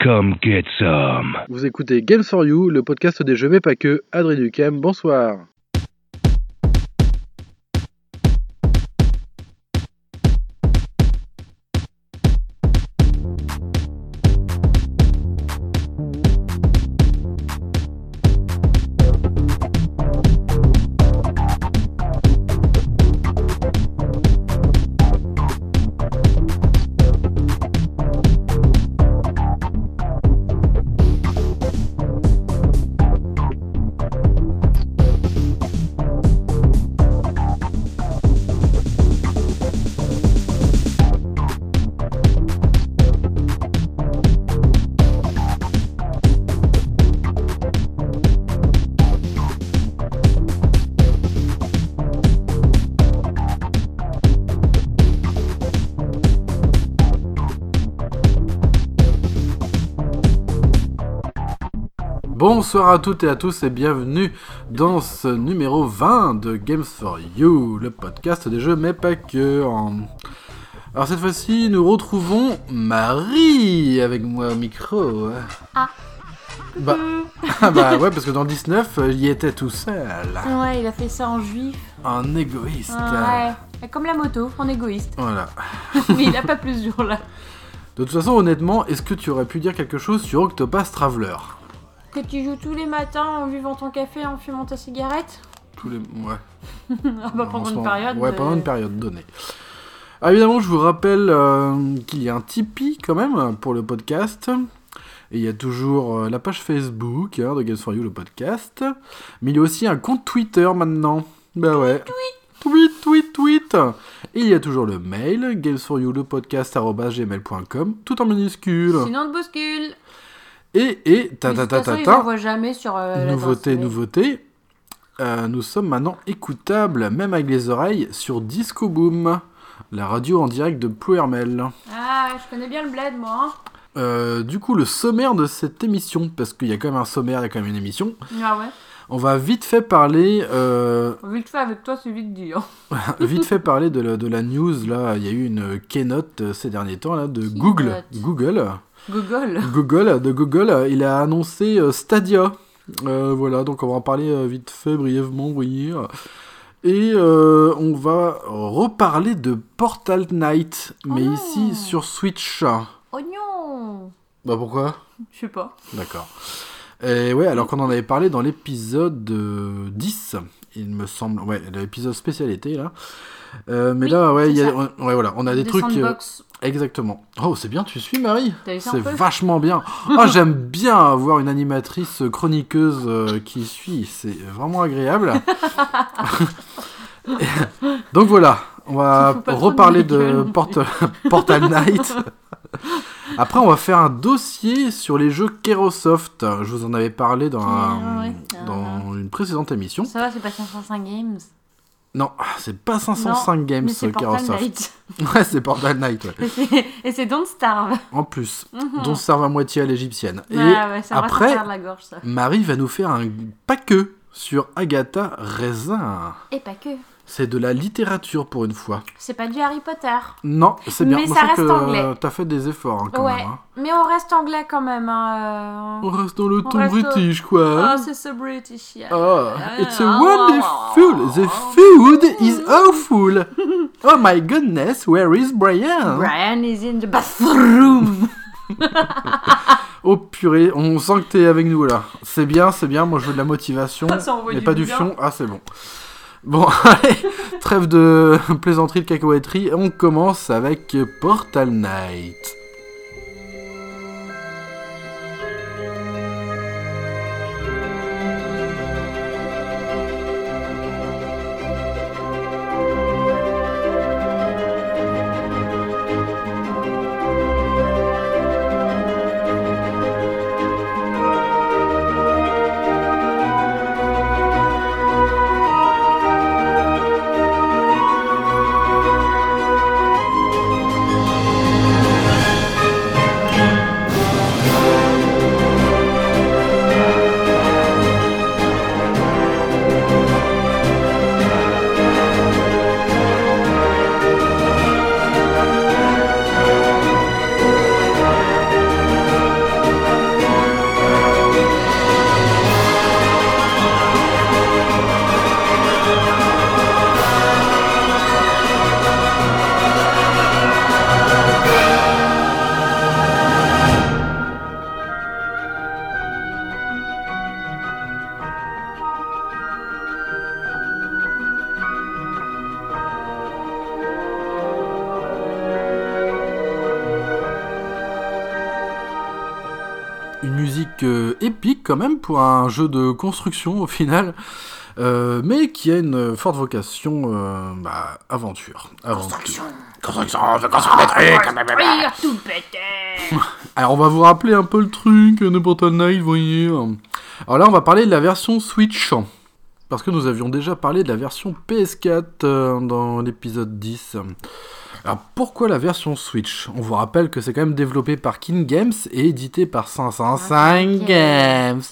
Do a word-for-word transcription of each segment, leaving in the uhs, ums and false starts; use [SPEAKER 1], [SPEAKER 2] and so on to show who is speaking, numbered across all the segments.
[SPEAKER 1] Come get some.
[SPEAKER 2] Vous écoutez Games for You, le podcast des jeux mais pas que. Adrien Duchem, bonsoir. Bonsoir à toutes et à tous et bienvenue dans ce numéro vingt de Games for You, le podcast des jeux mais pas que. Alors cette fois-ci, nous retrouvons Marie avec moi au micro.
[SPEAKER 3] Ah.
[SPEAKER 2] Bah, ah bah ouais, parce que dans le dix-neuf, il était tout seul.
[SPEAKER 3] Ouais, il a fait ça en juif.
[SPEAKER 2] Un égoïste.
[SPEAKER 3] Ouais, comme la moto, en égoïste.
[SPEAKER 2] Voilà.
[SPEAKER 3] Mais il a pas plus dur là.
[SPEAKER 2] De toute façon, honnêtement, est-ce que tu aurais pu dire quelque chose sur Octopath Traveler ?
[SPEAKER 3] Que tu joues tous les matins en buvant ton café, en fumant ta cigarette ?
[SPEAKER 2] Tous les... Ouais.
[SPEAKER 3] Ah bah pendant une période.
[SPEAKER 2] Ouais,
[SPEAKER 3] de...
[SPEAKER 2] pendant une période donnée. Alors évidemment, je vous rappelle euh, qu'il y a un Tipeee quand même pour le podcast. Et il y a toujours euh, la page Facebook hein, de Games for You, le podcast. Mais il y a aussi un compte Twitter maintenant. Bah ouais. Tweet, tweet, tweet. Et il y a toujours le mail, gamesforyou le podcast arobase gmail point com, tout en minuscule.
[SPEAKER 3] Sinon, on te bouscule.
[SPEAKER 2] Et, et, ta ta ta ta ta,
[SPEAKER 3] on voit jamais sur euh,
[SPEAKER 2] nouveauté, nouveauté, euh, nous sommes maintenant écoutables, même avec les oreilles, sur Disco Boom, la radio en direct de Plouermel.
[SPEAKER 3] Ah, je connais bien le bled, moi. Hein.
[SPEAKER 2] Euh, du coup, le sommaire de cette émission, parce qu'il y a quand même un sommaire, il y a quand même une émission.
[SPEAKER 3] Ah ouais.
[SPEAKER 2] On va vite fait parler... Euh...
[SPEAKER 3] Vite fait avec toi, c'est vite dit. Hein.
[SPEAKER 2] vite fait parler de la, de la news, là, il y a eu une keynote ces derniers temps, là, de Google. Google.
[SPEAKER 3] Google.
[SPEAKER 2] Google, de Google, il a annoncé euh, Stadia. Euh, voilà, donc on va en parler euh, vite fait, brièvement, vous voyez. Et euh, on va reparler de Portal Knight,
[SPEAKER 3] oh
[SPEAKER 2] mais
[SPEAKER 3] non.
[SPEAKER 2] ici sur Switch.
[SPEAKER 3] Oh non.
[SPEAKER 2] Bah pourquoi ?
[SPEAKER 3] Je sais pas.
[SPEAKER 2] D'accord. Et ouais, alors qu'on en avait parlé dans l'épisode euh, dix, il me semble, ouais, l'épisode spécialité là. Euh, mais
[SPEAKER 3] oui,
[SPEAKER 2] là, ouais, y a,
[SPEAKER 3] on,
[SPEAKER 2] ouais, voilà, on a des, des trucs.
[SPEAKER 3] Sandbox.
[SPEAKER 2] Euh, exactement. Oh, c'est bien, tu suis Marie.
[SPEAKER 3] T'as vu ça
[SPEAKER 2] c'est vachement bien. Oh, j'aime bien avoir une animatrice chroniqueuse euh, qui suit. C'est vraiment agréable. Donc voilà, on va reparler de, de Port- Portal Knight. Après, on va faire un dossier sur les jeux Kerosoft. Je vous en avais parlé dans, un,
[SPEAKER 3] ouais,
[SPEAKER 2] dans une précédente émission.
[SPEAKER 3] Ça va, c'est pas cinq cent cinq Games.
[SPEAKER 2] Non, c'est pas cinq cent cinq non, Games,
[SPEAKER 3] mais c'est
[SPEAKER 2] Kerosoft.
[SPEAKER 3] Portal Knight.
[SPEAKER 2] Ouais, c'est Portal Knight. Ouais.
[SPEAKER 3] Et, c'est, et c'est Don't Starve.
[SPEAKER 2] En plus, mm-hmm. Don't Starve à moitié à l'égyptienne.
[SPEAKER 3] Ouais,
[SPEAKER 2] et
[SPEAKER 3] ouais, ça
[SPEAKER 2] après,
[SPEAKER 3] va la gorge, ça.
[SPEAKER 2] Marie va nous faire un pas que sur Agatha Raisin.
[SPEAKER 3] Et pas que.
[SPEAKER 2] C'est de la littérature pour une fois.
[SPEAKER 3] C'est pas du Harry Potter.
[SPEAKER 2] Non, c'est bien.
[SPEAKER 3] Mais
[SPEAKER 2] Moi,
[SPEAKER 3] ça
[SPEAKER 2] je
[SPEAKER 3] reste
[SPEAKER 2] que
[SPEAKER 3] anglais.
[SPEAKER 2] T'as fait des efforts hein, quand
[SPEAKER 3] ouais,
[SPEAKER 2] même. Hein.
[SPEAKER 3] Mais on reste anglais quand même. Hein.
[SPEAKER 2] On reste dans le
[SPEAKER 3] on
[SPEAKER 2] ton british, au... quoi.
[SPEAKER 3] Oh, c'est so British. Yeah.
[SPEAKER 2] Oh, it's a wonderful. The food is awful. Oh my goodness, where is Brian?
[SPEAKER 3] Brian is in the bathroom.
[SPEAKER 2] Oh purée, on sent que t'es avec nous là. C'est bien, c'est bien. Moi, je veux de la motivation, mais pas du fion. Ah, c'est bon. Bon, allez, trêve de plaisanterie, de cacahuèterie, on commence avec Portal Knight. une musique euh, épique quand même pour un jeu de construction au final, euh, mais qui a une forte vocation euh, bah, aventure.
[SPEAKER 1] Construction.
[SPEAKER 2] Construction, on veut construire des trucs.
[SPEAKER 3] Construire tout péter.
[SPEAKER 2] Alors on va vous rappeler un peu le truc de Portal Knight, vous voyez. Alors là on va parler de la version Switch, parce que nous avions déjà parlé de la version P S quatre euh, dans l'épisode dix. Alors pourquoi la version Switch ? On vous rappelle que c'est quand même développé par King Games et édité par cinq cent cinq Games.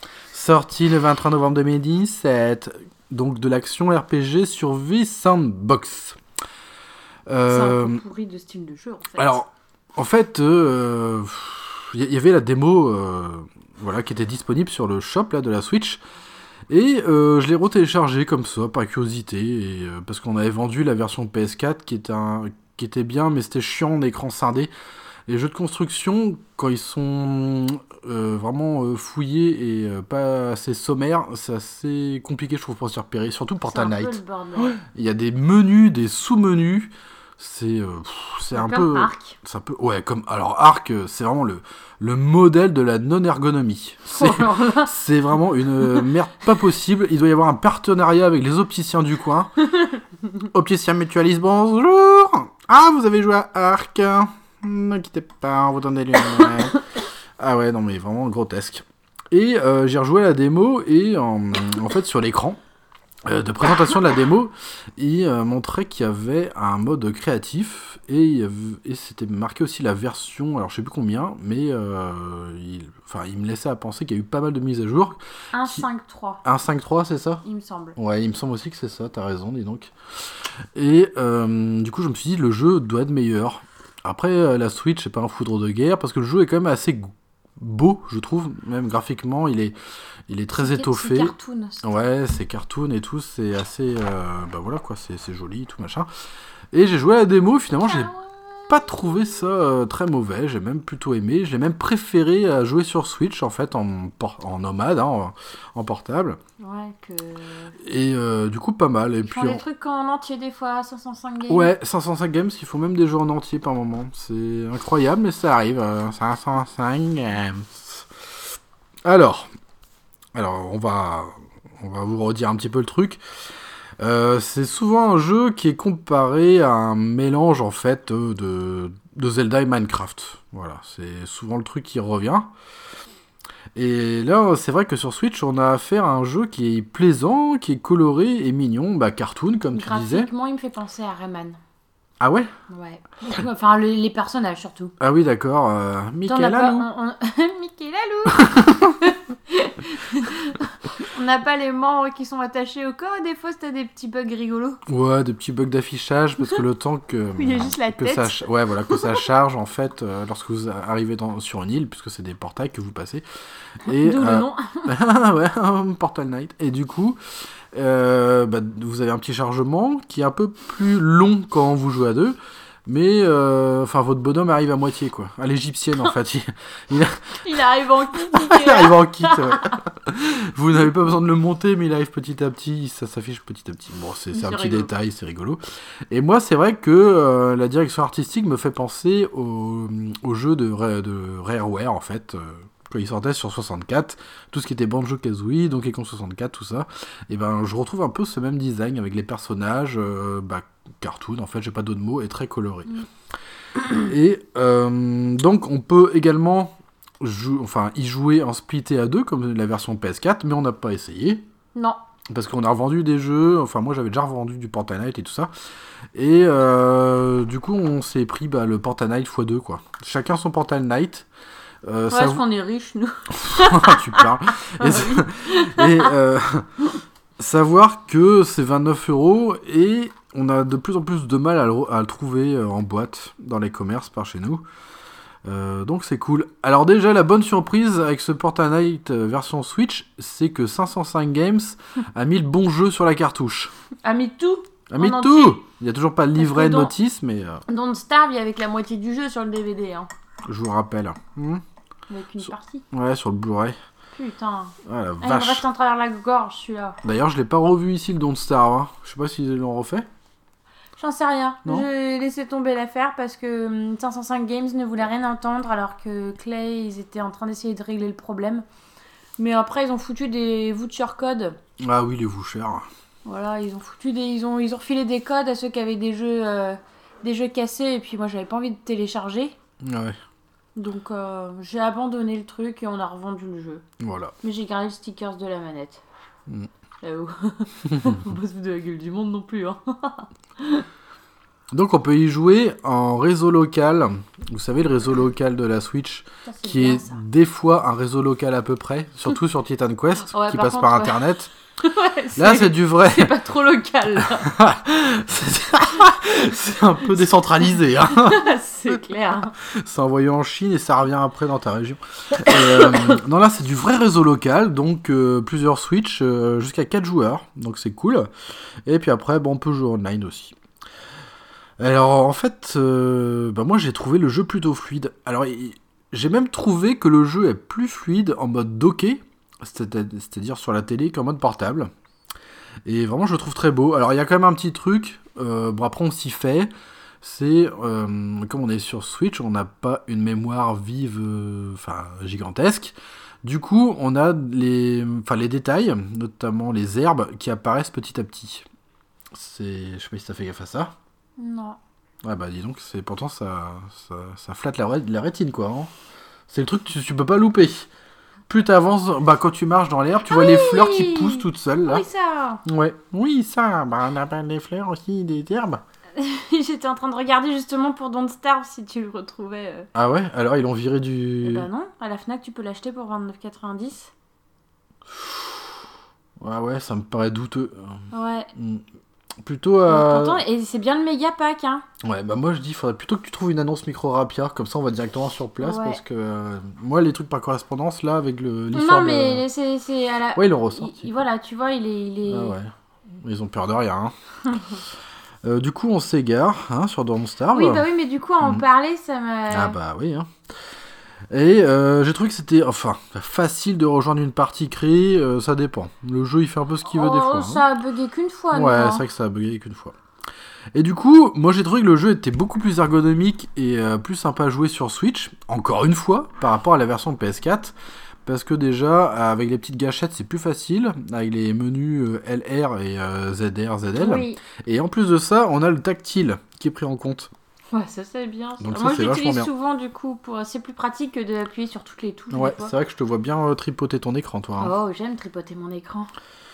[SPEAKER 2] Sorti le vingt-trois novembre deux mille dix-sept, donc de l'action R P G sur V Sandbox.
[SPEAKER 3] Euh... C'est
[SPEAKER 2] Euh,
[SPEAKER 3] un peu pourri de style de jeu en fait.
[SPEAKER 2] alors, en fait, il euh, y, y avait la démo euh, voilà, qui était disponible sur le shop là, de la Switch. Et euh, je l'ai retéléchargé comme ça, par curiosité, et, euh, parce qu'on avait vendu la version P S quatre qui était, un, qui était bien, mais c'était chiant en écran scindé. Les jeux de construction, quand ils sont euh, vraiment euh, fouillés et euh, pas assez sommaires, c'est assez compliqué, je trouve, pour s'y repérer, surtout Portal
[SPEAKER 3] C'est un peu
[SPEAKER 2] Knight.
[SPEAKER 3] le bordel.
[SPEAKER 2] Il y a des menus, des sous-menus. C'est, euh, pff, c'est un
[SPEAKER 3] Comme
[SPEAKER 2] peu,
[SPEAKER 3] Ark.
[SPEAKER 2] c'est un peu, ouais, comme alors Ark, euh, c'est vraiment le le modèle de la non-ergonomie. C'est,
[SPEAKER 3] Oh là là.
[SPEAKER 2] c'est vraiment une euh, merde pas possible. Il doit y avoir un partenariat avec les opticiens du coin. Opticien Mutualiste, bonjour. Ah, vous avez joué à Ark. Ne quittez pas, on vous donne des lunettes. Ah ouais, non mais vraiment grotesque. Et euh, j'ai rejoué à la démo et en, en fait sur l'écran euh, de présentation de la démo, il euh, montrait qu'il y avait un mode créatif et, il y avait, et c'était marqué aussi la version, alors je sais plus combien, mais euh, il, enfin, il me laissait à penser qu'il y a eu pas mal de mises à jour.
[SPEAKER 3] un
[SPEAKER 2] Qui-
[SPEAKER 3] cinq trois,
[SPEAKER 2] un cinq trois, c'est ça ?
[SPEAKER 3] il me semble.
[SPEAKER 2] Ouais, il me semble aussi que c'est ça, t'as raison, dis donc. Et euh, du coup, je me suis dit, le jeu doit être meilleur. Après, euh, la Switch, c'est pas un foudre de guerre, parce que le jeu est quand même assez go- beau, je trouve. Même graphiquement, il est, il est très
[SPEAKER 3] C'est-
[SPEAKER 2] étoffé.
[SPEAKER 3] C'est cartoon. c'est-
[SPEAKER 2] Ouais, c'est cartoon et tout, c'est assez... euh, bah voilà quoi, c'est, c'est joli, tout machin. Et j'ai joué à la démo, finalement, j'ai pas trouvé ça euh, très mauvais, j'ai même plutôt aimé. J'ai même préféré à jouer sur Switch, en fait, en, por- en nomade, hein, en, en portable.
[SPEAKER 3] Ouais, que.
[SPEAKER 2] Et euh, du coup, pas mal. Et
[SPEAKER 3] Ils
[SPEAKER 2] puis,
[SPEAKER 3] font des
[SPEAKER 2] en-
[SPEAKER 3] trucs en entier des fois, cinq cent cinq games.
[SPEAKER 2] ouais, cinq cent cinq games, il faut même des jeux en entier par moment. C'est incroyable, mais ça arrive. euh, cinq cent cinq games. Alors, alors on va, on va vous redire un petit peu le truc. Euh, c'est souvent un jeu qui est comparé à un mélange en fait euh, de, de Zelda et Minecraft. Voilà, c'est souvent le truc qui revient. Et là, c'est vrai que sur Switch, on a affaire à un jeu qui est plaisant, qui est coloré et mignon, bah cartoon comme tu disais.
[SPEAKER 3] Graphiquement, il me fait penser à Rayman.
[SPEAKER 2] Ah ouais ?
[SPEAKER 3] Ouais. Enfin, le- les personnages surtout.
[SPEAKER 2] Ah oui, d'accord. Euh,
[SPEAKER 3] T'en as
[SPEAKER 2] Michael
[SPEAKER 3] pas-
[SPEAKER 2] Alou.
[SPEAKER 3] on- on- Mickey Lalou. On n'a pas les membres qui sont attachés au corps et des fois t'as des petits bugs rigolos.
[SPEAKER 2] Ouais, des petits bugs d'affichage parce que le temps que
[SPEAKER 3] Il y a juste la
[SPEAKER 2] que
[SPEAKER 3] tête.
[SPEAKER 2] ça ch- ouais voilà que ça charge en fait euh, lorsque vous arrivez dans, sur une île puisque c'est des portails que vous passez et
[SPEAKER 3] D'où le
[SPEAKER 2] euh,
[SPEAKER 3] nom.
[SPEAKER 2] ouais un Portal Knight et du coup euh, bah, vous avez un petit chargement qui est un peu plus long quand vous jouez à deux. Mais, euh, enfin, votre bonhomme arrive à moitié, quoi. À l'égyptienne, en fait. Il, il,
[SPEAKER 3] Il arrive en kit.
[SPEAKER 2] il arrive en kit. Ouais. Vous n'avez pas besoin de le monter, mais il arrive petit à petit. Ça s'affiche petit à petit. Bon, c'est, c'est
[SPEAKER 3] C'est
[SPEAKER 2] un petit
[SPEAKER 3] rigolo.
[SPEAKER 2] détail, c'est rigolo. Et moi, c'est vrai que euh, la direction artistique me fait penser au, au jeu de, Ra- de Rareware, en fait. Euh, quand il sortait sur soixante-quatre, tout ce qui était Banjo-Kazooie, Donkey Kong soixante-quatre, tout ça, et ben je retrouve un peu ce même design avec les personnages, euh, bah, cartoon en fait, j'ai pas d'autres mots, et très coloré.
[SPEAKER 3] Mm.
[SPEAKER 2] Et euh, donc on peut également jou- enfin, y jouer en splitté à deux, comme la version P S quatre, mais on n'a pas essayé.
[SPEAKER 3] Non.
[SPEAKER 2] Parce qu'on a revendu des jeux, enfin moi j'avais déjà revendu du Portal Knight et tout ça. Et euh, du coup on s'est pris bah, le Portal Knight fois deux quoi. Chacun son Portal Knight. Euh,
[SPEAKER 3] Ouais,
[SPEAKER 2] ça
[SPEAKER 3] parce
[SPEAKER 2] vous-
[SPEAKER 3] qu'on est riches, nous.
[SPEAKER 2] tu parles. Et, ça- et, euh, savoir que c'est vingt-neuf euros et on a de plus en plus de mal à le, à le trouver euh, en boîte dans les commerces par chez nous. Euh, donc c'est cool. Alors déjà la bonne surprise avec ce Portal Knight euh, version Switch, c'est que cinq cent cinq Games a mis le bon jeu sur la cartouche.
[SPEAKER 3] A mis tout.
[SPEAKER 2] A mis
[SPEAKER 3] En
[SPEAKER 2] tout.
[SPEAKER 3] entier.
[SPEAKER 2] Il y a toujours pas de
[SPEAKER 3] Parce
[SPEAKER 2] livret
[SPEAKER 3] que dans-
[SPEAKER 2] notice, mais euh,
[SPEAKER 3] Don't Starve, il y a avec la moitié du jeu sur le D V D, hein.
[SPEAKER 2] je vous rappelle. Hmm
[SPEAKER 3] Avec une
[SPEAKER 2] Sur-
[SPEAKER 3] partie.
[SPEAKER 2] ouais, sur le Blu-ray.
[SPEAKER 3] Putain.
[SPEAKER 2] Ah la
[SPEAKER 3] Ah, il me
[SPEAKER 2] vache.
[SPEAKER 3] reste en travers la gorge, celui-là.
[SPEAKER 2] D'ailleurs, je l'ai pas revu ici le Don't Starve. Hein. Je sais pas s'ils l'ont refait.
[SPEAKER 3] J'en sais rien.
[SPEAKER 2] Non.
[SPEAKER 3] J'ai laissé tomber l'affaire parce que hum, cinq cent cinq Games ne voulait rien entendre alors que Clay, ils étaient en train d'essayer de régler le problème. Mais après, ils ont foutu des voucher codes.
[SPEAKER 2] Ah oui, les vouchers.
[SPEAKER 3] Voilà, ils ont foutu des, ils ont, ils ont refilé des codes à ceux qui avaient des jeux, euh, des jeux cassés et puis moi, j'avais pas envie de télécharger.
[SPEAKER 2] Ouais,
[SPEAKER 3] Donc euh, j'ai abandonné le truc et on a revendu le jeu.
[SPEAKER 2] voilà.
[SPEAKER 3] Mais j'ai gardé le stickers de la manette.
[SPEAKER 2] Mm.
[SPEAKER 3] J'avoue. Faut pas se foutre de la gueule du monde non plus. Hein.
[SPEAKER 2] Donc on peut y jouer en réseau local. Vous savez, le réseau local de la Switch,
[SPEAKER 3] Ça, c'est
[SPEAKER 2] qui
[SPEAKER 3] bien,
[SPEAKER 2] est
[SPEAKER 3] ça.
[SPEAKER 2] des fois un réseau local à peu près, surtout sur Titan Quest,
[SPEAKER 3] Ouais,
[SPEAKER 2] qui
[SPEAKER 3] par
[SPEAKER 2] passe
[SPEAKER 3] contre,
[SPEAKER 2] par
[SPEAKER 3] ouais.
[SPEAKER 2] Internet.
[SPEAKER 3] Ouais,
[SPEAKER 2] Là, c'est du vrai.
[SPEAKER 3] c'est pas trop local. Là.
[SPEAKER 2] c'est c'est un peu décentralisé. Hein.
[SPEAKER 3] C'est clair.
[SPEAKER 2] C'est envoyé en Chine et ça revient après dans ta région. Et, euh, non, là, c'est du vrai réseau local, donc euh, plusieurs Switch, euh, jusqu'à quatre joueurs, donc c'est cool. Et puis après, bon, on peut jouer online aussi. Alors, en fait, euh, bah, moi, j'ai trouvé le jeu plutôt fluide. Alors, il- j'ai même trouvé que le jeu est plus fluide en mode docké, c'est- c'est-à-dire sur la télé qu'en mode portable. Et vraiment, je le trouve très beau. Alors, il y a quand même un petit truc, euh, bon, après, on s'y fait. C'est, euh, comme on est sur Switch, on n'a pas une mémoire vive, enfin, euh, gigantesque. Du coup, on a les, enfin, les détails, notamment les herbes, qui apparaissent petit à petit. C'est, je sais pas si t'as fait gaffe à ça.
[SPEAKER 3] Non.
[SPEAKER 2] Ouais, bah dis donc, c'est, pourtant, ça, ça, ça flatte la, ré- la rétine, quoi. Hein. C'est le truc que tu, tu peux pas louper. Plus t'avances, bah quand tu marches dans l'herbe, tu vois les fleurs qui poussent toutes seules, là.
[SPEAKER 3] Oui, ça.
[SPEAKER 2] Ouais. Oui, ça, bah on appelle les fleurs aussi des herbes.
[SPEAKER 3] J'étais en train de regarder justement pour Don't Starve si tu le retrouvais. euh.
[SPEAKER 2] Ah ouais, alors ils l'ont viré
[SPEAKER 3] Eh
[SPEAKER 2] du...
[SPEAKER 3] ben non, à la Fnac tu peux l'acheter pour vingt-neuf quatre-vingt-dix.
[SPEAKER 2] Ouais, ouais, ça me paraît douteux.
[SPEAKER 3] Ouais.
[SPEAKER 2] Hmm. Plutôt à...
[SPEAKER 3] Pourtant, et c'est bien le méga pack, hein.
[SPEAKER 2] Ouais, bah moi je dis, il faudrait plutôt que tu trouves une annonce micro Rapia, comme ça on va directement sur place,
[SPEAKER 3] Ouais.
[SPEAKER 2] parce que euh, moi les trucs par correspondance, là, avec le
[SPEAKER 3] Non,
[SPEAKER 2] l'histoire de...
[SPEAKER 3] mais c'est, c'est à la.
[SPEAKER 2] Ouais, ils l'ont
[SPEAKER 3] il,
[SPEAKER 2] ressorti.
[SPEAKER 3] il- voilà, tu vois, il est. Il est...
[SPEAKER 2] Ah ouais, ils ont peur de rien. Hein. euh, du coup, on s'égare hein, sur Don't Starve.
[SPEAKER 3] Oui, bah oui, mais du coup, à en
[SPEAKER 2] Mhm.
[SPEAKER 3] parler, ça m'a.
[SPEAKER 2] Ah bah oui. Hein. Et euh, j'ai trouvé que c'était enfin facile de rejoindre une partie créée, euh, ça dépend. Le jeu il fait un peu ce qu'il veut
[SPEAKER 3] Oh,
[SPEAKER 2] des fois. Hein.
[SPEAKER 3] ça a bugué qu'une fois,
[SPEAKER 2] Ouais,
[SPEAKER 3] non
[SPEAKER 2] c'est vrai que ça a bugué qu'une fois. Et du coup, moi j'ai trouvé que le jeu était beaucoup plus ergonomique et euh, plus sympa à jouer sur Switch, encore une fois, par rapport à la version P S quatre. Parce que déjà, avec les petites gâchettes, c'est plus facile, avec les menus euh, L R et euh, Z R, Z L.
[SPEAKER 3] Oui.
[SPEAKER 2] Et en plus de ça, on a le tactile qui est pris en compte.
[SPEAKER 3] Ouais, ça c'est bien. Ça.
[SPEAKER 2] Donc ça,
[SPEAKER 3] Moi,
[SPEAKER 2] c'est
[SPEAKER 3] je
[SPEAKER 2] vachement
[SPEAKER 3] l'utilise
[SPEAKER 2] bien.
[SPEAKER 3] souvent, du coup, pour... c'est plus pratique que d'appuyer sur toutes les touches. des
[SPEAKER 2] Ouais,
[SPEAKER 3] fois.
[SPEAKER 2] c'est vrai que je te vois bien euh, tripoter ton écran, toi. Hein.
[SPEAKER 3] Oh, j'aime tripoter mon écran.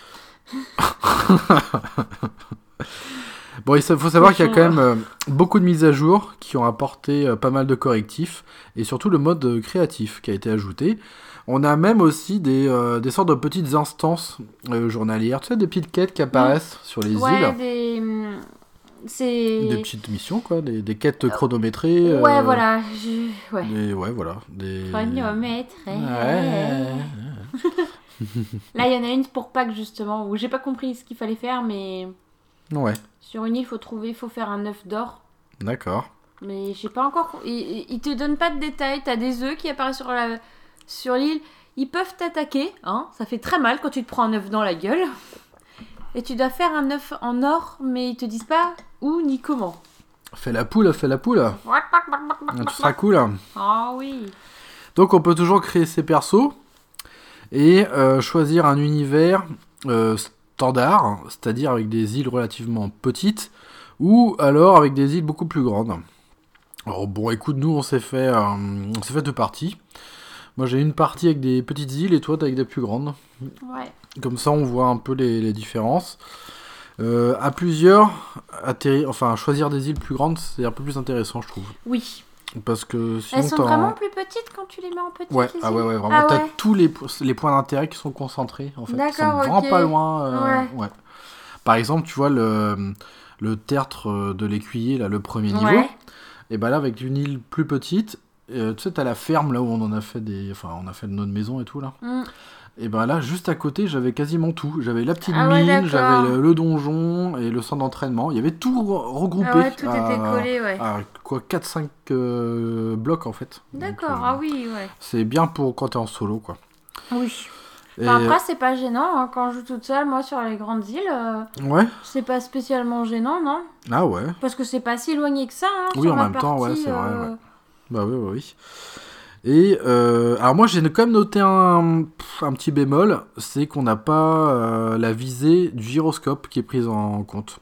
[SPEAKER 2] Bon, il faut savoir qu'il y a quand même euh, beaucoup de mises à jour qui ont apporté euh, pas mal de correctifs, et surtout le mode euh, créatif qui a été ajouté. On a même aussi des, euh, des sortes de petites instances euh, journalières, tu sais, des petites quêtes qui apparaissent mmh. sur les
[SPEAKER 3] ouais,
[SPEAKER 2] îles.
[SPEAKER 3] des... C'est...
[SPEAKER 2] Des petites missions, quoi, des, des quêtes chronométrées.
[SPEAKER 3] Ouais,
[SPEAKER 2] euh,
[SPEAKER 3] voilà. Je... Ouais.
[SPEAKER 2] Des, ouais, voilà. Des...
[SPEAKER 3] Chronométrées.
[SPEAKER 2] Ouais.
[SPEAKER 3] Là, il y en a une pour Pâques, justement, où j'ai pas compris ce qu'il fallait faire, mais...
[SPEAKER 2] Ouais.
[SPEAKER 3] Sur une île, il faut trouver, il faut faire un œuf d'or.
[SPEAKER 2] D'accord.
[SPEAKER 3] Mais je sais pas encore... Ils il te donnent pas de détails. T'as des œufs qui apparaissent sur la... sur l'île. Ils peuvent t'attaquer, hein. Ça fait très mal quand tu te prends un œuf dans la gueule. Et tu dois faire un œuf en or, mais ils te disent pas où ni comment.
[SPEAKER 2] Fais la poule, fais la poule. Tu seras cool.
[SPEAKER 3] Ah oui.
[SPEAKER 2] Donc on peut toujours créer ses persos et euh, choisir un univers euh, standard, c'est-à-dire avec des îles relativement petites, ou alors avec des îles beaucoup plus grandes. Alors bon, écoute, nous on s'est fait, euh, on s'est fait deux parties. Moi j'ai une partie avec des petites îles et toi t'as avec des plus grandes.
[SPEAKER 3] Ouais.
[SPEAKER 2] Comme ça on voit un peu les, les différences. Euh, à plusieurs, atterrir, enfin choisir des îles plus grandes, c'est un peu plus intéressant, je trouve.
[SPEAKER 3] Oui.
[SPEAKER 2] Parce que sinon
[SPEAKER 3] Elles sont
[SPEAKER 2] t'as
[SPEAKER 3] vraiment
[SPEAKER 2] un...
[SPEAKER 3] plus petites quand tu les mets en petites.
[SPEAKER 2] Ouais,
[SPEAKER 3] les
[SPEAKER 2] ah ouais,
[SPEAKER 3] îles
[SPEAKER 2] ouais, vraiment.
[SPEAKER 3] Ah
[SPEAKER 2] t'as
[SPEAKER 3] ouais.
[SPEAKER 2] tous les, les points d'intérêt qui sont concentrés, en fait. Ils sont
[SPEAKER 3] D'accord,
[SPEAKER 2] vraiment
[SPEAKER 3] ok.
[SPEAKER 2] pas loin. euh,
[SPEAKER 3] Ouais.
[SPEAKER 2] ouais. Par exemple, tu vois le, le tertre de l'écuyer, là, le premier niveau.
[SPEAKER 3] Ouais.
[SPEAKER 2] Et bah là, avec une île plus petite, euh, tu sais, t'as la ferme, là où on en a fait des... Enfin, on a fait notre maison et tout, là.
[SPEAKER 3] Mm.
[SPEAKER 2] Et ben là, juste à côté, j'avais quasiment tout. J'avais la petite
[SPEAKER 3] Ah ouais,
[SPEAKER 2] mine,
[SPEAKER 3] d'accord.
[SPEAKER 2] j'avais le, le donjon et le centre d'entraînement. Il y avait tout re- regroupé.
[SPEAKER 3] Ah ouais, tout
[SPEAKER 2] à,
[SPEAKER 3] était collé, ouais.
[SPEAKER 2] à quoi, quatre cinq euh, blocs, en fait. Donc,
[SPEAKER 3] D'accord,
[SPEAKER 2] euh,
[SPEAKER 3] ah oui, ouais.
[SPEAKER 2] c'est bien pour quand t'es en solo, quoi.
[SPEAKER 3] Oui.
[SPEAKER 2] Et...
[SPEAKER 3] Enfin, après, c'est pas gênant. Hein. Quand je joue toute seule, moi, sur les grandes îles, euh,
[SPEAKER 2] Ouais.
[SPEAKER 3] c'est pas spécialement gênant, non?
[SPEAKER 2] Ah ouais.
[SPEAKER 3] Parce que c'est pas si éloigné que ça. Hein,
[SPEAKER 2] Oui,
[SPEAKER 3] sur
[SPEAKER 2] en
[SPEAKER 3] ma
[SPEAKER 2] même temps, ouais,
[SPEAKER 3] partie,
[SPEAKER 2] c'est vrai.
[SPEAKER 3] euh,
[SPEAKER 2] Ouais. Bah oui, oui, oui. Et euh, alors moi, j'ai quand même noté un, un petit bémol, c'est qu'on n'a pas euh, la visée du gyroscope qui est prise en compte.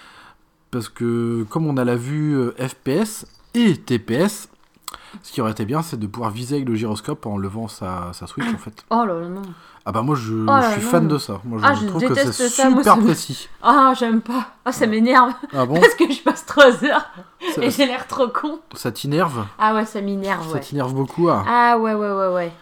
[SPEAKER 2] Parce que comme on a la vue euh, F P S et T P S, ce qui aurait été bien, c'est de pouvoir viser avec le gyroscope en levant sa, sa Switch, en fait.
[SPEAKER 3] Oh là là, non.
[SPEAKER 2] Ah bah moi, je,
[SPEAKER 3] Oh là
[SPEAKER 2] je suis
[SPEAKER 3] non.
[SPEAKER 2] fan de ça. Moi, je,
[SPEAKER 3] Ah, je
[SPEAKER 2] trouve que
[SPEAKER 3] déteste
[SPEAKER 2] c'est
[SPEAKER 3] ça,
[SPEAKER 2] super
[SPEAKER 3] moi, ça me-
[SPEAKER 2] précis.
[SPEAKER 3] Ah, j'aime pas. Ah, ça m'énerve.
[SPEAKER 2] Ah bon?
[SPEAKER 3] Parce que je passe trois heures
[SPEAKER 2] Ça,
[SPEAKER 3] et j'ai l'air trop con.
[SPEAKER 2] ça t'énerve?
[SPEAKER 3] Ah ouais, ça m'énerve,
[SPEAKER 2] Ça
[SPEAKER 3] ouais.
[SPEAKER 2] t'énerve beaucoup, ah.
[SPEAKER 3] Ah ouais, ouais, ouais, ouais.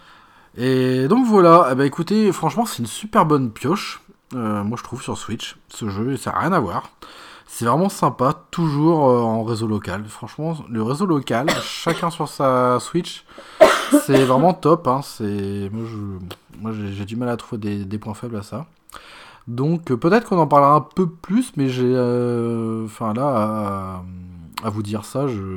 [SPEAKER 2] Et donc voilà, eh ben écoutez, franchement, c'est une super bonne pioche, euh, moi je trouve, sur Switch, ce jeu, et ça n'a rien à voir. C'est vraiment sympa, toujours euh, en réseau local. Franchement, le réseau local, chacun sur sa Switch, c'est vraiment top. Hein. C'est... Moi, je... moi j'ai, j'ai du mal à trouver des, des points faibles à ça. Donc euh, peut-être qu'on en parlera un peu plus, mais j'ai... euh, Enfin là, à, à vous dire ça, je...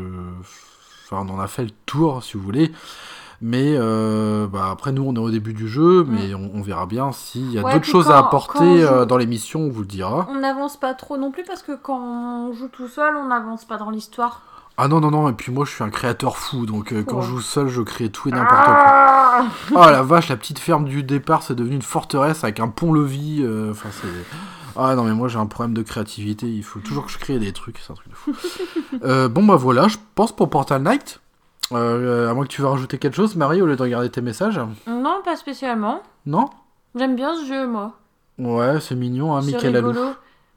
[SPEAKER 2] Enfin, on en a fait le tour, si vous voulez. Mais euh, bah, après, nous, on est au début du jeu, mais on, on verra bien s'il y a
[SPEAKER 3] Ouais,
[SPEAKER 2] d'autres
[SPEAKER 3] puis
[SPEAKER 2] choses
[SPEAKER 3] quand-
[SPEAKER 2] à
[SPEAKER 3] quand on
[SPEAKER 2] apporter
[SPEAKER 3] joue-
[SPEAKER 2] euh, dans l'émission, on vous le dira.
[SPEAKER 3] On n'avance pas trop non plus parce que quand on joue tout seul, on n'avance pas dans l'histoire.
[SPEAKER 2] Ah non, non, non, et puis moi, je suis un créateur fou, donc euh, quand
[SPEAKER 3] Ouais.
[SPEAKER 2] je joue seul, je crée tout et n'importe quoi.
[SPEAKER 3] Ah
[SPEAKER 2] Oh la vache, la petite ferme du départ, c'est devenu une forteresse avec un pont-levis. euh, Enfin, c'est... Ah non, mais moi, j'ai un problème de créativité, il faut toujours que je crée des trucs, c'est un truc de fou. euh, bon, bah voilà, je pense pour Portal Knight. Euh, à moins que tu veux rajouter quelque chose, Marie, au lieu de regarder tes messages.
[SPEAKER 3] Non, pas spécialement.
[SPEAKER 2] Non?
[SPEAKER 3] J'aime bien ce jeu, moi.
[SPEAKER 2] Ouais, c'est mignon, hein,
[SPEAKER 3] C'est
[SPEAKER 2] Mickey Lalou.
[SPEAKER 3] rigolo.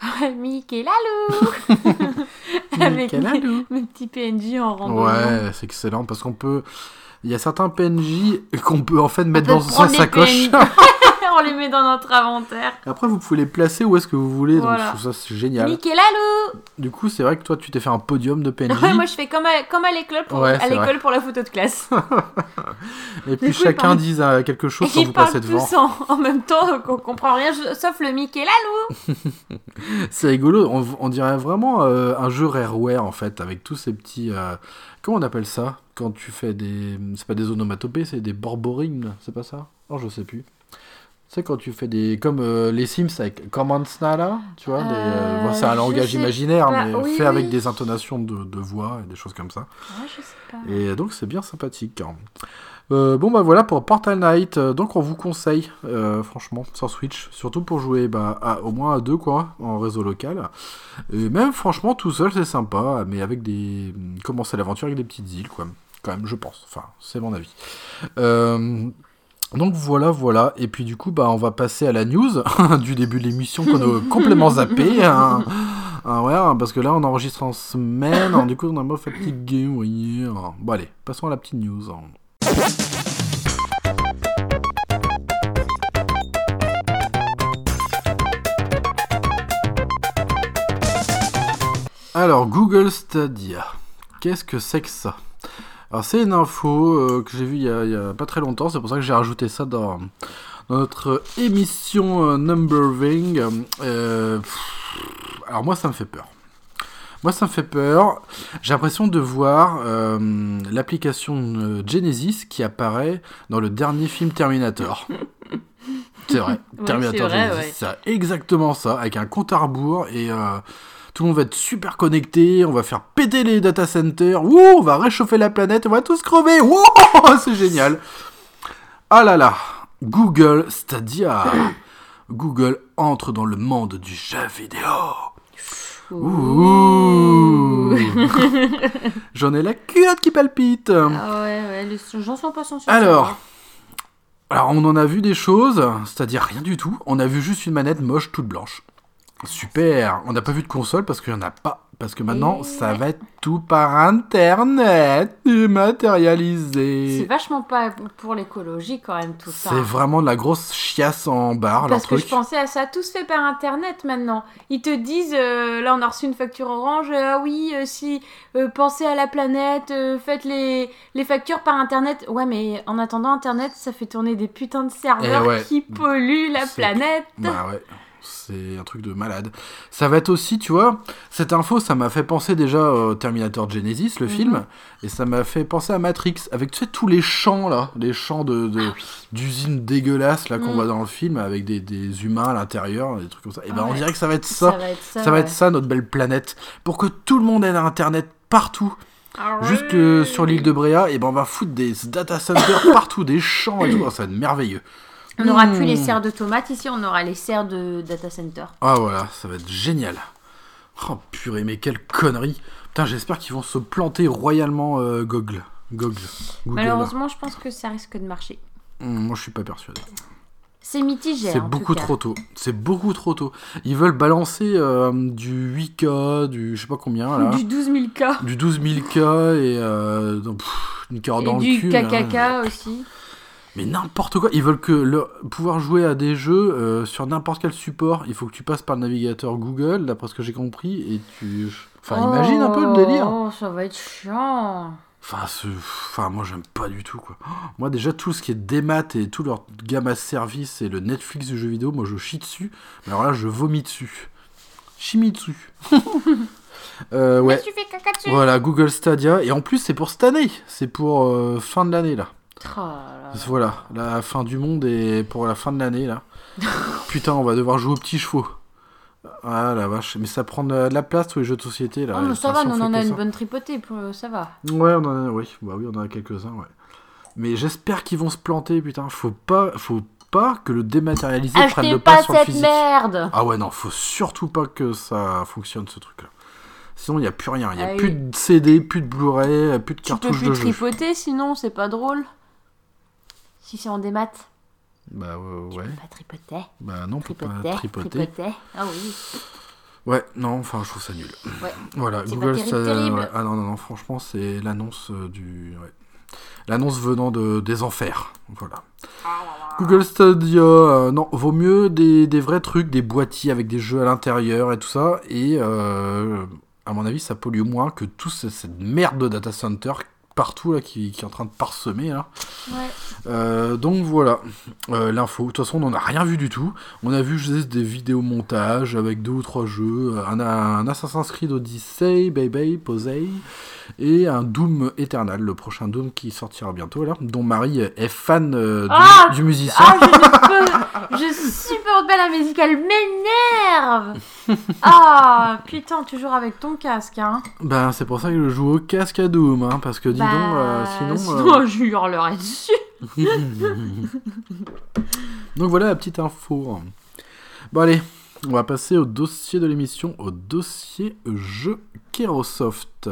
[SPEAKER 3] Mickey Lalou Avec
[SPEAKER 2] Mickey Lalou.
[SPEAKER 3] mes, mes petits P N J en randonnée.
[SPEAKER 2] Ouais, c'est excellent, parce qu'on peut... Il y a certains P N J qu'on peut en fait mettre
[SPEAKER 3] peut
[SPEAKER 2] dans sa
[SPEAKER 3] prendre les
[SPEAKER 2] sacoche.
[SPEAKER 3] P N J. On les met dans notre inventaire.
[SPEAKER 2] Après, vous pouvez les placer où est-ce que vous voulez,
[SPEAKER 3] Voilà.
[SPEAKER 2] donc je trouve ça c'est génial.
[SPEAKER 3] Mickey Lalou
[SPEAKER 2] Du coup, c'est vrai que toi, tu t'es fait un podium de P N J.
[SPEAKER 3] Ouais, moi je fais comme à, comme à l'école pour,
[SPEAKER 2] Ouais,
[SPEAKER 3] à
[SPEAKER 2] c'est
[SPEAKER 3] l'école
[SPEAKER 2] vrai.
[SPEAKER 3] pour la photo de classe.
[SPEAKER 2] Et puis
[SPEAKER 3] Du coup, ils
[SPEAKER 2] chacun
[SPEAKER 3] parlent-
[SPEAKER 2] dise euh, quelque chose
[SPEAKER 3] Et
[SPEAKER 2] quand
[SPEAKER 3] ils
[SPEAKER 2] vous passez
[SPEAKER 3] parlent
[SPEAKER 2] devant.
[SPEAKER 3] tous en, en même temps, euh, qu'on comprend rien, je- sauf le Mickey Lalou.
[SPEAKER 2] C'est rigolo, on, on dirait vraiment euh, un jeu Rareware en fait, avec tous ces petits... euh, Comment on appelle ça? Quand tu fais des... C'est pas des onomatopées, c'est des borborings, c'est pas ça? Non, je sais plus. Tu sais, quand tu fais des... Comme euh, les Sims avec Command Snala, tu vois, des, euh,
[SPEAKER 3] Euh,
[SPEAKER 2] bon, c'est un
[SPEAKER 3] je
[SPEAKER 2] langage
[SPEAKER 3] sais
[SPEAKER 2] imaginaire,
[SPEAKER 3] pas.
[SPEAKER 2] mais
[SPEAKER 3] Oui,
[SPEAKER 2] fait avec
[SPEAKER 3] oui.
[SPEAKER 2] des intonations de, de voix et des choses comme ça.
[SPEAKER 3] Ouais, je sais pas.
[SPEAKER 2] Et donc c'est bien sympathique. Hein. Euh, bon bah voilà pour Portal Knight, Euh, donc on vous conseille euh, franchement sur Switch, surtout pour jouer bah, à, au moins à deux quoi, en réseau local. Et même franchement tout seul c'est sympa, mais avec des... commencer l'aventure avec des petites îles quoi, quand même je pense, enfin c'est mon avis. Euh... Donc voilà, voilà, et puis du coup, bah, on va passer à la news du début de l'émission qu'on a complètement zappé. Hein. Ah ouais, hein, parce que là, on enregistre en semaine, alors, du coup, on est un peu fatigué, vous voyez. Bon, allez, passons à la petite news. Hein. Alors, Google Stadia, qu'est-ce que c'est que ça? Alors c'est une info euh, que j'ai vue il y, a, il y a pas très longtemps, c'est pour ça que j'ai rajouté ça dans, dans notre émission euh, Numbering. Euh, pff, alors moi ça me fait peur. Moi ça me fait peur. J'ai l'impression de voir euh, l'application euh, Genesis qui apparaît dans le dernier film Terminator. C'est vrai,
[SPEAKER 3] Ouais,
[SPEAKER 2] Terminator
[SPEAKER 3] c'est vrai,
[SPEAKER 2] Genesis,
[SPEAKER 3] ouais.
[SPEAKER 2] c'est exactement ça, avec un compte à rebours et... Euh, tout le monde va être super connecté, on va faire péter les data centers, ouh, on va réchauffer la planète, on va tous crever, ouh, c'est génial. Ah là là, Google Stadia. Google entre dans le monde du jeu vidéo. Ouh. J'en ai la culotte qui palpite.
[SPEAKER 3] Ah ouais, ouais, les gens sont pas sensibles.
[SPEAKER 2] Alors, alors, on en a vu des choses, c'est-à-dire rien du tout. On a vu juste une manette moche toute blanche. Super. On n'a pas vu de console parce qu'il n'y en a pas. Parce que maintenant,
[SPEAKER 3] Et
[SPEAKER 2] ça
[SPEAKER 3] ouais.
[SPEAKER 2] va être tout par Internet, dématérialisé.
[SPEAKER 3] C'est vachement pas pour l'écologie quand même tout ça.
[SPEAKER 2] C'est vraiment de la grosse chiasse en barre, leur
[SPEAKER 3] Parce que
[SPEAKER 2] truc.
[SPEAKER 3] je pensais à ça, tout se fait par internet maintenant. Ils te disent, euh, là on a reçu une facture orange, euh, ah oui, euh, si, euh, pensez à la planète, euh, faites les, les factures par internet. Ouais, mais en attendant, internet, ça fait tourner des putains de serveurs
[SPEAKER 2] Eh ouais.
[SPEAKER 3] qui polluent la
[SPEAKER 2] C'est-
[SPEAKER 3] planète.
[SPEAKER 2] Bah ouais. C'est un truc de malade. Ça va être aussi, tu vois, cette info, ça m'a fait penser déjà au Terminator Genesis, le mm-hmm. film, et ça m'a fait penser à Matrix, avec tu sais, tous les champs, là, les champs de, de, ah, oui. d'usines dégueulasses là, qu'on mm. voit dans le film, avec des, des humains à l'intérieur, des trucs comme ça. Et ben ouais. on dirait que ça va être ça. Ça va être ça, ça, va ouais. être ça notre belle planète. Pour que tout le monde ait Internet partout. Ah ouais. Jusque sur l'île de Bréa, et ben on va foutre des data centers partout, des champs et tout. Oh, ça va être merveilleux.
[SPEAKER 3] On n'aura mmh. plus les serres de tomates ici, on aura les serres de data center.
[SPEAKER 2] Ah voilà, ça va être génial. Oh purée, mais quelle connerie. Putain, j'espère qu'ils vont se planter royalement euh, Google. Google. Google.
[SPEAKER 3] Malheureusement, je pense que ça risque de marcher.
[SPEAKER 2] Mmh, moi, je suis pas persuadé.
[SPEAKER 3] C'est mitigé.
[SPEAKER 2] C'est
[SPEAKER 3] en
[SPEAKER 2] beaucoup
[SPEAKER 3] tout cas.
[SPEAKER 2] trop tôt. C'est beaucoup trop tôt. Ils veulent balancer euh, du huit K, du je sais pas combien là.
[SPEAKER 3] Du douze mille K.
[SPEAKER 2] Du douze mille K et euh, donc, pff, une carotte dans le cul.
[SPEAKER 3] Et du K K K hein. aussi.
[SPEAKER 2] Mais n'importe quoi, ils veulent que le, pouvoir jouer à des jeux euh, sur n'importe quel support. Il faut que tu passes par le navigateur Google, d'après ce que j'ai compris, et tu... Enfin, oh, imagine un peu le délire.
[SPEAKER 3] Oh, ça va être chiant.
[SPEAKER 2] Enfin, ce... enfin, moi, j'aime pas du tout, quoi. Oh, moi, déjà, tout ce qui est démat et tout leur gamme à service et le Netflix du jeu vidéo, moi, je chie dessus. Mais alors là, je vomis dessus. Chimie dessus. euh, ouais.
[SPEAKER 3] Tu fais caca dessus.
[SPEAKER 2] Voilà, Google Stadia. Et en plus, c'est pour cette année. C'est pour euh, fin de l'année, là.
[SPEAKER 3] Oh là là.
[SPEAKER 2] Voilà, la fin du monde est pour la fin de l'année là. Putain, on va devoir jouer aux petits chevaux. Ah la vache, mais ça prend de la place tous les jeux de société là.
[SPEAKER 3] Oh, mais ça va, on en a une ça. bonne tripotée, pour... ça va.
[SPEAKER 2] Ouais, on en a, oui, bah oui, on en a quelques-uns, ouais. Mais j'espère qu'ils vont se planter, putain. Faut pas, faut pas que le dématérialisé
[SPEAKER 3] Achetez
[SPEAKER 2] prenne le pas sur le
[SPEAKER 3] Achetez
[SPEAKER 2] physique.
[SPEAKER 3] pas cette merde.
[SPEAKER 2] Ah ouais, non, faut surtout pas que ça fonctionne ce truc-là. Sinon, il y a plus rien, il y a
[SPEAKER 3] ah,
[SPEAKER 2] plus
[SPEAKER 3] oui.
[SPEAKER 2] de C D, plus de Blu-ray, plus de cartouches de jeux.
[SPEAKER 3] Tu peux plus tripoter, sinon c'est pas drôle. Si c'est en démat.
[SPEAKER 2] Bah ouais.
[SPEAKER 3] Tu peux pas tripoter.
[SPEAKER 2] Bah non,
[SPEAKER 3] tripoter,
[SPEAKER 2] faut pas tripoter.
[SPEAKER 3] tripoter. Ah oui.
[SPEAKER 2] Ouais, non, enfin, je trouve ça nul.
[SPEAKER 3] Ouais.
[SPEAKER 2] Voilà,
[SPEAKER 3] c'est
[SPEAKER 2] Google,
[SPEAKER 3] pas terrible,
[SPEAKER 2] ça...
[SPEAKER 3] terrible.
[SPEAKER 2] Ouais. Ah non, non, non, franchement, c'est l'annonce euh, du... Ouais. L'annonce venant de... des enfers. Voilà. Google Stadia, euh, non, vaut mieux des... des vrais trucs, des boîtiers avec des jeux à l'intérieur et tout ça. Et, euh, à mon avis, ça pollue moins que toute cette merde de data center partout là qui, qui est en train de parsemer là.
[SPEAKER 3] Ouais.
[SPEAKER 2] Euh, donc voilà euh, l'info. De toute façon on n'en a rien vu du tout. On a vu juste des vidéos montage avec deux ou trois jeux, un, un Assassin's Creed Odyssey, Baby, Posey et un Doom Eternal, le prochain Doom qui sortira bientôt là, dont Marie est fan euh, du,
[SPEAKER 3] ah
[SPEAKER 2] du musicien.
[SPEAKER 3] Ah, je ne peux, je supporte pas la musique, elle m'énerve. Ah putain, toujours avec ton casque hein.
[SPEAKER 2] Ben c'est pour ça que je joue au casque à Doom hein, parce que dis
[SPEAKER 3] bah,
[SPEAKER 2] donc euh, sinon
[SPEAKER 3] sinon
[SPEAKER 2] euh...
[SPEAKER 3] je hurlerai dessus.
[SPEAKER 2] Donc voilà la petite info. Bon allez, on va passer au dossier de l'émission, au dossier jeu Kerosoft.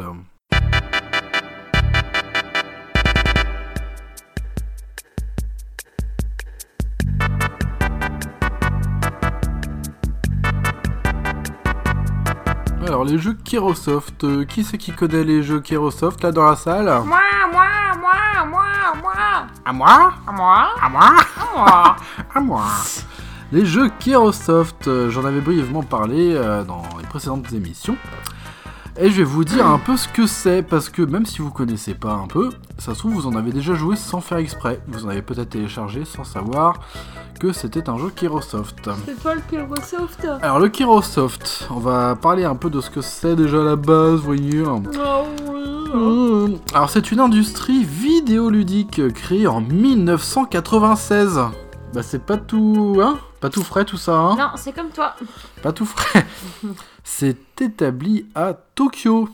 [SPEAKER 2] Alors les jeux Kerosoft, euh, qui c'est qui connaît les jeux Kerosoft là dans la salle?
[SPEAKER 3] Moi, moi, moi, moi, moi.
[SPEAKER 2] À moi?
[SPEAKER 3] À moi?
[SPEAKER 2] À moi?
[SPEAKER 3] À moi?
[SPEAKER 2] À moi. Les jeux Kerosoft, euh, j'en avais brièvement parlé euh, dans les précédentes émissions. Et je vais vous dire un peu ce que c'est, parce que même si vous connaissez pas un peu, ça se trouve vous en avez déjà joué sans faire exprès. Vous en avez peut-être téléchargé sans savoir que c'était un jeu Kerosoft.
[SPEAKER 3] C'est pas le Kerosoft.
[SPEAKER 2] Alors le Kerosoft, on va parler un peu de ce que c'est déjà à la base, voyez.
[SPEAKER 3] Oh oui.
[SPEAKER 2] Mmh. Alors c'est une industrie vidéoludique créée en dix-neuf cent quatre-vingt-seize. Bah c'est pas tout, hein, pas tout frais tout ça, hein.
[SPEAKER 3] Non, c'est comme toi.
[SPEAKER 2] Pas tout frais. C'est établi à Tokyo,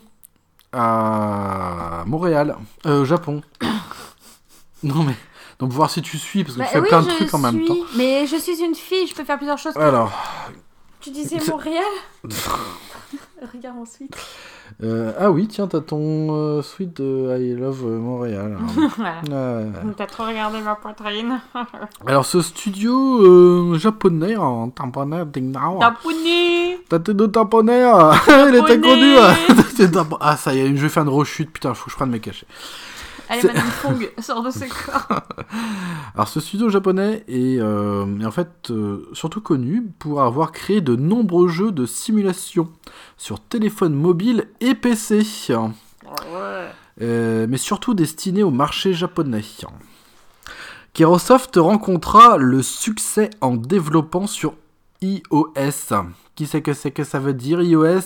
[SPEAKER 2] à Montréal, euh, Japon. Non mais, donc voir si tu suis parce que
[SPEAKER 3] bah,
[SPEAKER 2] tu fais
[SPEAKER 3] oui,
[SPEAKER 2] plein de trucs en même temps.
[SPEAKER 3] Mais je suis une fille, je peux faire plusieurs choses.
[SPEAKER 2] Alors.
[SPEAKER 3] Tu disais Montréal. Regarde mon suite.
[SPEAKER 2] Euh, ah oui, tiens, t'as ton euh, suite de I Love Montréal.
[SPEAKER 3] Voilà.
[SPEAKER 2] Euh...
[SPEAKER 3] T'as trop regardé ma poitrine.
[SPEAKER 2] Alors, ce studio euh, japonais, en japonais,
[SPEAKER 3] japonais,
[SPEAKER 2] t'as tes deux japonais, il était connu. Ah, ça y est, je vais faire une rechute, putain, faut que je prenne mes cachets.
[SPEAKER 3] Allez, Madame Fong, sors de ce corps.
[SPEAKER 2] Alors, ce studio japonais est, euh, est en fait euh, surtout connu pour avoir créé de nombreux jeux de simulation sur téléphone mobile et P C.
[SPEAKER 3] Ouais.
[SPEAKER 2] Euh, mais surtout destinés au marché japonais. Kerosoft rencontra le succès en développant sur iOS. Qui sait que c'est que ça veut dire iOS?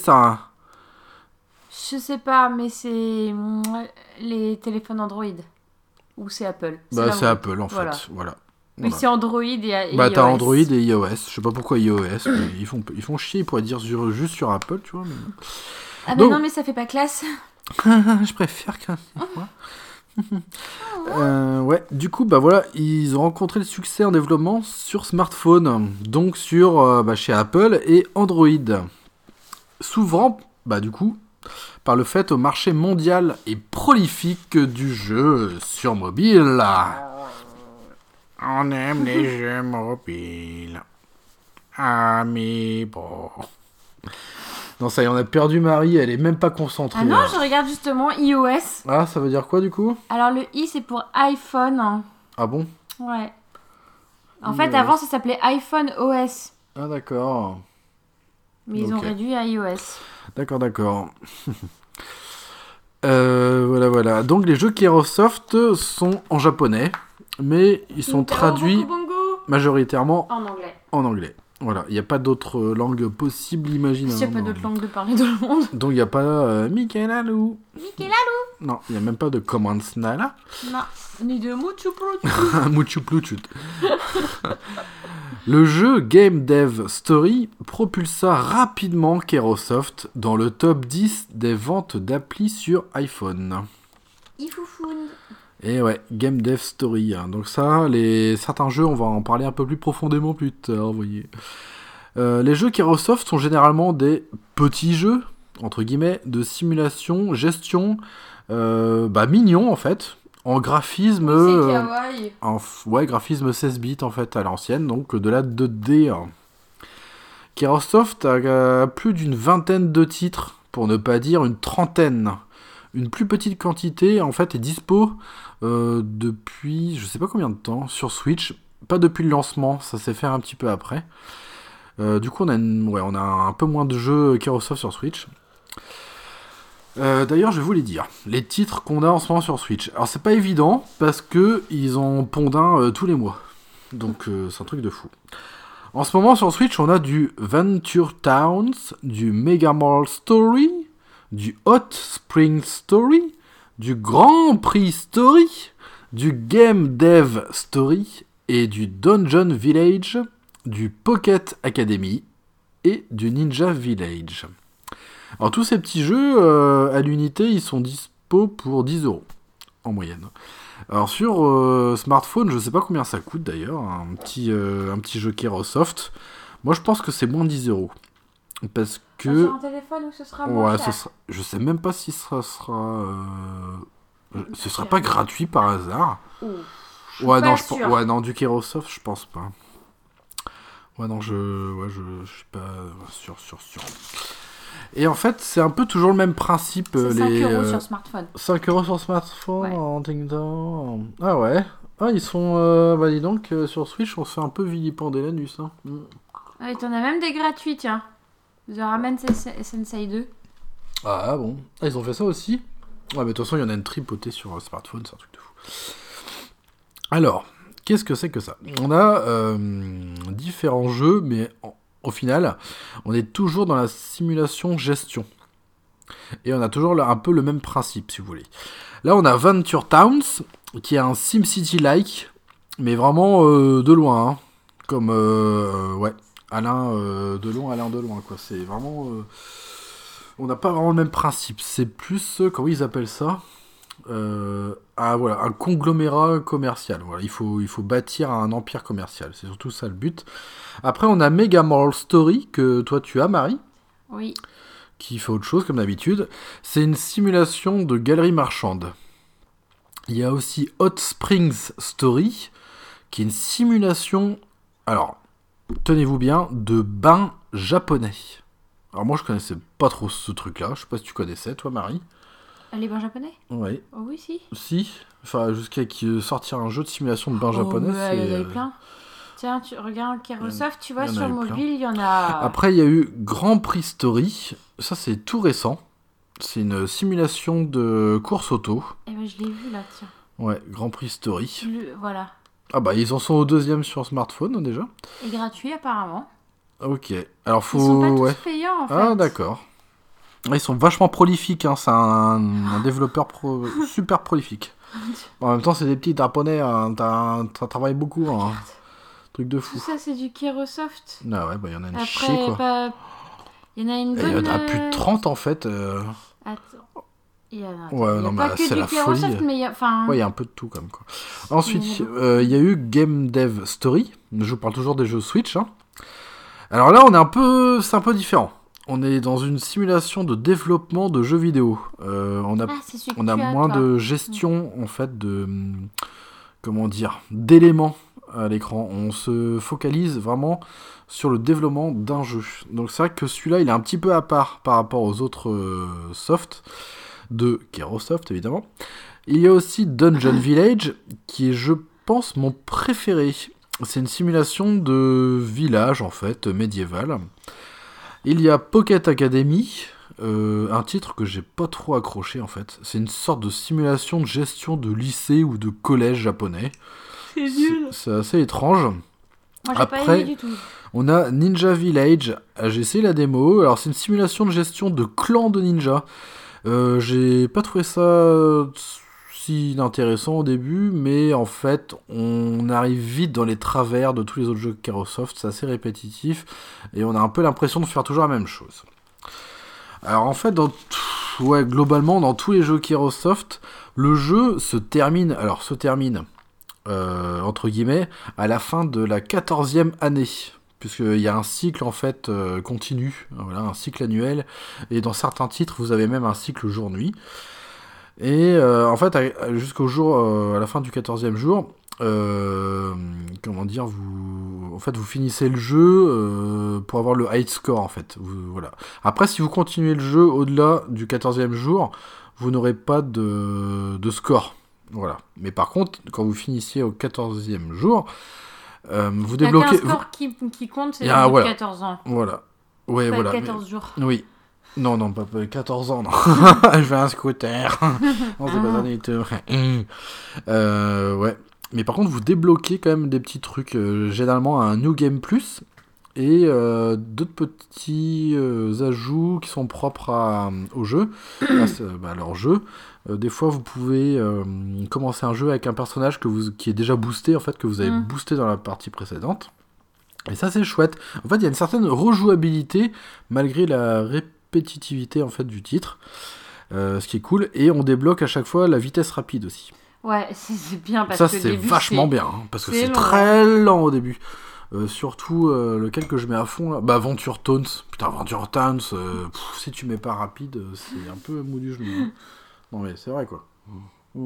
[SPEAKER 3] Je sais pas, mais c'est mm, les téléphones Android. Ou c'est Apple.
[SPEAKER 2] Bah
[SPEAKER 3] là
[SPEAKER 2] c'est
[SPEAKER 3] où-
[SPEAKER 2] Apple en
[SPEAKER 3] Voilà.
[SPEAKER 2] fait. Voilà.
[SPEAKER 3] Mais
[SPEAKER 2] Voilà.
[SPEAKER 3] c'est Android et, et
[SPEAKER 2] Bah
[SPEAKER 3] iOS.
[SPEAKER 2] t'as Android et iOS. Je sais pas pourquoi iOS, mais ils font, ils font chier. Ils pourraient dire sur- juste sur Apple, tu vois. Mais...
[SPEAKER 3] Ah, mais
[SPEAKER 2] Donc-
[SPEAKER 3] non, mais ça fait pas classe.
[SPEAKER 2] Je préfère qu'un. euh, ouais, du coup, bah voilà, ils ont rencontré le succès en développement sur smartphone, donc sur euh, bah, chez Apple et Android. S'ouvrant, bah du coup, par le fait au marché mondial et prolifique du jeu sur mobile. On aime les jeux mobiles. Ah, mais bon. Non, ça y est, on a perdu Marie, elle est même pas concentrée.
[SPEAKER 3] Ah non,
[SPEAKER 2] là.
[SPEAKER 3] je regarde justement iOS.
[SPEAKER 2] Ah, ça veut dire quoi du coup?
[SPEAKER 3] Alors le i c'est pour iPhone. hein.
[SPEAKER 2] Ah bon?
[SPEAKER 3] Ouais. En fait,
[SPEAKER 2] iOS.
[SPEAKER 3] avant ça s'appelait iPhone O S.
[SPEAKER 2] Ah d'accord.
[SPEAKER 3] Mais ils ont
[SPEAKER 2] Ok.
[SPEAKER 3] réduit à iOS.
[SPEAKER 2] D'accord, d'accord. Euh, voilà, voilà. Donc les jeux Kairosoft sont en japonais, mais ils sont traduits
[SPEAKER 3] Bongo, bongo.
[SPEAKER 2] majoritairement
[SPEAKER 3] En anglais.
[SPEAKER 2] en anglais. Voilà, il n'y a pas d'autres langues possibles, imagine.
[SPEAKER 3] Il n'y a pas d'autre langue de parler dans le monde.
[SPEAKER 2] Donc il n'y a pas euh, Mikelalu.
[SPEAKER 3] Michaela.
[SPEAKER 2] Non, il n'y a même pas de Command Snala.
[SPEAKER 3] Non. Ni de Muchu Prutu.
[SPEAKER 2] Muchu Pluchut. Le jeu Game Dev Story propulsa rapidement Kairosoft dans le top dix des ventes d'applis sur iPhone.
[SPEAKER 3] Ifoufoun.
[SPEAKER 2] Et ouais, Game Dev Story. hein. Donc ça, les certains jeux, on va en parler un peu plus profondément plus tard, vous voyez. Euh, les jeux Kairosoft sont généralement des petits jeux, entre guillemets, de simulation, gestion, euh, bah mignons en fait, en graphisme...
[SPEAKER 3] C'est
[SPEAKER 2] euh,
[SPEAKER 3] kawaii.
[SPEAKER 2] en f- ouais, graphisme seize bits en fait à l'ancienne, donc de la deux D. hein. Kairosoft a euh, plus d'une vingtaine de titres, pour ne pas dire une trentaine. Une plus petite quantité en fait est dispo euh, depuis je sais pas combien de temps sur Switch, pas depuis le lancement, ça s'est fait un petit peu après. Euh, du coup on a, une- ouais, on a un peu moins de jeux Kairosoft sur Switch. Euh, D'ailleurs, je vais vous les dire, les titres qu'on a en ce moment sur Switch. Alors, c'est pas évident parce que ils en pondent un euh, tous les mois. Donc, euh, c'est un truc de fou. En ce moment, sur Switch, on a du Venture Towns, du Mega Mall Story, du Hot Spring Story, du Grand Prix Story, du Game Dev Story et du Dungeon Village, du Pocket Academy et du Ninja Village. Alors tous ces petits jeux, euh, à l'unité, ils sont dispo pour dix euros en moyenne. Alors sur euh, smartphone, je sais pas combien ça coûte d'ailleurs, un petit, euh, un petit jeu Kairosoft. Moi je pense que c'est moins de dix euros. Parce que...
[SPEAKER 3] Sur un téléphone où ce sera moins
[SPEAKER 2] Ouais,
[SPEAKER 3] cher.
[SPEAKER 2] ce sera... je sais même pas si ça sera... euh, Ce sera
[SPEAKER 3] cher.
[SPEAKER 2] pas gratuit par hasard.
[SPEAKER 3] Ouh, je suis
[SPEAKER 2] Ouais,
[SPEAKER 3] pas
[SPEAKER 2] non, je...
[SPEAKER 3] sûre.
[SPEAKER 2] pen- ouais, non, du Kairosoft, je pense pas. Ouais, non, je... Ouais, je, je suis pas sûr, sûr, sûr. Et en fait, c'est un peu toujours le même principe.
[SPEAKER 3] C'est
[SPEAKER 2] euh,
[SPEAKER 3] cinq
[SPEAKER 2] les,
[SPEAKER 3] euros
[SPEAKER 2] euh,
[SPEAKER 3] sur smartphone.
[SPEAKER 2] cinq euros sur smartphone
[SPEAKER 3] Ouais.
[SPEAKER 2] en ding-dong. Ah ouais. Ah, ils sont... Euh, bah dis donc, euh, sur Switch, on se fait un peu vilipender l'anus. Hein. Mm.
[SPEAKER 3] Ah, et t'en as même des gratuits, tiens. The Ramen Sensei Sensei deux.
[SPEAKER 2] Ah bon. Ah, ils ont fait ça aussi. Ouais, mais de toute façon, il y en a une tripotée sur euh, smartphone, c'est un truc de fou. Alors, qu'est-ce que c'est que ça? On a euh, différents jeux, mais en- au final, on est toujours dans la simulation gestion. Et on a toujours le- un peu le même principe, si vous voulez. Là, on a Venture Towns, qui est un SimCity-like, mais vraiment euh, de loin. hein. Comme, euh, ouais, Alain euh, de loin, Alain de loin, quoi. C'est vraiment... euh, on n'a pas vraiment le même principe. C'est plus, euh, comment ils appellent ça Euh, ah, voilà, un conglomérat commercial. Voilà, il faut, il faut bâtir un empire commercial. C'est surtout ça le but. Après, on a Mega Mall Story, que toi tu as, Marie,
[SPEAKER 3] Oui.
[SPEAKER 2] qui fait autre chose comme d'habitude. C'est une simulation de galerie marchande. Il y a aussi Hot Springs Story, qui est une simulation, alors, tenez-vous bien, de bain japonais. Alors moi je connaissais pas trop ce truc-là, je sais pas si tu connaissais, toi Marie.
[SPEAKER 3] Les bains japonais?
[SPEAKER 2] Ouais.
[SPEAKER 3] Oh oui, si.
[SPEAKER 2] Si, enfin jusqu'à qui sortir un jeu de simulation de bain
[SPEAKER 3] Oh,
[SPEAKER 2] japonais,
[SPEAKER 3] mais
[SPEAKER 2] c'est...
[SPEAKER 3] il y en avait
[SPEAKER 2] euh,
[SPEAKER 3] plein. Tiens, tu regardes Kairosoft, tu vois,
[SPEAKER 2] il y en
[SPEAKER 3] sur
[SPEAKER 2] avait
[SPEAKER 3] mobile,
[SPEAKER 2] plein.
[SPEAKER 3] il y en a...
[SPEAKER 2] Après il y a eu Grand Prix Story, ça c'est tout récent. C'est une simulation de course auto.
[SPEAKER 3] Eh ben, je l'ai vu, là, tiens.
[SPEAKER 2] Ouais, Grand Prix Story.
[SPEAKER 3] Le- Voilà.
[SPEAKER 2] Ah bah ils en sont au deuxième sur smartphone déjà.
[SPEAKER 3] Et gratuit, apparemment.
[SPEAKER 2] Ok. Alors faut.
[SPEAKER 3] Ils sont pas tous
[SPEAKER 2] ouais.
[SPEAKER 3] payants en fait.
[SPEAKER 2] Ah d'accord. Ils sont vachement prolifiques, hein. C'est un, un développeur pro... super prolifique. En même temps, c'est des petits japonais, hein. T'as, ça travaille beaucoup, hein. Truc de fou.
[SPEAKER 3] Tout ça, c'est du Kerosoft.
[SPEAKER 2] Ah ouais, bah il y en a une
[SPEAKER 3] Après,
[SPEAKER 2] chier, quoi.
[SPEAKER 3] pas... il y en a une
[SPEAKER 2] Et
[SPEAKER 3] bonne...
[SPEAKER 2] il y en a plus de trente, en fait. Euh...
[SPEAKER 3] Attends. Il y en a,
[SPEAKER 2] Ouais,
[SPEAKER 3] il y a
[SPEAKER 2] non,
[SPEAKER 3] pas
[SPEAKER 2] mais
[SPEAKER 3] que
[SPEAKER 2] c'est
[SPEAKER 3] du
[SPEAKER 2] la
[SPEAKER 3] Kerosoft,
[SPEAKER 2] folie.
[SPEAKER 3] mais il y a... Enfin...
[SPEAKER 2] Ouais, il y a un peu de tout, quand même, quoi. Ensuite, euh, il y a eu Game Dev Story. Je vous parle toujours des jeux Switch, hein. Alors là, on est un peu... C'est un peu différent. On est dans une simulation de développement de jeux vidéo. Euh, on a,
[SPEAKER 3] Ah, c'est celui que
[SPEAKER 2] on a
[SPEAKER 3] tu as,
[SPEAKER 2] moins
[SPEAKER 3] toi.
[SPEAKER 2] de gestion, en fait, de... Comment dire, d'éléments à l'écran. On se focalise vraiment sur le développement d'un jeu. Donc c'est vrai que celui-là, il est un petit peu à part par rapport aux autres euh, softs de Kerosoft, évidemment. Il y a aussi Dungeon Village, qui est, je pense, mon préféré. C'est une simulation de village, en fait, médiéval. Il y a Pocket Academy, euh, un titre que j'ai pas trop accroché, en fait. C'est une sorte de simulation de gestion de lycée ou de collège japonais.
[SPEAKER 3] C'est nul.
[SPEAKER 2] C'est, c'est assez étrange.
[SPEAKER 3] Moi, j'ai
[SPEAKER 2] Après,
[SPEAKER 3] pas aimé du tout.
[SPEAKER 2] On a Ninja Village. Ah, j'ai essayé la démo. Alors, c'est une simulation de gestion de clans de ninja. Euh, j'ai pas trouvé ça si intéressant au début, mais en fait, on arrive vite dans les travers de tous les autres jeux Kerosoft. C'est assez répétitif et on a un peu l'impression de faire toujours la même chose. Alors, en fait, dans t- ouais, globalement, dans tous les jeux Kerosoft, le jeu se termine. Alors, se termine. Euh, entre guillemets, à la fin de la quatorzième année, puisqu'il y a un cycle en fait euh, continu, voilà, un cycle annuel, et dans certains titres vous avez même un cycle jour-nuit. Et euh, en fait, à, jusqu'au jour, euh, à la fin du quatorzième jour, euh, comment dire, vous, en fait, vous finissez le jeu euh, pour avoir le high score en fait. Vous, voilà. Après, si vous continuez le jeu au-delà du quatorzième jour, vous n'aurez pas de, de score. Voilà. Mais par contre, quand vous finissiez au quatorzième jour, euh, vous
[SPEAKER 3] Il y a
[SPEAKER 2] débloquez...
[SPEAKER 3] qu'un score
[SPEAKER 2] vous...
[SPEAKER 3] qui, qui compte, c'est
[SPEAKER 2] Il y a-
[SPEAKER 3] le bout
[SPEAKER 2] voilà.
[SPEAKER 3] de quatorze ans.
[SPEAKER 2] Voilà. Ouais,
[SPEAKER 3] Pas
[SPEAKER 2] voilà.
[SPEAKER 3] quatorze
[SPEAKER 2] mais-
[SPEAKER 3] jours.
[SPEAKER 2] Oui. Non, non, pas, pas quatorze ans, non. Je veux un scooter. Non, c'est pas ça du tout. euh, ouais. Mais par contre, vous débloquez quand même des petits trucs. Euh, généralement, un New Game Plus. Et euh, d'autres petits euh, ajouts qui sont propres à, au jeu, à, ce- bah, à leur jeu. Euh, des fois, vous pouvez euh, commencer un jeu avec un personnage que vous, qui est déjà boosté, en fait, que vous avez
[SPEAKER 3] Mm.
[SPEAKER 2] boosté dans la partie précédente. Et ça, c'est chouette. En fait, il y a une certaine rejouabilité, malgré la répétitivité, en fait, du titre. Euh, ce qui est cool. Et on débloque à chaque fois la vitesse rapide aussi.
[SPEAKER 3] Ouais, c'est, c'est bien parce
[SPEAKER 2] ça,
[SPEAKER 3] que le
[SPEAKER 2] c'est
[SPEAKER 3] début,
[SPEAKER 2] vachement
[SPEAKER 3] c'est...
[SPEAKER 2] bien, hein, parce que
[SPEAKER 3] c'est
[SPEAKER 2] c'est
[SPEAKER 3] long,
[SPEAKER 2] très lent au début. Euh, surtout euh, lequel que je mets à fond là. Bah Venture Towns. Putain, Venture Towns, euh, pff, si tu mets pas rapide, euh, c'est un peu mou du genou. Hein. Non mais c'est vrai quoi. Mm.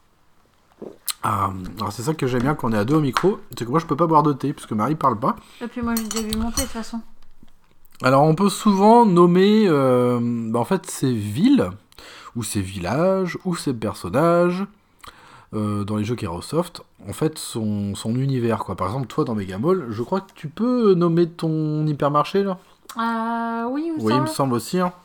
[SPEAKER 2] Ah, alors c'est ça que j'aime bien quand on est à deux au micro, c'est que moi je peux pas boire de thé puisque Marie parle pas.
[SPEAKER 3] Et puis moi, j'ai déjà vu monter de toute façon.
[SPEAKER 2] Alors on peut souvent nommer euh, bah, en fait ces villes ou ces villages ou ces personnages euh, dans les jeux Kerosoft, en fait son, son univers quoi. Par exemple toi dans Megamall, je crois que tu peux nommer ton hypermarché là.
[SPEAKER 3] Euh, oui, il me
[SPEAKER 2] Oui, il
[SPEAKER 3] semble.
[SPEAKER 2] me semble aussi. Hein.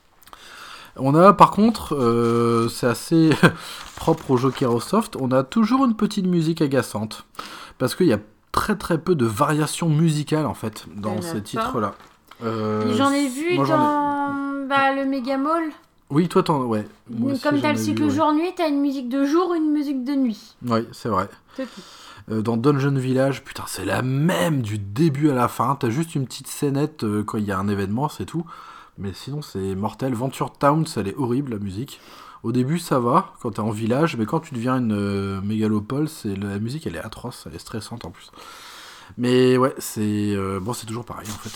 [SPEAKER 2] On a par contre, euh, c'est assez propre au jeu Kerosoft, on a toujours une petite musique agaçante. Parce qu'il y a très très peu de variations musicales en fait dans
[SPEAKER 3] Il y en a
[SPEAKER 2] ces
[SPEAKER 3] pas.
[SPEAKER 2] titres-là. Euh,
[SPEAKER 3] J'en ai vu
[SPEAKER 2] moi, j'en ai-
[SPEAKER 3] dans bah, le Megamall.
[SPEAKER 2] Oui, toi t'en... Ouais. Moi aussi,
[SPEAKER 3] Comme
[SPEAKER 2] j'en
[SPEAKER 3] t'as
[SPEAKER 2] ai
[SPEAKER 3] le
[SPEAKER 2] vu,
[SPEAKER 3] cycle
[SPEAKER 2] ouais.
[SPEAKER 3] jour-nuit, t'as une musique de jour, une musique de nuit.
[SPEAKER 2] Oui, c'est vrai.
[SPEAKER 3] C'est tout.
[SPEAKER 2] Euh, dans Dungeon Village, putain, c'est la même du début à la fin. T'as juste une petite scénette euh, quand il y a un événement, c'est tout. Mais sinon, c'est mortel. Venture Towns, elle est horrible, la musique. Au début, ça va, quand t'es en village, mais quand tu deviens une euh, mégalopole, c'est... la musique, elle est atroce, elle est stressante en plus. Mais ouais, c'est... euh, bon, c'est toujours pareil, en fait.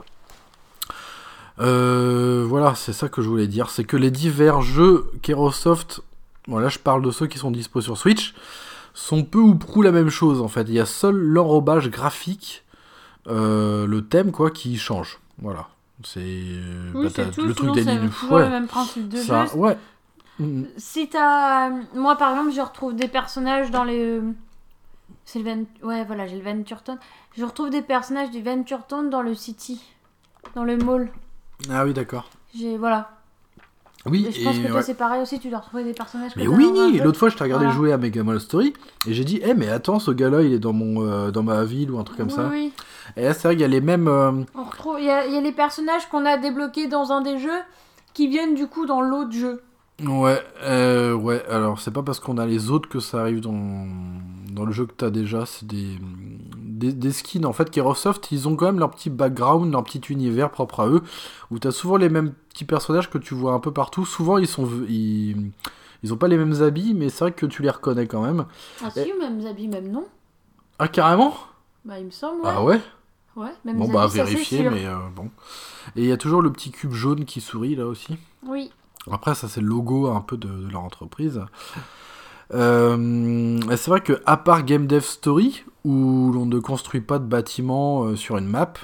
[SPEAKER 2] Euh, voilà, c'est ça que je voulais dire. C'est que les divers jeux Kerosoft, bon là je parle de ceux qui sont dispo sur Switch, sont peu ou prou la même chose en fait. Il y a seul l'enrobage graphique, euh, le thème quoi, qui change. Voilà. C'est,
[SPEAKER 3] Oui,
[SPEAKER 2] bah,
[SPEAKER 3] c'est
[SPEAKER 2] t'as
[SPEAKER 3] tout.
[SPEAKER 2] le truc
[SPEAKER 3] Sinon,
[SPEAKER 2] des
[SPEAKER 3] c'est
[SPEAKER 2] lignes.
[SPEAKER 3] toujours le même principe de
[SPEAKER 2] Ça,
[SPEAKER 3] jeu.
[SPEAKER 2] ouais. Mm.
[SPEAKER 3] Si t'as... Moi, par exemple, je retrouve des personnages dans les... C'est le Ven... Ouais, voilà, j'ai le Venture Town. Je retrouve des personnages du Venture Town dans le City. Dans le mall.
[SPEAKER 2] Ah oui, d'accord.
[SPEAKER 3] J'ai... Voilà.
[SPEAKER 2] Oui,
[SPEAKER 3] Et je pense
[SPEAKER 2] et
[SPEAKER 3] que toi,
[SPEAKER 2] ouais.
[SPEAKER 3] c'est pareil aussi. Tu dois retrouver des personnages que
[SPEAKER 2] Mais
[SPEAKER 3] t'as
[SPEAKER 2] oui,
[SPEAKER 3] dans un jeu.
[SPEAKER 2] l'autre fois je t'ai regardé
[SPEAKER 3] Voilà.
[SPEAKER 2] jouer à Mega Man Story et j'ai dit, eh mais attends, ce gars-là il est dans mon euh, dans ma ville ou un truc comme
[SPEAKER 3] Oui,
[SPEAKER 2] ça.
[SPEAKER 3] oui.
[SPEAKER 2] Et là, c'est vrai qu'il y a les mêmes... Euh...
[SPEAKER 3] On retrouve, il y, a, il y a les personnages qu'on a débloqués dans un des jeux qui viennent du coup dans l'autre jeu.
[SPEAKER 2] Ouais, euh, ouais, alors c'est pas parce qu'on a les autres que ça arrive dans, dans le jeu que t'as déjà, c'est des, des, des skins. En fait, Kerosoft, ils ont quand même leur petit background, leur petit univers propre à eux, où t'as souvent les mêmes petits personnages que tu vois un peu partout. Souvent, ils sont... Ils, ils ont pas les mêmes habits, mais c'est vrai que tu les reconnais quand même.
[SPEAKER 3] Ah si, Et... mêmes habits, même non.
[SPEAKER 2] Ah, carrément ?
[SPEAKER 3] Bah, il me semble, ouais.
[SPEAKER 2] Ah ouais ?
[SPEAKER 3] Ouais, même
[SPEAKER 2] Bon,
[SPEAKER 3] les
[SPEAKER 2] bah,
[SPEAKER 3] habits,
[SPEAKER 2] vérifier, mais euh, bon. Et il y a toujours le petit cube jaune qui sourit, là aussi.
[SPEAKER 3] Oui.
[SPEAKER 2] Après, ça, c'est le logo un peu de, de leur entreprise. Euh, c'est vrai que à part Game Dev Story, où l'on ne construit pas de bâtiment euh, sur une map,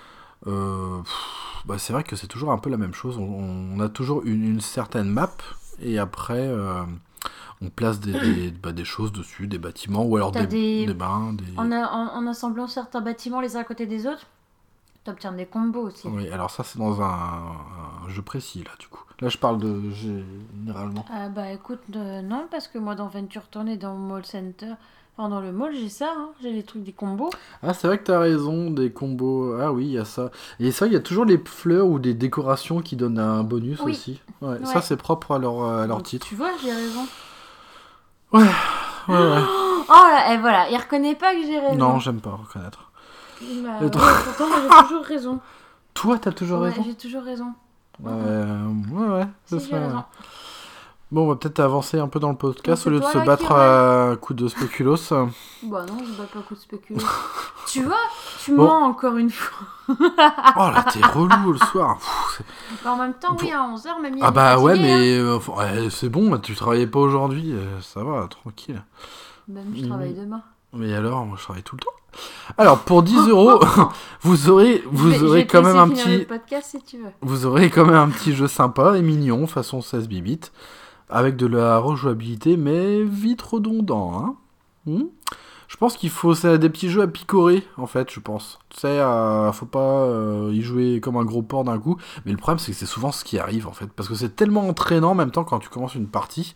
[SPEAKER 2] euh, pff, bah, c'est vrai que c'est toujours un peu la même chose. On, on a toujours une, une certaine map, et après, euh, on place des, des, bah, des choses dessus, des bâtiments, ou alors des,
[SPEAKER 3] des...
[SPEAKER 2] des bains. Des...
[SPEAKER 3] En, a, en, en assemblant certains bâtiments les uns à côté des autres, tu obtiens des combos aussi.
[SPEAKER 2] Oui, alors ça, c'est dans un, un jeu précis, là, du coup. Là, je parle de généralement.
[SPEAKER 3] Ah bah écoute, euh, non, parce que moi, dans Venture Town et dans Mall Center, enfin dans le mall, j'ai ça, hein, j'ai les trucs des combos.
[SPEAKER 2] Ah, c'est vrai que t'as raison, des combos. Ah oui, il y a ça. Et ça, il y a toujours les fleurs ou des décorations qui donnent un bonus
[SPEAKER 3] oui.
[SPEAKER 2] aussi. Ouais,
[SPEAKER 3] ouais.
[SPEAKER 2] Ça, c'est propre à leur, à leur
[SPEAKER 3] Donc,
[SPEAKER 2] titre.
[SPEAKER 3] Tu vois, j'ai raison.
[SPEAKER 2] Ouais, ouais, ouais.
[SPEAKER 3] Oh là, et voilà, il reconnaît pas que j'ai raison.
[SPEAKER 2] Non, j'aime pas reconnaître.
[SPEAKER 3] Bah, ouais, pourtant, j'ai toujours raison.
[SPEAKER 2] Toi, t'as toujours
[SPEAKER 3] ouais,
[SPEAKER 2] raison
[SPEAKER 3] j'ai toujours raison.
[SPEAKER 2] Euh, ouais, ouais, c'est
[SPEAKER 3] si,
[SPEAKER 2] ça.
[SPEAKER 3] j'ai raison.
[SPEAKER 2] Bon, on va peut-être avancer un peu dans le podcast
[SPEAKER 3] Donc,
[SPEAKER 2] au lieu de se
[SPEAKER 3] là
[SPEAKER 2] battre à coups de spéculoos.
[SPEAKER 3] Bah non, je bats pas coup de spéculoos. Tu vois, tu
[SPEAKER 2] bon.
[SPEAKER 3] mens encore une fois.
[SPEAKER 2] Oh là, t'es relou le soir. Pff,
[SPEAKER 3] bah, en même temps, oui, à onze heures, mamie.
[SPEAKER 2] Ah bah
[SPEAKER 3] fatiguée,
[SPEAKER 2] ouais, mais
[SPEAKER 3] hein.
[SPEAKER 2] euh, ouais, c'est bon, tu travaillais pas aujourd'hui, euh, ça va, tranquille.
[SPEAKER 3] Même je travaille demain.
[SPEAKER 2] Mais alors, moi je travaille tout le temps. Alors, pour dix euros, vous aurez, vous
[SPEAKER 3] vais,
[SPEAKER 2] aurez quand même un petit...
[SPEAKER 3] Le podcast, si tu veux.
[SPEAKER 2] Vous aurez quand même un petit jeu sympa et mignon, façon seize bits, avec de la rejouabilité, mais vite redondant. Hein hmm je pense qu'il faut c'est des petits jeux à picorer, en fait, je pense. Tu sais, euh, faut pas euh, y jouer comme un gros porc d'un coup. Mais le problème, c'est que c'est souvent ce qui arrive, en fait. Parce que c'est tellement entraînant en même temps quand tu commences une partie,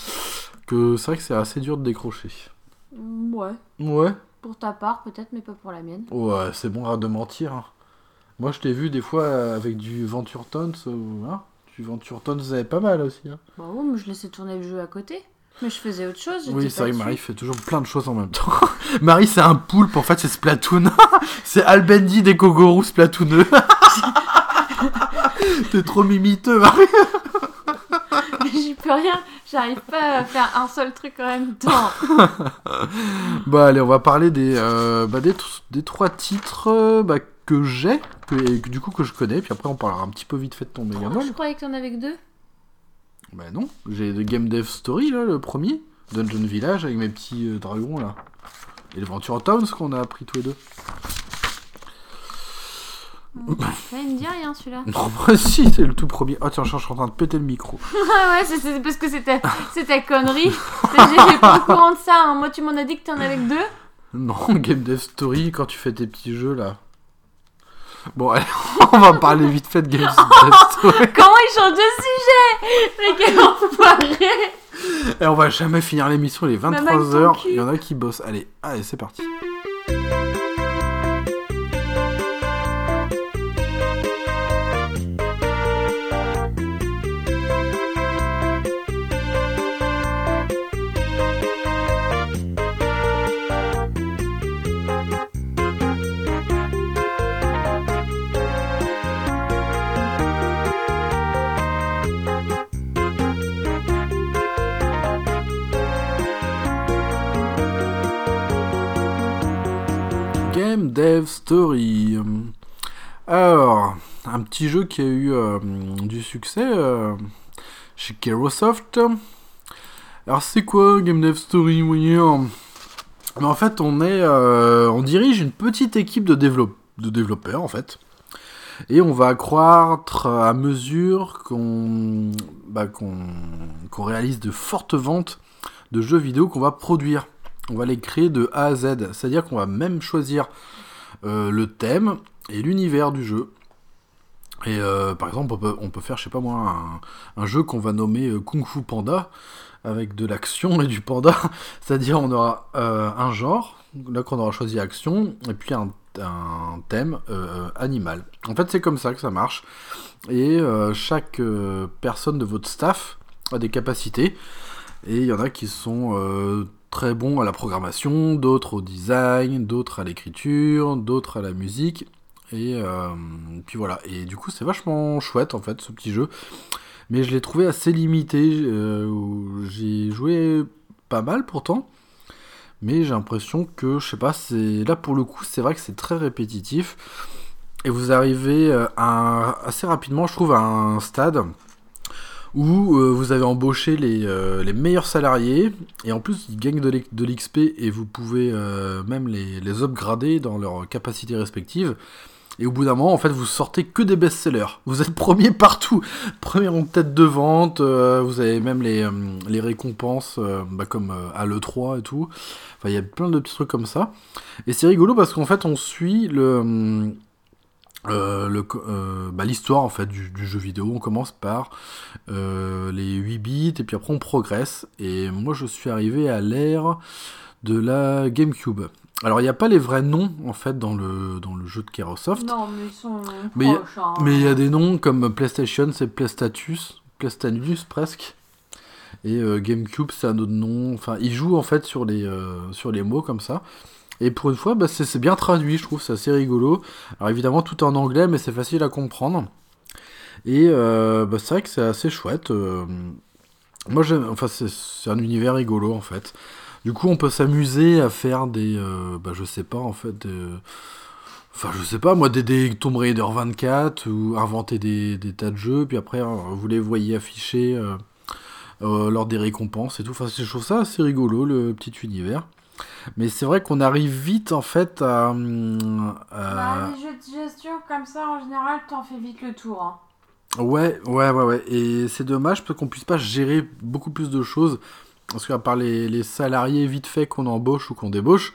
[SPEAKER 2] que c'est vrai que c'est assez dur de décrocher.
[SPEAKER 3] Ouais.
[SPEAKER 2] Ouais.
[SPEAKER 3] Pour ta part, peut-être, mais pas pour la mienne.
[SPEAKER 2] Ouais, c'est bon, arrête de mentir. Hein. Moi, je t'ai vu des fois avec du Venture Towns. Euh, hein du Venture Towns, vous avez pas mal aussi. Hein.
[SPEAKER 3] Bah ouais, mais je laissais tourner le jeu à côté. Mais je faisais autre chose.
[SPEAKER 2] Oui, c'est vrai que Marie fait toujours plein de choses en même temps. Marie, c'est un poulpe, en fait, c'est Splatoon. C'est Albendi des Kogoro Splatooneux. T'es trop mimiteux, Marie.
[SPEAKER 3] J'y peux rien, j'arrive pas à faire un seul truc en même temps.
[SPEAKER 2] Bah allez, on va parler des, euh, bah, des, des trois titres euh, bah, que j'ai, que, et que, du coup que je connais, puis après on parlera un petit peu vite fait de ton Mega Man.
[SPEAKER 3] Je croyais que t'en avais que deux.
[SPEAKER 2] Bah non, j'ai The Game Dev Story, là, le premier, Dungeon Village, avec mes petits euh, dragons, là. Et le Venture Towns qu'on a appris tous les deux.
[SPEAKER 3] Ça, il me dit rien celui-là.
[SPEAKER 2] Non, bah si, c'est le tout premier. Ah tiens, je suis en train de péter le micro.
[SPEAKER 3] Ah ouais, c'est, c'est parce que c'était, c'était connerie. J'étais pas au courant de ça. Hein. Moi, tu m'en as dit que t'en avais que deux.
[SPEAKER 2] Non, Game Dev Story, quand tu fais tes petits jeux là. Bon, allez, on va parler vite fait de Game Dev Story.
[SPEAKER 3] Comment il change de sujet? Mais quel enfoiré.
[SPEAKER 2] Et on va jamais finir l'émission, il est vingt-trois heures. Il y en a qui bossent. Allez, allez, c'est parti. Game Dev Story. Alors, un petit jeu qui a eu euh, du succès euh, chez Kerosoft. Alors, c'est quoi Game Dev Story? Oui, hein. Mais en fait, on est, euh, on dirige une petite équipe de, développe- de développeurs en fait, et on va accroître à mesure qu'on, bah, qu'on, qu'on réalise de fortes ventes de jeux vidéo qu'on va produire. On va les créer de A à Z, c'est-à-dire qu'on va même choisir euh, le thème et l'univers du jeu. Et euh, par exemple, on peut, on peut faire, je sais pas moi, un, un jeu qu'on va nommer euh, Kung Fu Panda, avec de l'action et du panda. C'est-à-dire on aura euh, un genre, là qu'on aura choisi action, et puis un un thème euh, animal. En fait, c'est comme ça que ça marche. Et euh, chaque euh, personne de votre staff a des capacités. Et il y en a qui sont euh, très bons à la programmation, d'autres au design, d'autres à l'écriture, d'autres à la musique. Et euh, puis voilà. Et du coup, c'est vachement chouette en fait ce petit jeu. Mais je l'ai trouvé assez limité. Euh, j'ai joué pas mal pourtant. Mais j'ai l'impression que, je sais pas, c'est là pour le coup, c'est vrai que c'est très répétitif. Et vous arrivez à, assez rapidement, je trouve, à un stade où euh, vous avez embauché les, euh, les meilleurs salariés, et en plus ils gagnent de l'X P, et vous pouvez euh, même les, les upgrader dans leurs capacités respectives. Et au bout d'un moment, en fait, vous sortez que des best-sellers. Vous êtes premier partout. Premier en tête de vente. Euh, vous avez même les, euh, les récompenses, euh, bah, comme euh, à l'E trois et tout. Enfin, il y a plein de petits trucs comme ça. Et c'est rigolo parce qu'en fait, on suit le... Euh, le, euh, bah, l'histoire en fait du, du jeu vidéo. On commence par euh, les huit bits et puis après on progresse, et moi je suis arrivé à l'ère de la GameCube. Alors il n'y a pas les vrais noms en fait dans le, dans le jeu de Kerosoft,
[SPEAKER 3] Non, mais ils sont
[SPEAKER 2] mais
[SPEAKER 3] proches. Hein.
[SPEAKER 2] mais il y a des noms comme PlayStation, c'est Playstatus, Playstanus presque, et euh, GameCube c'est un autre nom. Enfin ils jouent en fait sur les, euh, sur les mots comme ça. Et pour une fois, bah, c'est, c'est bien traduit, je trouve, c'est assez rigolo. Alors évidemment, tout est en anglais, mais c'est facile à comprendre. Et euh, bah, c'est vrai que c'est assez chouette. Euh, moi, j'aime, enfin, c'est, c'est un univers rigolo, en fait. Du coup, on peut s'amuser à faire des, euh, bah, je sais pas, en fait, des, enfin, je sais pas, moi, des, des Tomb Raider vingt-quatre, ou inventer des, des tas de jeux, puis après, euh, vous les voyez affichés euh, euh, lors des récompenses et tout. Enfin, je trouve ça assez rigolo, le petit univers. Mais c'est vrai qu'on arrive vite en fait à... à...
[SPEAKER 3] Bah, les jeux de gestion comme ça, en général, t'en fais vite le tour. Hein.
[SPEAKER 2] Ouais, ouais, ouais, ouais. Et c'est dommage parce qu'on puisse pas gérer beaucoup plus de choses. Parce qu'à part les, les salariés vite fait qu'on embauche ou qu'on débauche,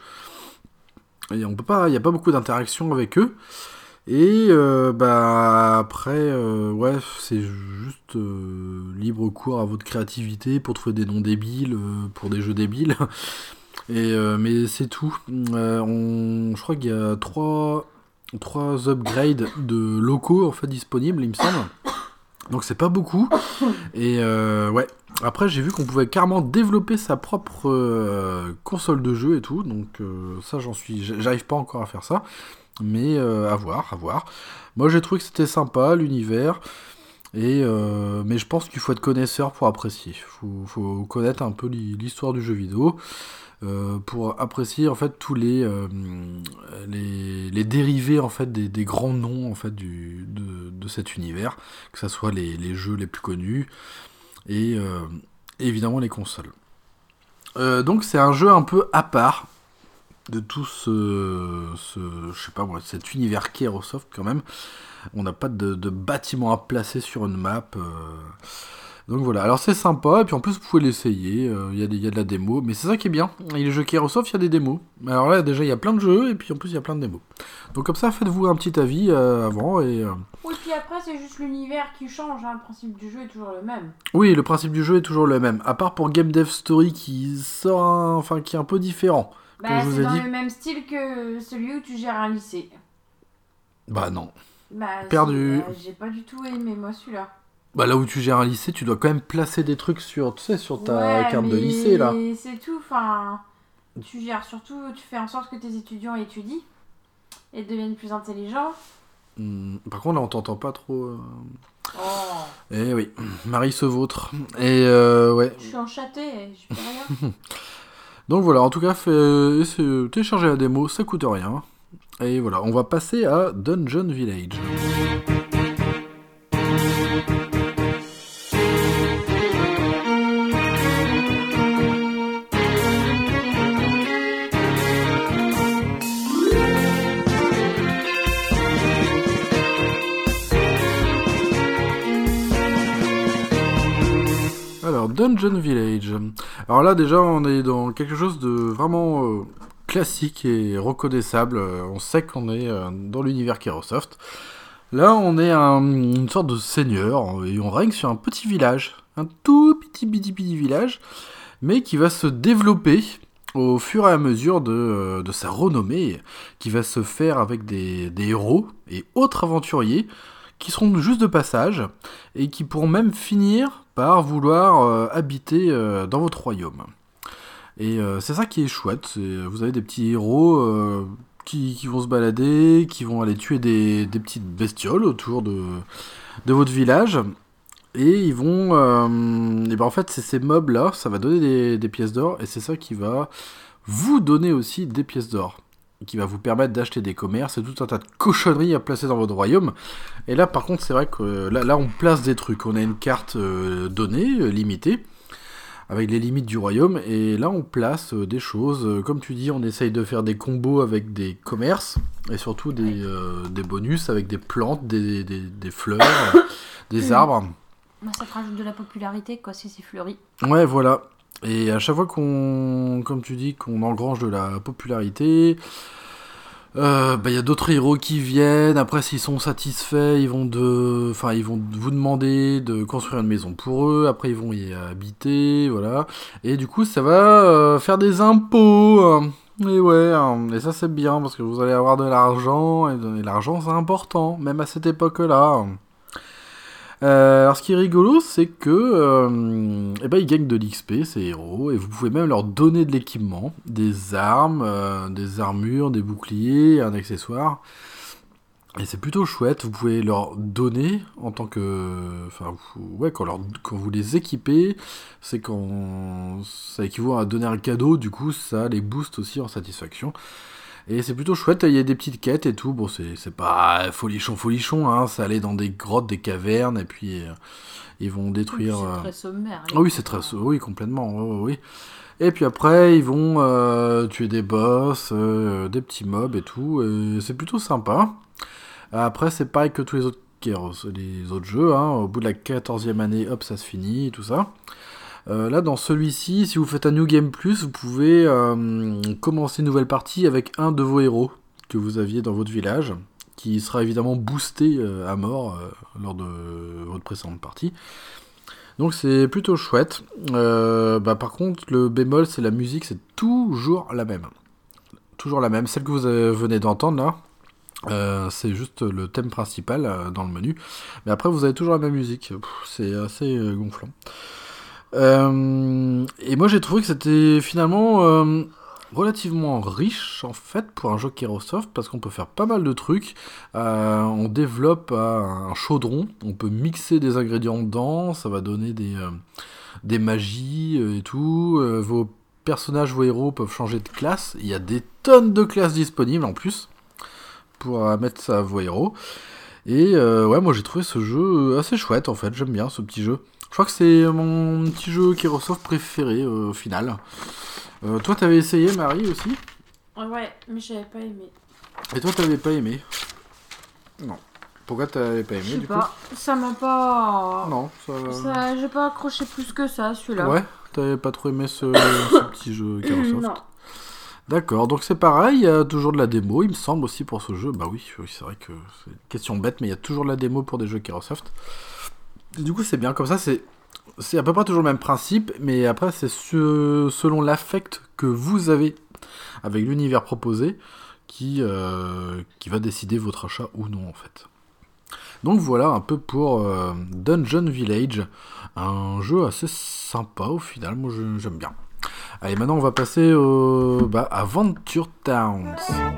[SPEAKER 2] et on peut pas, il n'y a pas beaucoup d'interaction avec eux. Et euh, bah après, euh, ouais, c'est juste euh, libre cours à votre créativité pour trouver des noms débiles, euh, pour des jeux débiles. Et euh, mais c'est tout. Euh, on, je crois qu'il y a trois, trois upgrades de locaux en fait disponibles, il me semble. Donc c'est pas beaucoup. Et euh, ouais. Après j'ai vu qu'on pouvait carrément développer sa propre euh, console de jeu et tout. Donc euh, ça j'en suis, j'arrive pas encore à faire ça. Mais euh, à voir, à voir. Moi j'ai trouvé que c'était sympa l'univers. Et euh, mais je pense qu'il faut être connaisseur pour apprécier. Faut, faut connaître un peu l'histoire du jeu vidéo. Euh, pour apprécier en fait tous les, euh, les, les dérivés en fait des, des grands noms en fait du, de, de cet univers, que ce soit les, les jeux les plus connus et euh, évidemment les consoles. Euh, donc c'est un jeu un peu à part de tout ce, ce je sais pas moi, cet univers Kerosoft quand même. On n'a pas de, de bâtiment à placer sur une map. Euh... Donc voilà, alors c'est sympa, et puis en plus vous pouvez l'essayer, il euh, y, y a de la démo, mais c'est ça qui est bien, et les jeux Kerosoft, il y a des démos. Alors là déjà il y a plein de jeux, et puis en plus il y a plein de démos. Donc comme ça faites-vous un petit avis euh, avant, et... Euh...
[SPEAKER 3] Oui, puis après c'est juste l'univers qui change, hein. Le principe du jeu est toujours le même.
[SPEAKER 2] Oui, le principe du jeu est toujours le même, à part pour Game Dev Story qui sort, un... enfin qui est un peu différent.
[SPEAKER 3] Bah c'est dans dit. Le même style que celui où tu gères un lycée.
[SPEAKER 2] Bah non.
[SPEAKER 3] Bah
[SPEAKER 2] perdu.
[SPEAKER 3] Si, bah, j'ai pas du tout aimé moi celui-là.
[SPEAKER 2] Bah là où tu gères un lycée, tu dois quand même placer des trucs sur, tu sais, sur ta
[SPEAKER 3] ouais,
[SPEAKER 2] carte
[SPEAKER 3] mais
[SPEAKER 2] de lycée là.
[SPEAKER 3] C'est tout, enfin, tu gères surtout, tu fais en sorte que tes étudiants étudient et deviennent plus intelligents.
[SPEAKER 2] Mmh, par contre là on t'entend pas trop. Euh...
[SPEAKER 3] Oh.
[SPEAKER 2] Eh oui, Marie se vautre. Et euh, ouais.
[SPEAKER 3] Je suis enchâtée, je peux rien.
[SPEAKER 2] Donc voilà, en tout cas, fait, télécharger la démo, ça coûte rien. Et voilà, on va passer à Dungeon Village. Alors, Dungeon Village. Alors là, déjà, on est dans quelque chose de vraiment euh, classique et reconnaissable. Euh, on sait qu'on est euh, dans l'univers Kerosoft. Là, on est un, une sorte de seigneur et on règne sur un petit village. Un tout petit, petit, petit village, mais qui va se développer au fur et à mesure de, de sa renommée, qui va se faire avec des, des héros et autres aventuriers qui seront juste de passage et qui pourront même finir par vouloir euh, habiter euh, dans votre royaume. Et euh, c'est ça qui est chouette, c'est, vous avez des petits héros euh, qui, qui vont se balader, qui vont aller tuer des, des petites bestioles autour de, de votre village. Et ils vont... Euh, et ben en fait, c'est ces mobs-là, ça va donner des, des pièces d'or, et c'est ça qui va vous donner aussi des pièces d'or, qui va vous permettre d'acheter des commerces et tout un tas de cochonneries à placer dans votre royaume. Et là, par contre, c'est vrai que euh, là, là, on place des trucs. On a une carte euh, donnée, euh, limitée, avec les limites du royaume, et là, on place euh, des choses. Euh, comme tu dis, on essaye de faire des combos avec des commerces, et surtout des, euh, des bonus avec des plantes, des, des, des fleurs, des arbres.
[SPEAKER 3] Bah, ça te rajoute de la popularité, quoi, si c'est fleuri.
[SPEAKER 2] Ouais, voilà. Et à chaque fois qu'on, comme tu dis, qu'on engrange de la popularité, euh, bah, y a d'autres héros qui viennent. Après, s'ils sont satisfaits, ils vont de, enfin, ils vont vous demander de construire une maison pour eux. Après, ils vont y habiter, voilà. Et du coup, ça va euh, faire des impôts. Hein. Et ouais, hein. Et ça c'est bien parce que vous allez avoir de l'argent et, de, et l'argent c'est important, même à cette époque-là. Euh, alors ce qui est rigolo, c'est que euh, eh ben, ils gagnent de l'X P, ces héros, et vous pouvez même leur donner de l'équipement, des armes, euh, des armures, des boucliers, un accessoire. Et c'est plutôt chouette, vous pouvez leur donner en tant que... Enfin, vous, ouais, quand, leur, quand vous les équipez, c'est quand ça équivaut à donner un cadeau, du coup ça les booste aussi en satisfaction. Et c'est plutôt chouette, il y a des petites quêtes et tout, bon c'est, c'est pas folichon folichon, hein, ça allait dans des grottes, des cavernes, et puis euh, ils vont détruire...
[SPEAKER 3] Oui,
[SPEAKER 2] euh...
[SPEAKER 3] c'est très sommaire.
[SPEAKER 2] Ah oui, c'est très... Oui, complètement, oui, oui, oui. Et puis après, ils vont euh, tuer des boss, euh, des petits mobs et tout, et c'est plutôt sympa. Après, c'est pareil que tous les autres, les autres jeux, hein, au bout de la quatorzième année, hop, ça se finit, et tout ça. Euh, là, dans celui-ci, si vous faites un New Game Plus, vous pouvez euh, commencer une nouvelle partie avec un de vos héros que vous aviez dans votre village, qui sera évidemment boosté euh, à mort euh, lors de votre précédente partie. Donc c'est plutôt chouette. Euh, bah, par contre, le bémol, c'est la musique, c'est toujours la même. Toujours la même. Celle que vous avez, venez d'entendre là, euh, c'est juste le thème principal euh, dans le menu. Mais après, vous avez toujours la même musique. Pff, c'est assez euh, gonflant. Euh, et moi j'ai trouvé que c'était finalement euh, relativement riche en fait pour un jeu Kerosoft parce qu'on peut faire pas mal de trucs. Euh, on développe euh, un chaudron, on peut mixer des ingrédients dedans, ça va donner des, euh, des magies euh, et tout. Euh, vos personnages, vos héros peuvent changer de classe. Il y a des tonnes de classes disponibles en plus pour euh, mettre ça à vos héros. Et euh, ouais, moi j'ai trouvé ce jeu assez chouette en fait, j'aime bien ce petit jeu. Je crois que c'est mon petit jeu Kerosoft préféré euh, au final. Euh, toi, t'avais essayé, Marie, aussi ?
[SPEAKER 3] Ouais, mais j'avais pas aimé.
[SPEAKER 2] Et toi, t'avais pas aimé ? Non. Pourquoi t'avais pas aimé,
[SPEAKER 3] Je sais
[SPEAKER 2] du
[SPEAKER 3] pas,
[SPEAKER 2] coup ?
[SPEAKER 3] ça m'a pas...
[SPEAKER 2] Non, ça...
[SPEAKER 3] ça... J'ai pas accroché plus que ça, celui-là.
[SPEAKER 2] Ouais, t'avais pas trop aimé ce, ce petit jeu Kerosoft ?
[SPEAKER 3] Non.
[SPEAKER 2] D'accord, donc c'est pareil, il y a toujours de la démo, il me semble aussi pour ce jeu. Bah oui, oui c'est vrai que c'est une question bête, mais il y a toujours de la démo pour des jeux Kerosoft. Du coup, c'est bien, comme ça, c'est, c'est à peu près toujours le même principe, mais après, c'est ce, selon l'affect que vous avez avec l'univers proposé qui, euh, qui va décider votre achat ou non, en fait. Donc voilà un peu pour euh, Dungeon Village, un jeu assez sympa au final, moi je, j'aime bien. Allez, maintenant on va passer au, bah, à Venture Towns.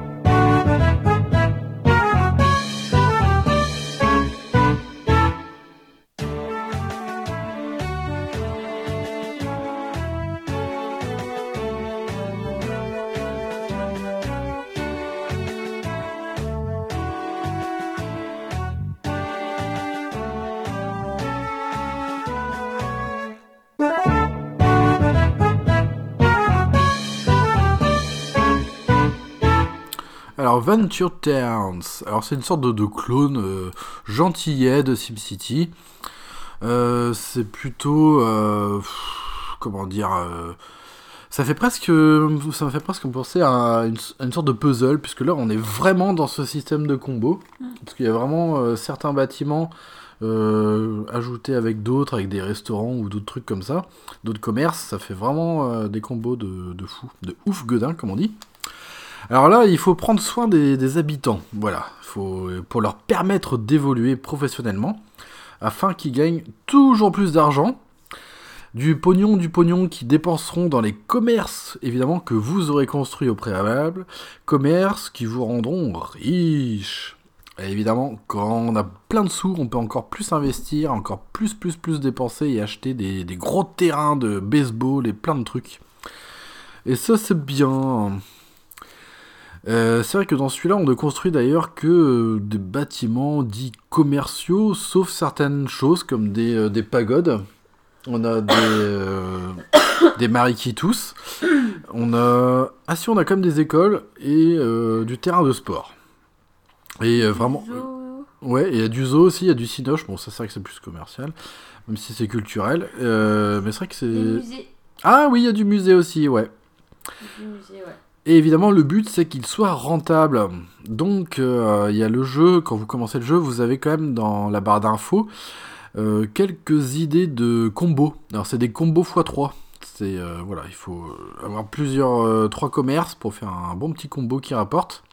[SPEAKER 2] Alors, Venture Towns, alors c'est une sorte de, de clone euh, gentillet de SimCity. Euh, c'est plutôt, euh, pff, comment dire, euh, ça fait presque, ça me fait presque penser à une, à une sorte de puzzle, puisque là on est vraiment dans ce système de combo, parce qu'il y a vraiment euh, certains bâtiments euh, ajoutés avec d'autres, avec des restaurants ou d'autres trucs comme ça, d'autres commerces, ça fait vraiment euh, des combos de, de fou, de ouf gueudin comme on dit. Alors là, il faut prendre soin des, des habitants, voilà, faut, pour leur permettre d'évoluer professionnellement, afin qu'ils gagnent toujours plus d'argent, du pognon, du pognon qu'ils dépenseront dans les commerces, évidemment, que vous aurez construits au préalable, commerces qui vous rendront riches. Et évidemment, quand on a plein de sous, on peut encore plus investir, encore plus, plus, plus dépenser et acheter des, des gros terrains de baseball et plein de trucs. Et ça, c'est bien. Euh, c'est vrai que dans celui-là, on ne construit d'ailleurs que euh, des bâtiments dits commerciaux, sauf certaines choses comme des, euh, des pagodes. On a des, euh, des marikitous. On a... Ah si, on a quand même des écoles et euh, du terrain de sport. Et euh, vraiment... Ouais, il y a du zoo aussi, il y a du cinoche. Bon, ça c'est vrai que c'est plus commercial, même si c'est culturel. Euh, mais c'est vrai que c'est...
[SPEAKER 3] Des musées.
[SPEAKER 2] Ah oui, il y a du musée aussi, ouais.
[SPEAKER 3] Du musée, ouais.
[SPEAKER 2] Et évidemment, le but, c'est qu'il soit rentable. Donc, euh, il y a le jeu, quand vous commencez le jeu, vous avez quand même dans la barre d'infos euh, quelques idées de combos. Alors, c'est des combos fois trois. C'est, euh, voilà, il faut avoir plusieurs, euh, trois commerces pour faire un bon petit combo qui rapporte.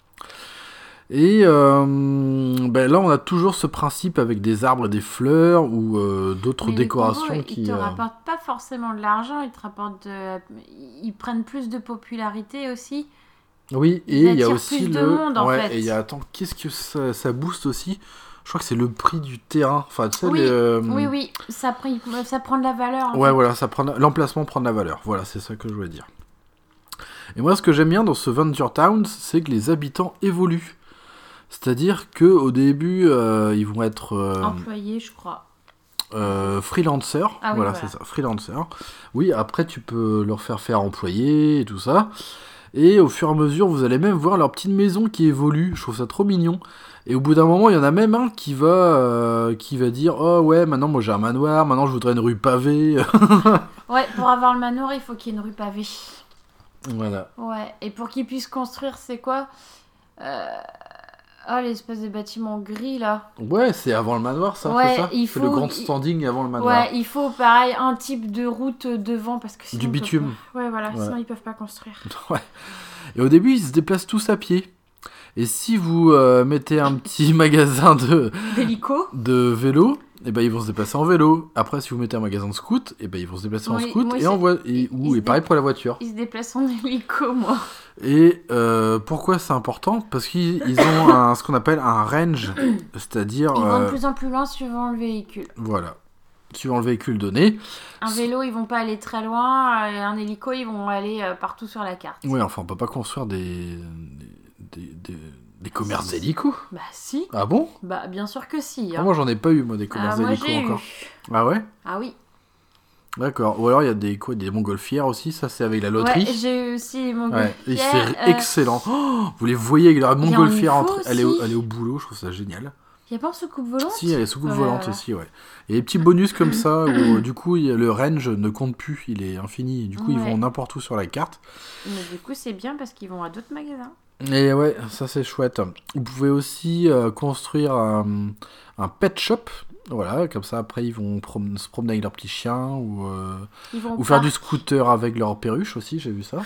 [SPEAKER 2] Et euh, ben là, on a toujours ce principe avec des arbres et des fleurs ou euh, d'autres
[SPEAKER 3] Mais
[SPEAKER 2] décorations
[SPEAKER 3] les combos,
[SPEAKER 2] qui...
[SPEAKER 3] ils te
[SPEAKER 2] euh,
[SPEAKER 3] rapportent pas forcément de l'argent, ils te rapportent de... Ils prennent plus de popularité aussi.
[SPEAKER 2] Oui, et
[SPEAKER 3] Ils
[SPEAKER 2] il y a
[SPEAKER 3] attirent
[SPEAKER 2] aussi
[SPEAKER 3] plus de
[SPEAKER 2] le...
[SPEAKER 3] monde, en
[SPEAKER 2] ouais,
[SPEAKER 3] fait.
[SPEAKER 2] et il y a... Attends, qu'est-ce que ça, ça booste aussi? Je crois que c'est le prix du terrain. Enfin, tu sais,
[SPEAKER 3] Oui,
[SPEAKER 2] les, euh,
[SPEAKER 3] oui, oui, ça, prend- ça prend de la valeur. En
[SPEAKER 2] Ouais,
[SPEAKER 3] fait.
[SPEAKER 2] voilà, ça prend... l'emplacement prend de la valeur. Voilà, c'est ça que je voulais dire. Et moi, ce que j'aime bien dans ce Venture Town, c'est que les habitants évoluent. C'est-à-dire qu'au début, euh, ils vont être... Euh...
[SPEAKER 3] Employés, je crois.
[SPEAKER 2] Euh, freelancer,
[SPEAKER 3] Ah oui,
[SPEAKER 2] voilà,
[SPEAKER 3] voilà.
[SPEAKER 2] c'est ça, freelancer. Oui, après tu peux leur faire faire employé et tout ça. Et au fur et à mesure, vous allez même voir leur petite maison qui évolue. Je trouve ça trop mignon. Et au bout d'un moment, il y en a même un qui va, euh, qui va dire, oh ouais, maintenant moi j'ai un manoir, maintenant je voudrais une rue pavée.
[SPEAKER 3] Ouais, pour avoir le manoir, il faut qu'il y ait une rue pavée.
[SPEAKER 2] Voilà.
[SPEAKER 3] Ouais, et pour qu'ils puissent construire, c'est quoi euh... Ah, l'espèce de bâtiment gris là.
[SPEAKER 2] Ouais, c'est avant le manoir, ça,
[SPEAKER 3] ouais,
[SPEAKER 2] c'est ça
[SPEAKER 3] il
[SPEAKER 2] C'est
[SPEAKER 3] faut...
[SPEAKER 2] le grand standing avant le manoir.
[SPEAKER 3] Ouais, il faut pareil un type de route devant parce que sinon.
[SPEAKER 2] Du bitume.
[SPEAKER 3] Pas... Ouais, voilà,
[SPEAKER 2] ouais.
[SPEAKER 3] sinon ils peuvent pas construire.
[SPEAKER 2] Ouais. Et au début, ils se déplacent tous à pied. Et si vous euh, mettez un petit magasin de
[SPEAKER 3] d'hélico,
[SPEAKER 2] de vélo, et ben ils vont se déplacer en vélo. Après, si vous mettez un magasin de scoot, et ben ils vont se déplacer
[SPEAKER 3] oui,
[SPEAKER 2] en scoot
[SPEAKER 3] moi,
[SPEAKER 2] et en voiture. Et, ou, et pareil dé... pour la voiture.
[SPEAKER 3] Ils se déplacent en hélico, moi.
[SPEAKER 2] Et euh, pourquoi c'est important? Parce qu'ils ils ont un, ce qu'on appelle un range, c'est-à-dire...
[SPEAKER 3] Ils vont
[SPEAKER 2] euh...
[SPEAKER 3] de plus en plus loin suivant le véhicule.
[SPEAKER 2] Voilà. Suivant le véhicule donné.
[SPEAKER 3] Un vélo, ils vont pas aller très loin. Et un hélico, ils vont aller euh, partout sur la carte.
[SPEAKER 2] Oui, enfin, on peut pas construire des... des, des, des... Des commerces si. d'hélicos?
[SPEAKER 3] Bah si.
[SPEAKER 2] Ah bon?
[SPEAKER 3] Bah bien sûr que si. Hein.
[SPEAKER 2] Ah, moi j'en ai pas eu moi des commerces
[SPEAKER 3] ah,
[SPEAKER 2] d'hélicos encore.
[SPEAKER 3] Eu.
[SPEAKER 2] Ah ouais?
[SPEAKER 3] Ah oui.
[SPEAKER 2] D'accord. Ou alors il y a des quoi, des montgolfières aussi, ça c'est avec la loterie.
[SPEAKER 3] Ouais, j'ai eu aussi les montgolfières.
[SPEAKER 2] Ouais. Et c'est euh... excellent. Oh, vous les voyez avec la montgolfière entre elle est, au, elle est au boulot, je trouve ça génial.
[SPEAKER 3] Il y a pas en soucoupe volante?
[SPEAKER 2] Si, elle est soucoupe euh... volante aussi, ouais. Et des petits bonus comme ça où du coup le range ne compte plus, il est infini. Du coup, ouais. Ils vont n'importe où sur la carte.
[SPEAKER 3] Mais du coup, c'est bien parce qu'ils vont à d'autres magasins.
[SPEAKER 2] Et ouais, ça c'est chouette. Vous pouvez aussi euh, construire un, un pet shop. Voilà, comme ça après ils vont prom- se promener avec leurs petits chiens ou, euh, ou faire du scooter avec leurs perruches aussi, j'ai vu ça.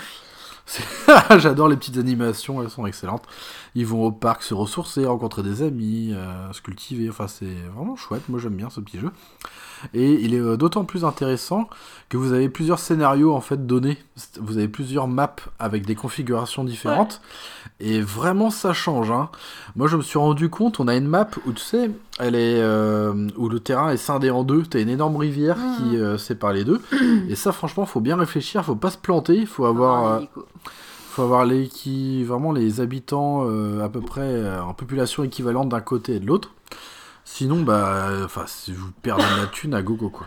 [SPEAKER 2] J'adore les petites animations, elles sont excellentes. Ils vont au parc se ressourcer, rencontrer des amis, euh, se cultiver, enfin c'est vraiment chouette, moi j'aime bien ce petit jeu. Et il est d'autant plus intéressant que vous avez plusieurs scénarios en fait donnés. Vous avez plusieurs maps avec des configurations différentes. Ouais. Et vraiment ça change. Hein. Moi je me suis rendu compte, on a une map où tu sais, elle est euh, où le terrain est scindé en deux. T'as une énorme rivière mmh. qui euh, sépare les deux. Et ça franchement faut bien réfléchir, faut pas se planter, il faut avoir. Euh, faut avoir les qui vraiment les habitants euh, à peu près euh, en population équivalente d'un côté et de l'autre. Sinon, bah, enfin, si vous perdez de la thune à gogo, quoi.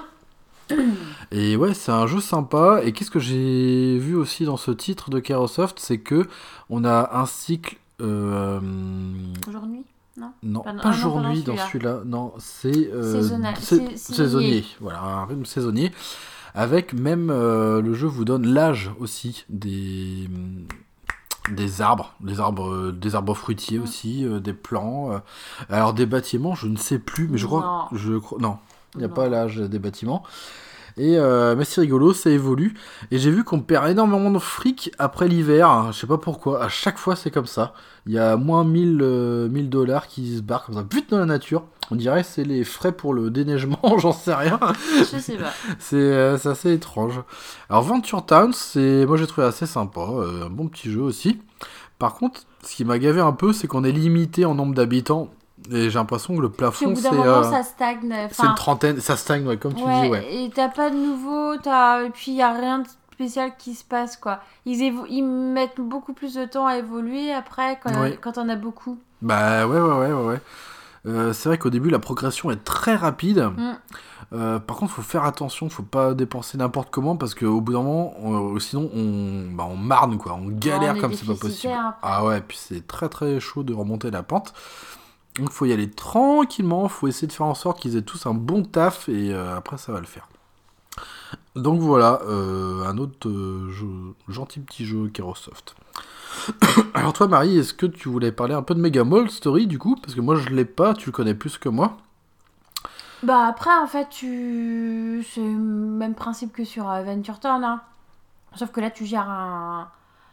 [SPEAKER 2] Et ouais, c'est un jeu sympa. Et qu'est-ce que j'ai vu aussi dans ce titre de Kerosoft, c'est que on a un cycle. Euh...
[SPEAKER 3] Jour-nuit, non.
[SPEAKER 2] Non,
[SPEAKER 3] pas,
[SPEAKER 2] pas
[SPEAKER 3] ah,
[SPEAKER 2] jour-nuit
[SPEAKER 3] dans
[SPEAKER 2] dans celui-là. Non, c'est euh,
[SPEAKER 3] Saisonna...
[SPEAKER 2] c'est... saisonnier. Voilà, un rythme saisonnier. Avec même euh, le jeu vous donne l'âge aussi des. des arbres, des arbres, euh, des arbres fruitiers
[SPEAKER 3] Mm.
[SPEAKER 2] aussi, euh, des plants. euh. Alors des bâtiments, je ne sais plus, mais je crois,
[SPEAKER 3] Non.
[SPEAKER 2] je crois, non, il n'y a
[SPEAKER 3] Non.
[SPEAKER 2] pas l'âge des bâtiments. Et euh, mais c'est rigolo, ça évolue. Et j'ai vu qu'on perd énormément de fric après l'hiver. hein, Je sais pas pourquoi. À chaque fois, c'est comme ça. Il y a moins mille euh, mille dollars qui se barrent comme ça, vite dans la nature. On dirait que c'est les frais pour le déneigement, j'en sais rien.
[SPEAKER 3] Je sais pas.
[SPEAKER 2] C'est euh, c'est assez étrange. Alors Venture Town, c'est moi j'ai trouvé assez sympa, euh, un bon petit jeu aussi. Par contre, ce qui m'a gavé un peu, c'est qu'on est limité en nombre d'habitants. Et j'ai l'impression que le
[SPEAKER 3] Puis au
[SPEAKER 2] plafond,
[SPEAKER 3] bout
[SPEAKER 2] c'est
[SPEAKER 3] d'un moment,
[SPEAKER 2] euh,
[SPEAKER 3] ça stagne.
[SPEAKER 2] c'est une
[SPEAKER 3] Enfin,
[SPEAKER 2] trentaine, ça stagne, ouais, comme tu
[SPEAKER 3] ouais,
[SPEAKER 2] dis, ouais.
[SPEAKER 3] et t'as pas de nouveau, t'as... et puis il y a rien de spécial qui se passe, quoi. Ils, évo- Ils mettent beaucoup plus de temps à évoluer après quand,
[SPEAKER 2] Ouais.
[SPEAKER 3] quand on a beaucoup.
[SPEAKER 2] Bah ouais, ouais, ouais, ouais. ouais. Euh, c'est vrai qu'au début, la progression est très rapide.
[SPEAKER 3] Mm.
[SPEAKER 2] Euh, par contre, faut faire attention, faut pas dépenser n'importe comment parce qu'au bout d'un moment, on- sinon on, bah, on marne quoi, on galère
[SPEAKER 3] On est
[SPEAKER 2] comme c'est pas possible.
[SPEAKER 3] déficitaire après.
[SPEAKER 2] Ah ouais, puis c'est très très chaud de remonter la pente. Donc faut y aller tranquillement, faut essayer de faire en sorte qu'ils aient tous un bon taf et euh, après ça va le faire. Donc voilà, euh, un autre euh, jeu, gentil petit jeu Kerosoft. Alors toi Marie, est-ce que tu voulais parler un peu de Mega Mall Story du coup? Parce que moi je l'ai pas, tu le connais plus que moi.
[SPEAKER 3] Bah après, en fait, tu... c'est le même principe que sur Adventure Town, hein. Sauf que là, tu gères un...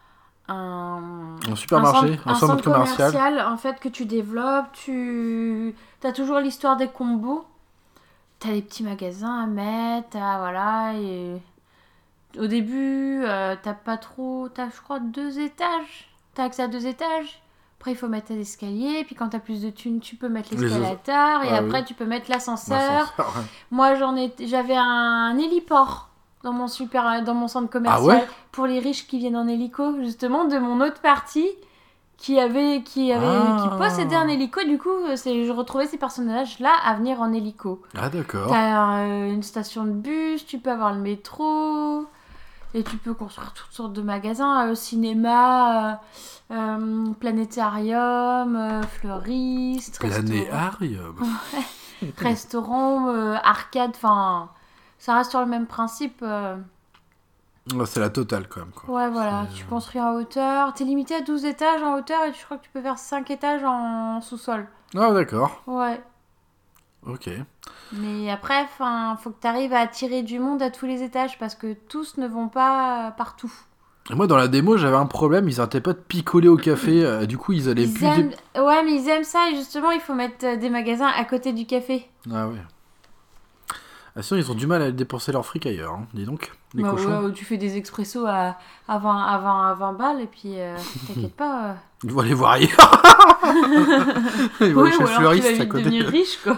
[SPEAKER 3] Un,
[SPEAKER 2] Un supermarché,
[SPEAKER 3] centre,
[SPEAKER 2] un centre commercial.
[SPEAKER 3] en fait que tu développes, tu as toujours l'histoire des combos, t'as des petits magasins à mettre, t'as, voilà, et au début euh, t'as pas trop, t'as je crois deux étages, t'as accès à deux étages, après il faut mettre tes escaliers, puis quand t'as plus de thunes tu peux mettre
[SPEAKER 2] Les
[SPEAKER 3] l'escalator, et
[SPEAKER 2] Ah
[SPEAKER 3] après
[SPEAKER 2] oui.
[SPEAKER 3] tu peux mettre l'ascenseur.
[SPEAKER 2] L'ascenseur, ouais.
[SPEAKER 3] Moi j'en ai, j'avais un héliport dans mon super, dans mon centre commercial,
[SPEAKER 2] Ah ouais
[SPEAKER 3] pour les riches qui viennent en hélico, justement, de mon autre partie, qui avait, qui avait,
[SPEAKER 2] Ah.
[SPEAKER 3] qui possédait un hélico. Du coup, c'est, je retrouvais ces personnages-là à venir en hélico.
[SPEAKER 2] Ah d'accord.
[SPEAKER 3] T'as euh, une station de bus, tu peux avoir le métro, et tu peux construire toutes sortes de magasins, euh, cinéma, euh, euh, planétarium, euh, fleuriste, restaurant,
[SPEAKER 2] Planéarium.
[SPEAKER 3] restaurant euh, arcade, enfin, ça reste sur le même principe. euh.
[SPEAKER 2] Ah, c'est la totale quand même quoi.
[SPEAKER 3] Ouais, voilà,
[SPEAKER 2] C'est-
[SPEAKER 3] tu construis en hauteur. T'es limité à douze étages en hauteur et je crois que tu peux faire cinq étages en sous-sol.
[SPEAKER 2] Ah d'accord.
[SPEAKER 3] Ouais.
[SPEAKER 2] Ok.
[SPEAKER 3] Mais après, enfin, faut que t'arrives à attirer du monde à tous les étages parce que tous ne vont pas partout.
[SPEAKER 2] Et moi dans la démo j'avais un problème, ils arrêtaient pas de picoler au café, euh, du coup ils allaient
[SPEAKER 3] Ils
[SPEAKER 2] plus.
[SPEAKER 3] aiment...
[SPEAKER 2] dé-
[SPEAKER 3] Ouais, mais ils aiment ça et justement, il faut mettre euh, des magasins à côté du café.
[SPEAKER 2] Ah ouais. Ah sinon ils ont du mal à dépenser leur fric ailleurs, hein. Dis donc, les
[SPEAKER 3] Bah
[SPEAKER 2] cochons.
[SPEAKER 3] ouais, où tu fais des expressos à, à, vingt, à, vingt, à vingt balles et puis euh, t'inquiète pas. euh.
[SPEAKER 2] Ils vont aller voir ailleurs. Ils vont
[SPEAKER 3] Oui,
[SPEAKER 2] aller chez
[SPEAKER 3] ou
[SPEAKER 2] le
[SPEAKER 3] alors tu vas
[SPEAKER 2] fleuriste à
[SPEAKER 3] vite
[SPEAKER 2] côté.
[SPEAKER 3] devenir riche, quoi.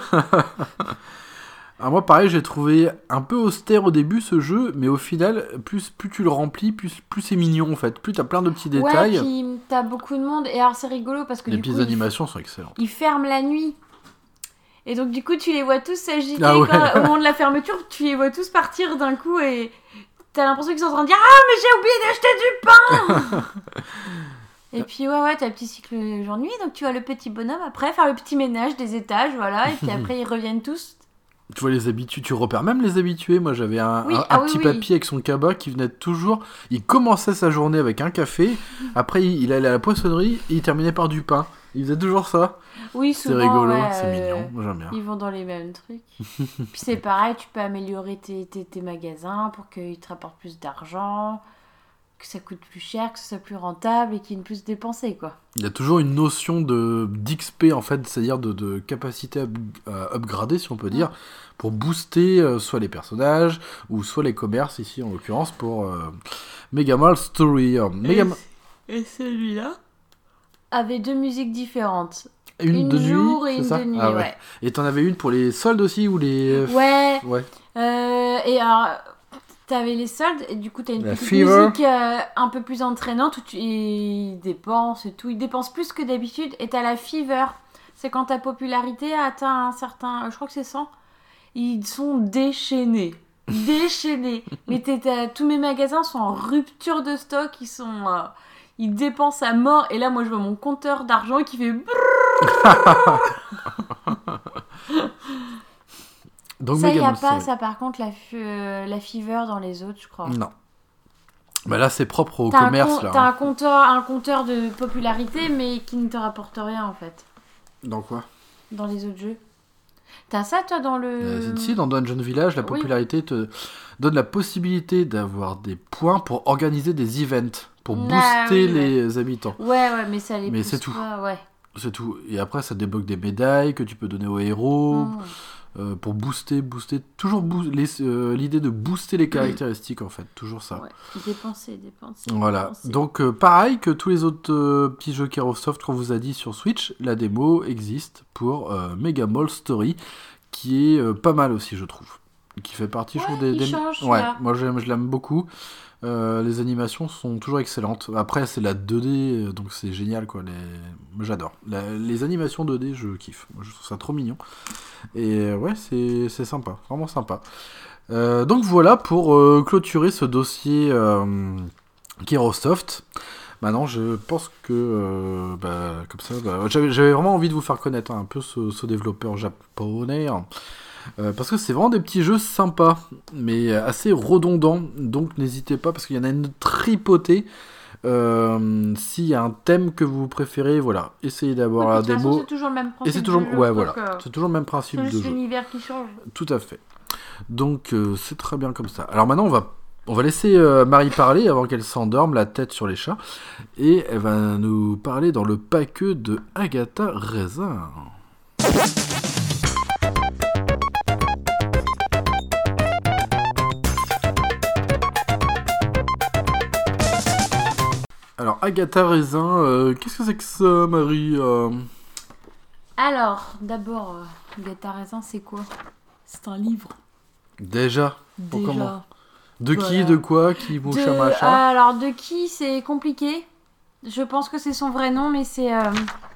[SPEAKER 2] Alors moi pareil j'ai trouvé un peu austère au début ce jeu, mais au final plus, plus tu le remplis, plus, plus c'est mignon en fait. Plus t'as plein de petits détails.
[SPEAKER 3] Ouais, puis t'as beaucoup de monde et alors c'est rigolo parce que
[SPEAKER 2] Les
[SPEAKER 3] du
[SPEAKER 2] petites
[SPEAKER 3] coup, ils-
[SPEAKER 2] animations sont excellentes.
[SPEAKER 3] ils ferment la nuit. Et donc du coup tu les vois tous s'agiter
[SPEAKER 2] Ah ouais.
[SPEAKER 3] quand- au moment de la fermeture, tu les vois tous partir d'un coup et t'as l'impression qu'ils sont en train de dire ah mais j'ai oublié d'acheter du pain. Et puis ouais ouais t'as le petit cycle jour-nuit, donc tu vois le petit bonhomme après faire le petit ménage des étages, voilà, et puis après ils reviennent tous.
[SPEAKER 2] Tu vois les habitués, tu repères même les habitués. Moi j'avais un,
[SPEAKER 3] Oui,
[SPEAKER 2] un,
[SPEAKER 3] ah
[SPEAKER 2] un
[SPEAKER 3] oui,
[SPEAKER 2] petit
[SPEAKER 3] oui.
[SPEAKER 2] papy avec son cabas qui venait toujours. Il commençait sa journée avec un café, après il, il allait à la poissonnerie et il terminait par du pain. Il faisait toujours ça.
[SPEAKER 3] Oui,
[SPEAKER 2] C'est
[SPEAKER 3] souvent
[SPEAKER 2] rigolo,
[SPEAKER 3] ouais,
[SPEAKER 2] c'est
[SPEAKER 3] euh,
[SPEAKER 2] mignon, moi j'aime bien.
[SPEAKER 3] Ils vont dans les mêmes trucs. Puis c'est pareil, tu peux améliorer tes, tes, tes magasins pour qu'ils te rapportent plus d'argent, que ça coûte plus cher, que ce soit plus rentable et qu'ils aient plus dépensé, quoi.
[SPEAKER 2] Il y a toujours une notion de d'X P en fait, c'est-à-dire de, de capacité up, à upgrader si on peut dire, pour booster euh, soit les personnages ou soit les commerces ici en l'occurrence pour euh, Mega Mall Story. Euh, Mega Ma-
[SPEAKER 3] Et celui-là avait deux musiques différentes.
[SPEAKER 2] une,
[SPEAKER 3] Une
[SPEAKER 2] de
[SPEAKER 3] jour
[SPEAKER 2] nuit,
[SPEAKER 3] et
[SPEAKER 2] c'est
[SPEAKER 3] une
[SPEAKER 2] ça
[SPEAKER 3] de nuit,
[SPEAKER 2] Ah
[SPEAKER 3] ouais.
[SPEAKER 2] Et t'en avais une pour les soldes aussi ou les
[SPEAKER 3] Ouais.
[SPEAKER 2] ouais.
[SPEAKER 3] Euh, et alors, t'avais les soldes et du coup t'as une
[SPEAKER 2] La
[SPEAKER 3] petite
[SPEAKER 2] Fever.
[SPEAKER 3] musique euh, un peu plus entraînante où tu, ils dépensent et tout. Ils dépensent plus que d'habitude. Et t'as la Fever. C'est quand ta popularité atteint un certain... Je crois que c'est cent. Ils sont déchaînés. Déchaînés. Mais t'es- t'as- tous mes magasins sont en rupture de stock. Ils sont... euh, ils dépensent à mort. Et là, moi, je vois mon compteur d'argent qui fait...
[SPEAKER 2] Donc
[SPEAKER 3] Ça, il
[SPEAKER 2] Mega
[SPEAKER 3] n'y a
[SPEAKER 2] Mall
[SPEAKER 3] pas,
[SPEAKER 2] Story.
[SPEAKER 3] ça, par contre, la, f- euh, la Fever dans les autres, je crois.
[SPEAKER 2] Non. Bah là, c'est propre au
[SPEAKER 3] T'as un
[SPEAKER 2] commerce,
[SPEAKER 3] com-
[SPEAKER 2] là.
[SPEAKER 3] T'as
[SPEAKER 2] hein.
[SPEAKER 3] un compteur, un compteur de popularité, mais qui ne te rapporte rien, en fait,
[SPEAKER 2] Dans quoi
[SPEAKER 3] dans les autres jeux. T'as ça, toi, dans le...
[SPEAKER 2] euh, Si, dans Dungeon Village, la
[SPEAKER 3] Oui.
[SPEAKER 2] popularité te donne la possibilité d'avoir des points pour organiser des events, pour booster
[SPEAKER 3] Ah, oui,
[SPEAKER 2] les habitants.
[SPEAKER 3] Ouais, ouais, mais ça les
[SPEAKER 2] Mais
[SPEAKER 3] pousse
[SPEAKER 2] c'est tout.
[SPEAKER 3] pas, ouais.
[SPEAKER 2] C'est tout. Et après, ça débloque des médailles que tu peux donner aux héros.
[SPEAKER 3] Mm.
[SPEAKER 2] Euh, pour booster, booster, toujours boo- les- euh, l'idée de booster les caractéristiques en fait, toujours ça.
[SPEAKER 3] Ouais. Dépenser, dépenser.
[SPEAKER 2] Voilà,
[SPEAKER 3] dépenser.
[SPEAKER 2] donc euh, pareil que tous les autres euh, petits jeux Kerosoft qu'on vous a dit sur Switch, la démo existe pour euh, Mega Mall Story, qui est euh, pas mal aussi je trouve, qui fait partie je
[SPEAKER 3] Ouais,
[SPEAKER 2] trouve des...
[SPEAKER 3] il
[SPEAKER 2] des...
[SPEAKER 3] change,
[SPEAKER 2] ouais,
[SPEAKER 3] celui-là.
[SPEAKER 2] moi j'aime, je l'aime beaucoup. Euh, les animations sont toujours excellentes. Après c'est la deux D, euh, donc c'est génial quoi. Les... Moi, j'adore. La- les animations deux D, je kiffe. Moi, je trouve ça trop mignon. Et euh, ouais, c'est, c'est sympa, vraiment sympa. Euh, donc voilà pour euh, clôturer ce dossier euh, Kerosoft. Maintenant, je pense que euh, bah, comme ça, bah, j'avais, j'avais vraiment envie de vous faire connaître hein, un peu ce, ce développeur japonais. Hein. Euh, parce que c'est vraiment des petits jeux sympas, mais assez redondants. Donc n'hésitez pas, parce qu'il y en a une tripotée. Euh, S'il y a un thème que vous préférez, voilà, essayez d'avoir
[SPEAKER 3] Ouais,
[SPEAKER 2] la
[SPEAKER 3] de toute façon,
[SPEAKER 2] démo.
[SPEAKER 3] c'est toujours le même
[SPEAKER 2] Et
[SPEAKER 3] principe.
[SPEAKER 2] c'est toujours,
[SPEAKER 3] de jeu,
[SPEAKER 2] ouais,
[SPEAKER 3] donc,
[SPEAKER 2] voilà,
[SPEAKER 3] euh,
[SPEAKER 2] c'est toujours le même principe
[SPEAKER 3] c'est
[SPEAKER 2] de
[SPEAKER 3] juste
[SPEAKER 2] jeu.
[SPEAKER 3] l'univers qui change.
[SPEAKER 2] Tout à fait. Donc euh, c'est très bien comme ça. Alors maintenant, on va, on va laisser euh, Marie parler avant qu'elle s'endorme, la tête sur les chats, et elle va nous parler dans le paquet de Agatha Raisin. Alors, Agatha Raisin, euh, qu'est-ce que c'est que ça, Marie euh
[SPEAKER 3] Alors, d'abord, euh, Agatha Raisin, c'est quoi? C'est un livre.
[SPEAKER 2] Déjà Pour
[SPEAKER 3] Déjà.
[SPEAKER 2] comment De qui,
[SPEAKER 3] Voilà.
[SPEAKER 2] de quoi, qui, moucha,
[SPEAKER 3] De-
[SPEAKER 2] macha
[SPEAKER 3] Alors, de qui, c'est compliqué. Je pense que c'est son vrai nom, mais c'est... Euh...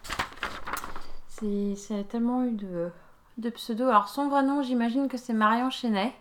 [SPEAKER 3] C'est c'est tellement eu de, de pseudo. Alors, son vrai nom, j'imagine que c'est Marion Chenet.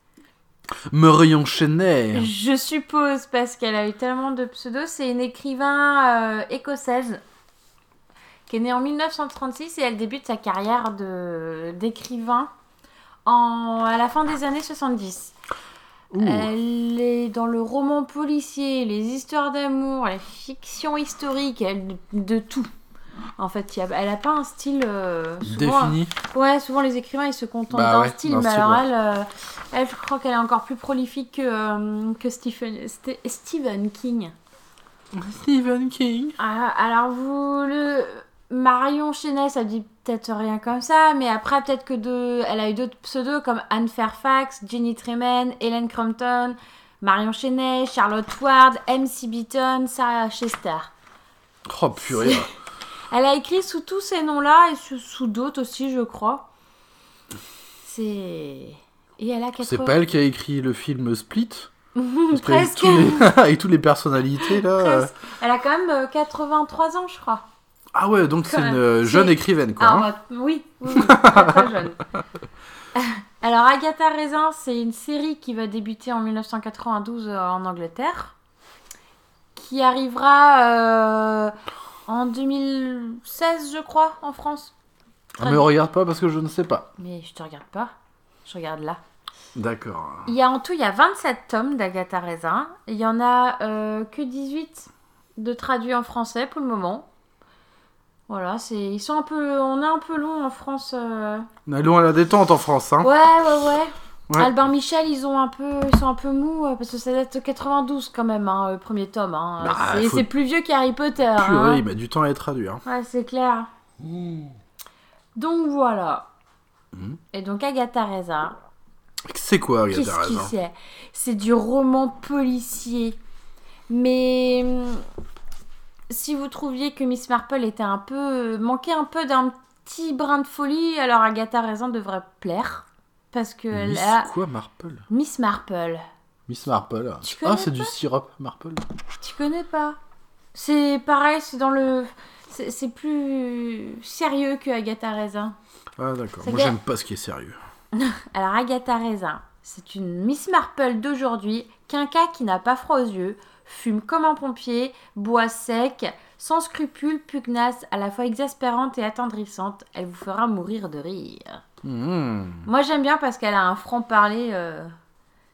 [SPEAKER 2] Marion Chenet.
[SPEAKER 3] Je suppose, parce qu'elle a eu tellement de pseudos. C'est une écrivain euh, écossaise qui est née en mille neuf cent trente-six et elle débute sa carrière de, d'écrivain en, à la fin des années soixante-dix.
[SPEAKER 2] Ouh.
[SPEAKER 3] Elle est dans le roman policier, les histoires d'amour, la fiction historique, elle, de tout. En fait, y a, elle a pas un style euh, souvent,
[SPEAKER 2] Défini.
[SPEAKER 3] Ouais, souvent les écrivains ils se contentent
[SPEAKER 2] Bah
[SPEAKER 3] d'un
[SPEAKER 2] ouais,
[SPEAKER 3] style,
[SPEAKER 2] d'un
[SPEAKER 3] mais
[SPEAKER 2] style,
[SPEAKER 3] alors
[SPEAKER 2] ouais.
[SPEAKER 3] elle, euh, elle, je crois qu'elle est encore plus prolifique que, euh, que Stephen, St- Stephen King.
[SPEAKER 2] Stephen King.
[SPEAKER 3] Ah, alors vous le Marion Chenet, ça dit peut-être rien comme ça, mais après peut-être que de, elle a eu d'autres pseudos comme Anne Fairfax, Jenny Tremen, Helen Crampton, Marion Chenet, Charlotte Ward, M C Beaton, Sarah Chester.
[SPEAKER 2] Oh purée.
[SPEAKER 3] Elle a écrit sous tous ces noms-là et sous, sous d'autres aussi, je crois. C'est... Et elle a quatre...
[SPEAKER 2] C'est pas elle qui a écrit le film Split Parce qu'avec
[SPEAKER 3] Presque.
[SPEAKER 2] tous les... avec toutes les personnalités là. euh,
[SPEAKER 3] Presque. Elle a quand même euh, quatre-vingt-trois ans, je crois.
[SPEAKER 2] Ah ouais, donc
[SPEAKER 3] Quand
[SPEAKER 2] c'est
[SPEAKER 3] même.
[SPEAKER 2] une euh, jeune
[SPEAKER 3] C'est-
[SPEAKER 2] écrivaine quoi.
[SPEAKER 3] Ah,
[SPEAKER 2] hein.
[SPEAKER 3] bah, oui, oui, oui, très, très jeune. Alors, Agatha Raisin, c'est une série qui va débuter en dix-neuf cent quatre-vingt-douze euh, en Angleterre, qui arrivera euh, en deux mille seize, je crois, en France.
[SPEAKER 2] Ah, me regarde pas parce que je ne sais pas.
[SPEAKER 3] Mais je te regarde pas, je regarde là.
[SPEAKER 2] D'accord.
[SPEAKER 3] Il y a en tout, il y a vingt-sept tomes d'Agatha Raisin. Il y en a euh, que dix-huit de traduits en français pour le moment. Voilà, c'est, ils sont un peu, on est un peu long en France. euh.
[SPEAKER 2] Allons à la détente en France. Hein.
[SPEAKER 3] Ouais, ouais, ouais.
[SPEAKER 2] Ouais.
[SPEAKER 3] Albin Michel, ils ont un peu, ils sont un peu mous euh, parce que ça date de quatre-vingt-douze quand même, hein, le premier tome. Hein.
[SPEAKER 2] Bah,
[SPEAKER 3] c'est,
[SPEAKER 2] faut-
[SPEAKER 3] c'est plus vieux qu'Harry Potter.
[SPEAKER 2] Purée,
[SPEAKER 3] hein.
[SPEAKER 2] il met du temps à être traduit. Hein.
[SPEAKER 3] Ouais, c'est clair. Donc voilà.
[SPEAKER 2] Mhm.
[SPEAKER 3] Et donc Agatha Raisin.
[SPEAKER 2] C'est quoi, Agatha
[SPEAKER 3] Qu'est-ce qui
[SPEAKER 2] Raisin
[SPEAKER 3] c'est C'est du roman policier. Mais hum, si vous trouviez que Miss Marple était un peu manquait un peu d'un petit brin de folie, alors Agatha Raisin devrait plaire parce que elle
[SPEAKER 2] Miss
[SPEAKER 3] a
[SPEAKER 2] quoi, Marple
[SPEAKER 3] Miss Marple.
[SPEAKER 2] Miss Marple.
[SPEAKER 3] Tu
[SPEAKER 2] Ah,
[SPEAKER 3] connais
[SPEAKER 2] c'est du sirop, Marple.
[SPEAKER 3] Tu connais pas? C'est pareil, c'est dans le c'est, c'est plus sérieux que Agatha Raisin.
[SPEAKER 2] Ah, d'accord.
[SPEAKER 3] C'est
[SPEAKER 2] Moi,
[SPEAKER 3] que-
[SPEAKER 2] j'aime pas ce qui est sérieux.
[SPEAKER 3] Alors Agatha Raisin, c'est une Miss Marple d'aujourd'hui, quinca qui n'a pas froid aux yeux, fume comme un pompier, boit sec, sans scrupules, pugnace, à la fois exaspérante et attendrissante. Elle vous fera mourir de rire.
[SPEAKER 2] Mmh.
[SPEAKER 3] Moi j'aime bien parce qu'elle a un franc-parler, euh,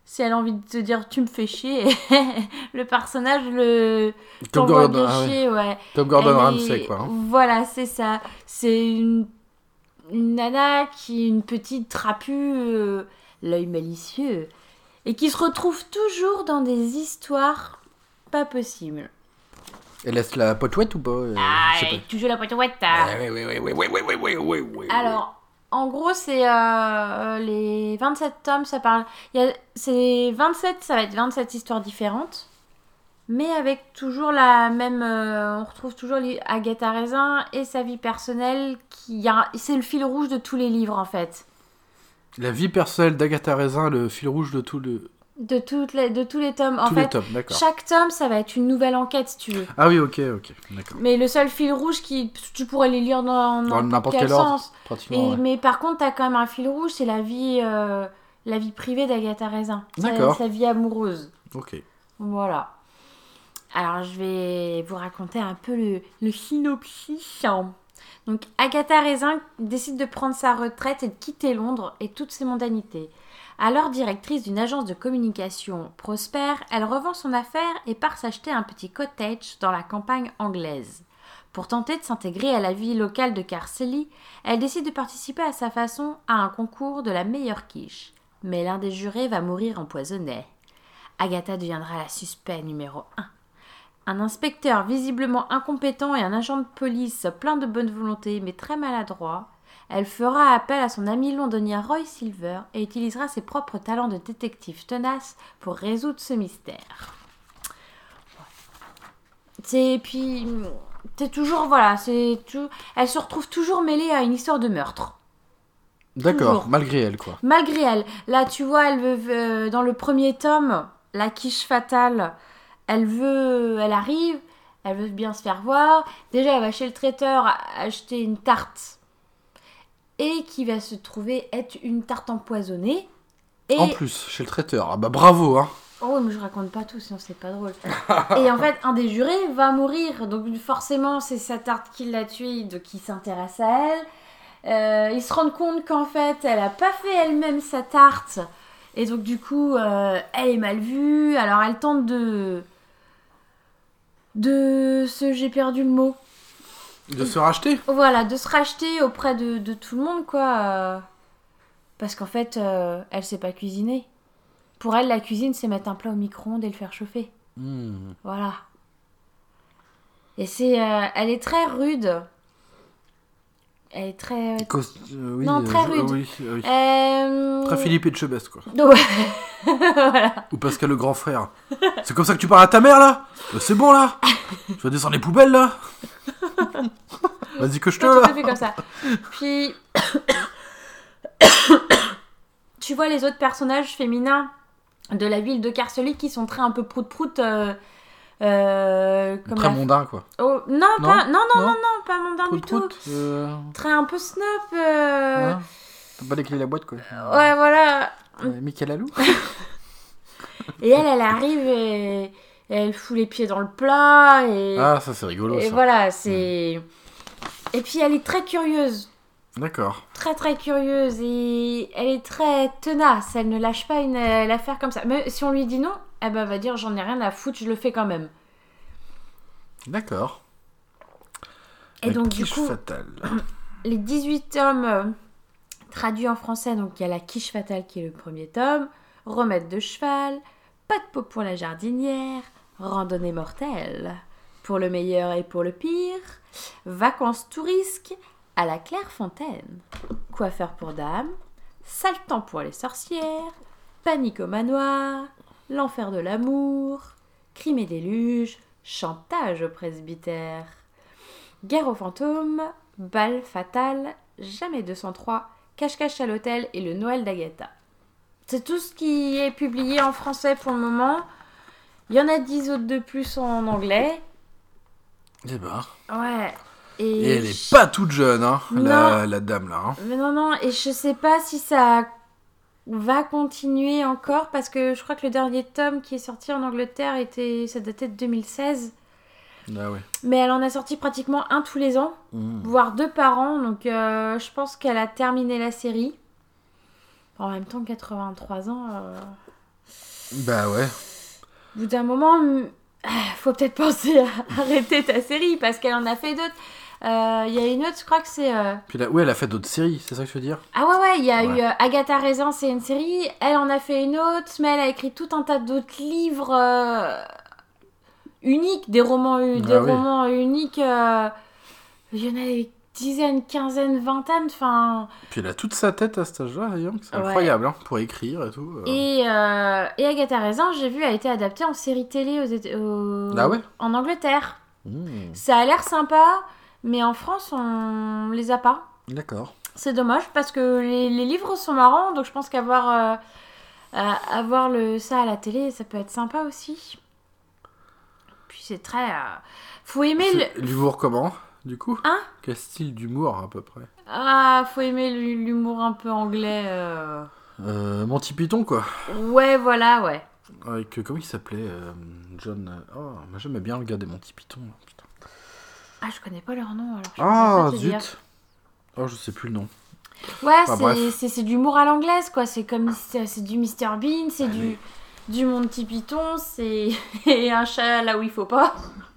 [SPEAKER 3] si elle a envie de te dire tu me fais chier, le personnage le
[SPEAKER 2] Top
[SPEAKER 3] t'envoie
[SPEAKER 2] Gordon,
[SPEAKER 3] bien
[SPEAKER 2] ah ouais.
[SPEAKER 3] chier, ouais.
[SPEAKER 2] Top Gordon
[SPEAKER 3] Elle
[SPEAKER 2] Ramsay,
[SPEAKER 3] est-
[SPEAKER 2] quoi. hein.
[SPEAKER 3] Voilà, c'est ça. C'est une, une nana qui est une petite trapue, euh, l'œil malicieux, et qui se retrouve toujours dans des histoires pas possibles.
[SPEAKER 2] Elle laisse la pote ou pas euh,
[SPEAKER 3] Ah,
[SPEAKER 2] je sais
[SPEAKER 3] elle
[SPEAKER 2] pas.
[SPEAKER 3] est toujours la pointe ah.
[SPEAKER 2] Ouais, ouais, ouais, ouais, ouais, ouais, ouais, ouais, ouais, ouais.
[SPEAKER 3] Alors, en gros, c'est euh, les vingt-sept tomes, ça parle... Il y a, c'est vingt-sept, ça va être vingt-sept histoires différentes, mais avec toujours la même... euh, on retrouve toujours les- Agatha Raisin et sa vie personnelle, qui a, c'est le fil rouge de tous les livres, en fait.
[SPEAKER 2] La vie personnelle d'Agatha Raisin, le fil rouge de tout le...
[SPEAKER 3] De, toutes les, de tous les tomes. En
[SPEAKER 2] tous
[SPEAKER 3] fait,
[SPEAKER 2] les tomes, d'accord.
[SPEAKER 3] chaque tome, ça va être une nouvelle enquête, si tu veux.
[SPEAKER 2] Ah oui, ok, ok, d'accord.
[SPEAKER 3] Mais le seul fil rouge, qui tu pourrais les lire dans,
[SPEAKER 2] Dans n'importe
[SPEAKER 3] quel
[SPEAKER 2] quel ordre,
[SPEAKER 3] sens.
[SPEAKER 2] pratiquement,
[SPEAKER 3] Et,
[SPEAKER 2] ouais.
[SPEAKER 3] Mais par contre, t'as quand même un fil rouge, c'est la vie, euh, la vie privée d'Agatha Raisin. Sa-
[SPEAKER 2] D'accord.
[SPEAKER 3] Sa vie amoureuse.
[SPEAKER 2] Ok.
[SPEAKER 3] Voilà. Alors, je vais vous raconter un peu le, le synopsis. Donc, Agatha Raisin décide de prendre sa retraite et de quitter Londres et toutes ses mondanités. Alors directrice d'une agence de communication prospère, elle revend son affaire et part s'acheter un petit cottage dans la campagne anglaise. Pour tenter de s'intégrer à la vie locale de Carcely, elle décide de participer à sa façon à un concours de la meilleure quiche. Mais l'un des jurés va mourir empoisonné. Agatha deviendra la suspect numéro un. Un inspecteur visiblement incompétent et un agent de police plein de bonne volonté mais très maladroit, elle fera appel à son ami londonien Roy Silver et utilisera ses propres talents de détective tenace pour résoudre ce mystère. C'est puis c'est toujours voilà, c'est tout. Elle se retrouve toujours mêlée à une histoire de meurtre.
[SPEAKER 2] D'accord,
[SPEAKER 3] Toujours.
[SPEAKER 2] malgré elle, quoi.
[SPEAKER 3] Malgré elle, là tu vois, elle veut euh, dans le premier tome, la quiche fatale, elle veut, elle arrive, elle veut bien se faire voir. Déjà, elle va chez le traiteur acheter une tarte et qui va se trouver être une tarte empoisonnée. Et...
[SPEAKER 2] En plus, chez le traiteur. Ah bah bravo, hein.
[SPEAKER 3] Oh, mais je raconte pas tout, sinon c'est pas drôle. Et en fait, un des jurés va mourir, donc forcément, c'est sa tarte qui l'a tué, donc il s'intéresse à elle. Euh, ils se rendent compte qu'en fait, elle a pas fait elle-même sa tarte. Et donc, du coup, euh, elle est mal vue. Alors, elle tente de... De... Ce... J'ai perdu le mot.
[SPEAKER 2] De se racheter.
[SPEAKER 3] Voilà, de se racheter auprès de, de tout le monde, quoi. euh, Parce qu'en fait, euh, elle sait pas cuisiner. Pour elle, la cuisine, c'est mettre un plat au micro-ondes et le faire chauffer.
[SPEAKER 2] Mmh.
[SPEAKER 3] Voilà. Et c'est... euh, elle est très rude. Elle est très...
[SPEAKER 2] Cos- euh, oui,
[SPEAKER 3] Non, très
[SPEAKER 2] je-
[SPEAKER 3] rude.
[SPEAKER 2] euh, oui, euh, oui.
[SPEAKER 3] Euh...
[SPEAKER 2] Très Philippe Etchebest, quoi.
[SPEAKER 3] Ouais. Voilà.
[SPEAKER 2] Ou Pascal le grand frère. C'est comme ça que tu parles à ta mère, là Euh, C'est bon, là Tu vas descendre les poubelles, là Vas-y que je te,
[SPEAKER 3] Pas tout
[SPEAKER 2] là
[SPEAKER 3] à fait comme ça. Puis... tu vois les autres personnages féminins de la ville de Carcely qui sont très un peu prout-prout... Euh... Euh, comme
[SPEAKER 2] Très
[SPEAKER 3] la-
[SPEAKER 2] mondain, quoi.
[SPEAKER 3] Oh, non,
[SPEAKER 2] Non,
[SPEAKER 3] pas... non, non,
[SPEAKER 2] non.
[SPEAKER 3] non, non, pas mondain du tout.
[SPEAKER 2] Prout-prout, euh...
[SPEAKER 3] Très un peu snob. euh,
[SPEAKER 2] hein. T'as pas déclé la boîte, quoi.
[SPEAKER 3] Ouais, voilà.
[SPEAKER 2] Euh, Michael Alou.
[SPEAKER 3] Et elle, elle arrive et, et elle fout les pieds dans le plat. Et,
[SPEAKER 2] Ah, ça, c'est rigolo,
[SPEAKER 3] et
[SPEAKER 2] ça.
[SPEAKER 3] voilà, c'est... Et puis elle est très curieuse.
[SPEAKER 2] D'accord.
[SPEAKER 3] Très, très curieuse. Et elle est très tenace. Elle ne lâche pas une, une affaire comme ça. Mais si on lui dit non, eh ben, elle va dire j'en ai rien à foutre, je le fais quand même.
[SPEAKER 2] D'accord.
[SPEAKER 3] Et
[SPEAKER 2] La
[SPEAKER 3] donc, du
[SPEAKER 2] quiche
[SPEAKER 3] coup,
[SPEAKER 2] fatale.
[SPEAKER 3] les dix-huit tomes euh, traduits en français, donc il y a La quiche fatale qui est le premier tome, Remède de cheval, Pas de peau pour la jardinière, Randonnée mortelle, Pour le meilleur et pour le pire, Vacances tout risque, À la Clairefontaine, Coiffeur pour dames, Sale temps pour les sorcières, Panique au manoir, L'enfer de l'amour, Crime et déluge, Chantage au presbytère, Guerre aux fantômes, Bal fatal, Jamais deux cent trois, Cache-cache à l'hôtel et le Noël d'Agatha. C'est tout ce qui est publié en français pour le moment. Il y en a dix autres de plus en anglais.
[SPEAKER 2] Eh ben.
[SPEAKER 3] Ouais. Et,
[SPEAKER 2] Et elle est
[SPEAKER 3] je-
[SPEAKER 2] pas toute jeune, hein, la,
[SPEAKER 3] Non.
[SPEAKER 2] la dame, là. Hein.
[SPEAKER 3] Mais non, non, et je sais pas si ça va continuer encore parce que je crois que le dernier tome qui est sorti en Angleterre était, ça datait de deux mille seize.
[SPEAKER 2] Ah ouais.
[SPEAKER 3] Mais elle en a sorti pratiquement un tous les ans.
[SPEAKER 2] Mmh.
[SPEAKER 3] Voire deux par an, donc euh, je pense qu'elle a terminé la série. En même temps, quatre-vingt-trois ans, euh,
[SPEAKER 2] Bah ouais.
[SPEAKER 3] Au bout d'un moment, mm, faut peut-être penser à arrêter ta série parce qu'elle en a fait d'autres. Il euh, y a une autre, je crois que c'est... Euh...
[SPEAKER 2] Puis là, ouais, elle a fait d'autres séries, c'est ça que tu veux dire?
[SPEAKER 3] Ah ouais, ouais, il y a
[SPEAKER 2] Ouais.
[SPEAKER 3] eu euh, Agatha Raisin, c'est une série. Elle en a fait une autre, mais elle a écrit tout un tas d'autres livres euh, uniques, des romans, des
[SPEAKER 2] Ah oui.
[SPEAKER 3] romans uniques. euh, Il y en a des dizaines, quinzaines, vingtaines, enfin...
[SPEAKER 2] Puis elle a toute sa tête à cet âge-là, d'ailleurs, c'est
[SPEAKER 3] Ouais.
[SPEAKER 2] incroyable, hein, pour écrire et tout. euh.
[SPEAKER 3] Et, euh, et Agatha Raisin, j'ai vu, a été adaptée en série télé aux Éta- au-
[SPEAKER 2] Ah ouais
[SPEAKER 3] en Angleterre.
[SPEAKER 2] Mmh.
[SPEAKER 3] Ça a l'air sympa, mais en France, on les a pas.
[SPEAKER 2] D'accord.
[SPEAKER 3] C'est dommage parce que les, les livres sont marrants, donc je pense qu'avoir euh, à- avoir le, ça à la télé, ça peut être sympa aussi. Puis c'est très... euh, faut aimer le...
[SPEAKER 2] C'est l'humour comment, du coup?
[SPEAKER 3] Hein?
[SPEAKER 2] Quel style d'humour, à peu près?
[SPEAKER 3] Ah, faut aimer l'humour un peu anglais. Euh...
[SPEAKER 2] Euh, Monty Python, quoi.
[SPEAKER 3] Ouais, voilà, ouais.
[SPEAKER 2] Avec, euh, comment il s'appelait euh, John... euh, Oh, moi j'aimais bien le gars des Monty Python. Là, putain.
[SPEAKER 3] Ah, je connais pas leur nom, alors je
[SPEAKER 2] Ah,
[SPEAKER 3] peux pas te dire.
[SPEAKER 2] zut. Oh, je sais plus le nom.
[SPEAKER 3] Ouais,
[SPEAKER 2] Enfin,
[SPEAKER 3] c'est,
[SPEAKER 2] bref.
[SPEAKER 3] c'est, c'est d'humour à l'anglaise, quoi. C'est comme c'est, c'est du mister Bean, c'est
[SPEAKER 2] Ah,
[SPEAKER 3] du,
[SPEAKER 2] oui.
[SPEAKER 3] du Monty Python, c'est et un chat là où il faut pas.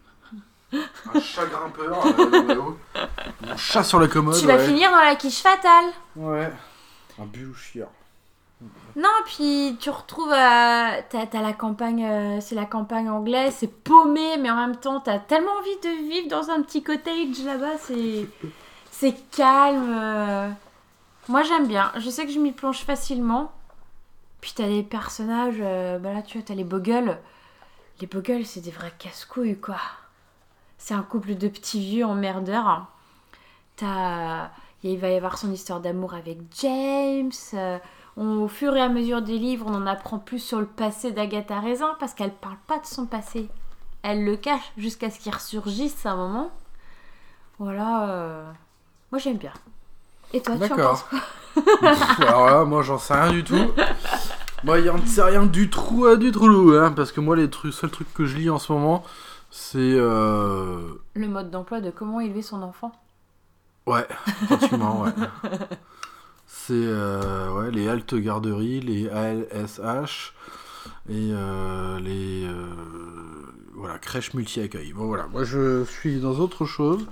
[SPEAKER 2] Un chat grimpeur. euh, Mon chat sur la commode.
[SPEAKER 3] tu vas
[SPEAKER 2] ouais.
[SPEAKER 3] finir dans la quiche fatale.
[SPEAKER 2] Ouais. Un bulouchière.
[SPEAKER 3] Non, puis tu retrouves à... T'as, t'as la campagne, euh, c'est la campagne anglaise, c'est paumé, mais en même temps, t'as tellement envie de vivre dans un petit cottage là-bas, c'est, c'est calme. euh. Moi, j'aime bien. Je sais que je m'y plonge facilement. Puis t'as des personnages, euh, bah là, tu vois, t'as les Boggles. Les Boggles, c'est des vrais casse-couilles, quoi. C'est un couple de petits vieux emmerdeurs. T'as... Il va y avoir son histoire d'amour avec James. euh, On, au fur et à mesure des livres, on en apprend plus sur le passé d'Agatha Raisin parce qu'elle parle pas de son passé. Elle le cache jusqu'à ce qu'il ressurgisse à un moment. Voilà. euh, Moi, j'aime bien. Et toi, tu en
[SPEAKER 2] D'accord.
[SPEAKER 3] penses quoi?
[SPEAKER 2] Pff, alors là, moi j'en sais rien du tout. Moi, il en sait rien du trou à du trou, hein, parce que moi, les trucs, seuls trucs que je lis en ce moment, c'est. Euh...
[SPEAKER 3] Le mode d'emploi de comment élever son enfant.
[SPEAKER 2] Ouais, pratiquement, ouais. C'est euh, ouais, les haltes garderies, les A L S H et euh, les euh, voilà, crèches multi-accueil. Bon, voilà, moi je suis dans autre chose.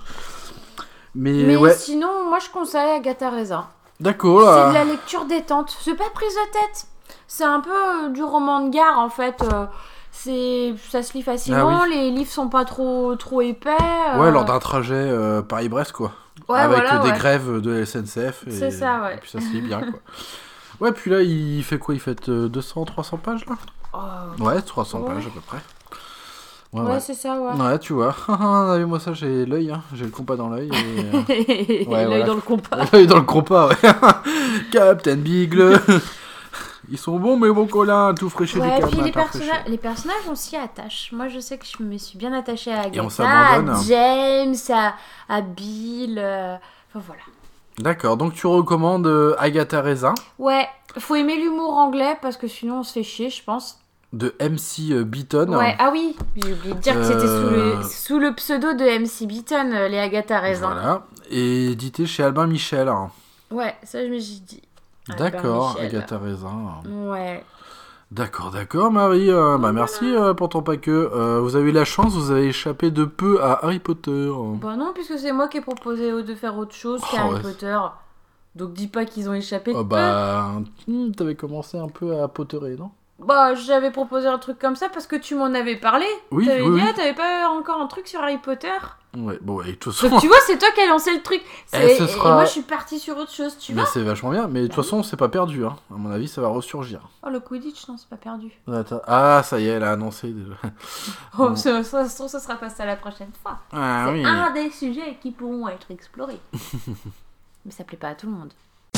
[SPEAKER 2] Mais,
[SPEAKER 3] Mais
[SPEAKER 2] ouais,
[SPEAKER 3] sinon, moi, je conseille Agatha Raisin.
[SPEAKER 2] d'accord.
[SPEAKER 3] C'est
[SPEAKER 2] là.
[SPEAKER 3] de la lecture détente. C'est pas prise de tête. C'est un peu euh, du roman de gare, en fait. Euh, c'est... Ça se lit facilement.
[SPEAKER 2] Ah oui.
[SPEAKER 3] Les livres sont pas trop, trop épais. euh.
[SPEAKER 2] Ouais, lors d'un trajet euh, Paris-Brest, quoi.
[SPEAKER 3] Ouais,
[SPEAKER 2] Avec
[SPEAKER 3] voilà,
[SPEAKER 2] euh, des
[SPEAKER 3] ouais.
[SPEAKER 2] grèves de la S N C F. Et,
[SPEAKER 3] C'est ça, ouais.
[SPEAKER 2] Et puis ça se lit bien, quoi. Ouais, puis là, il fait quoi? Il fait euh, deux cents, trois cents pages, là?
[SPEAKER 3] Oh.
[SPEAKER 2] Ouais, trois cents
[SPEAKER 3] Ouais.
[SPEAKER 2] pages à peu près. Ouais,
[SPEAKER 3] Ouais,
[SPEAKER 2] ouais.
[SPEAKER 3] c'est ça, ouais.
[SPEAKER 2] Ouais, tu vois. Ah, moi, ça, j'ai l'œil, hein. J'ai le compas dans l'œil. Et, euh,
[SPEAKER 3] L'œil
[SPEAKER 2] voilà.
[SPEAKER 3] dans le compas.
[SPEAKER 2] l'œil dans le compas, ouais. Captain Bigle. Ils sont bons, mais bon, Colin, tout fraîché
[SPEAKER 3] Ouais,
[SPEAKER 2] du
[SPEAKER 3] puis les,
[SPEAKER 2] matin
[SPEAKER 3] personna-
[SPEAKER 2] fraîché.
[SPEAKER 3] les personnages, on s'y attache. Moi, je sais que je me suis bien attachée à
[SPEAKER 2] Et on
[SPEAKER 3] Agatha,
[SPEAKER 2] s'abandonne.
[SPEAKER 3] à James, à, à Bill. euh, Enfin, voilà.
[SPEAKER 2] D'accord, donc tu recommandes euh, Agatha Raisin
[SPEAKER 3] Ouais, faut aimer l'humour anglais parce que sinon on se fait chier, je pense.
[SPEAKER 2] de M C euh, Beaton.
[SPEAKER 3] Ouais, ah oui, j'ai oublié de dire que c'était sous,
[SPEAKER 2] Euh,
[SPEAKER 3] le, sous le pseudo de M C Beaton, euh, les Agatha Raisin.
[SPEAKER 2] Voilà. Et édité chez Albin Michel.
[SPEAKER 3] Ouais, ça je me suis dit.
[SPEAKER 2] D'accord,
[SPEAKER 3] Albert Michel.
[SPEAKER 2] Agatha Raisin.
[SPEAKER 3] Ouais.
[SPEAKER 2] D'accord, d'accord, Marie. Euh, bah, merci euh, pour ton paquet. Euh, vous avez eu la chance, vous avez échappé de peu à Harry Potter.
[SPEAKER 3] Bah non, puisque c'est moi qui ai proposé de faire autre chose
[SPEAKER 2] Oh,
[SPEAKER 3] qu'Harry
[SPEAKER 2] ouais.
[SPEAKER 3] Potter. Donc dis pas qu'ils ont échappé de
[SPEAKER 2] Oh,
[SPEAKER 3] peu.
[SPEAKER 2] bah, hmm, t'avais commencé un peu à potterer, non?
[SPEAKER 3] Bah, j'avais proposé un truc comme ça parce que tu m'en avais parlé.
[SPEAKER 2] Oui,
[SPEAKER 3] T'avais
[SPEAKER 2] oui,
[SPEAKER 3] dit,
[SPEAKER 2] oui.
[SPEAKER 3] ah, t'avais pas encore un truc sur Harry Potter.
[SPEAKER 2] Ouais, bon, ouais, de toute façon.
[SPEAKER 3] Donc tu vois, c'est toi qui as lancé le truc. C'est-
[SPEAKER 2] Eh, ce
[SPEAKER 3] et-
[SPEAKER 2] sera-
[SPEAKER 3] Et moi, je suis partie sur autre chose, tu
[SPEAKER 2] Mais
[SPEAKER 3] vois.
[SPEAKER 2] c'est vachement bien, mais de toute
[SPEAKER 3] Bah
[SPEAKER 2] façon, c'est pas perdu, hein. À mon avis, ça va ressurgir.
[SPEAKER 3] Oh, le Quidditch, non, c'est pas perdu.
[SPEAKER 2] Attends. Ah, ça y est, elle a annoncé déjà.
[SPEAKER 3] Oh,
[SPEAKER 2] Bon.
[SPEAKER 3] ça, ça, ça, ça sera pas ça la prochaine fois.
[SPEAKER 2] Ah
[SPEAKER 3] c'est
[SPEAKER 2] oui.
[SPEAKER 3] un des sujets qui pourront être explorés. Mais ça plaît pas à tout le monde.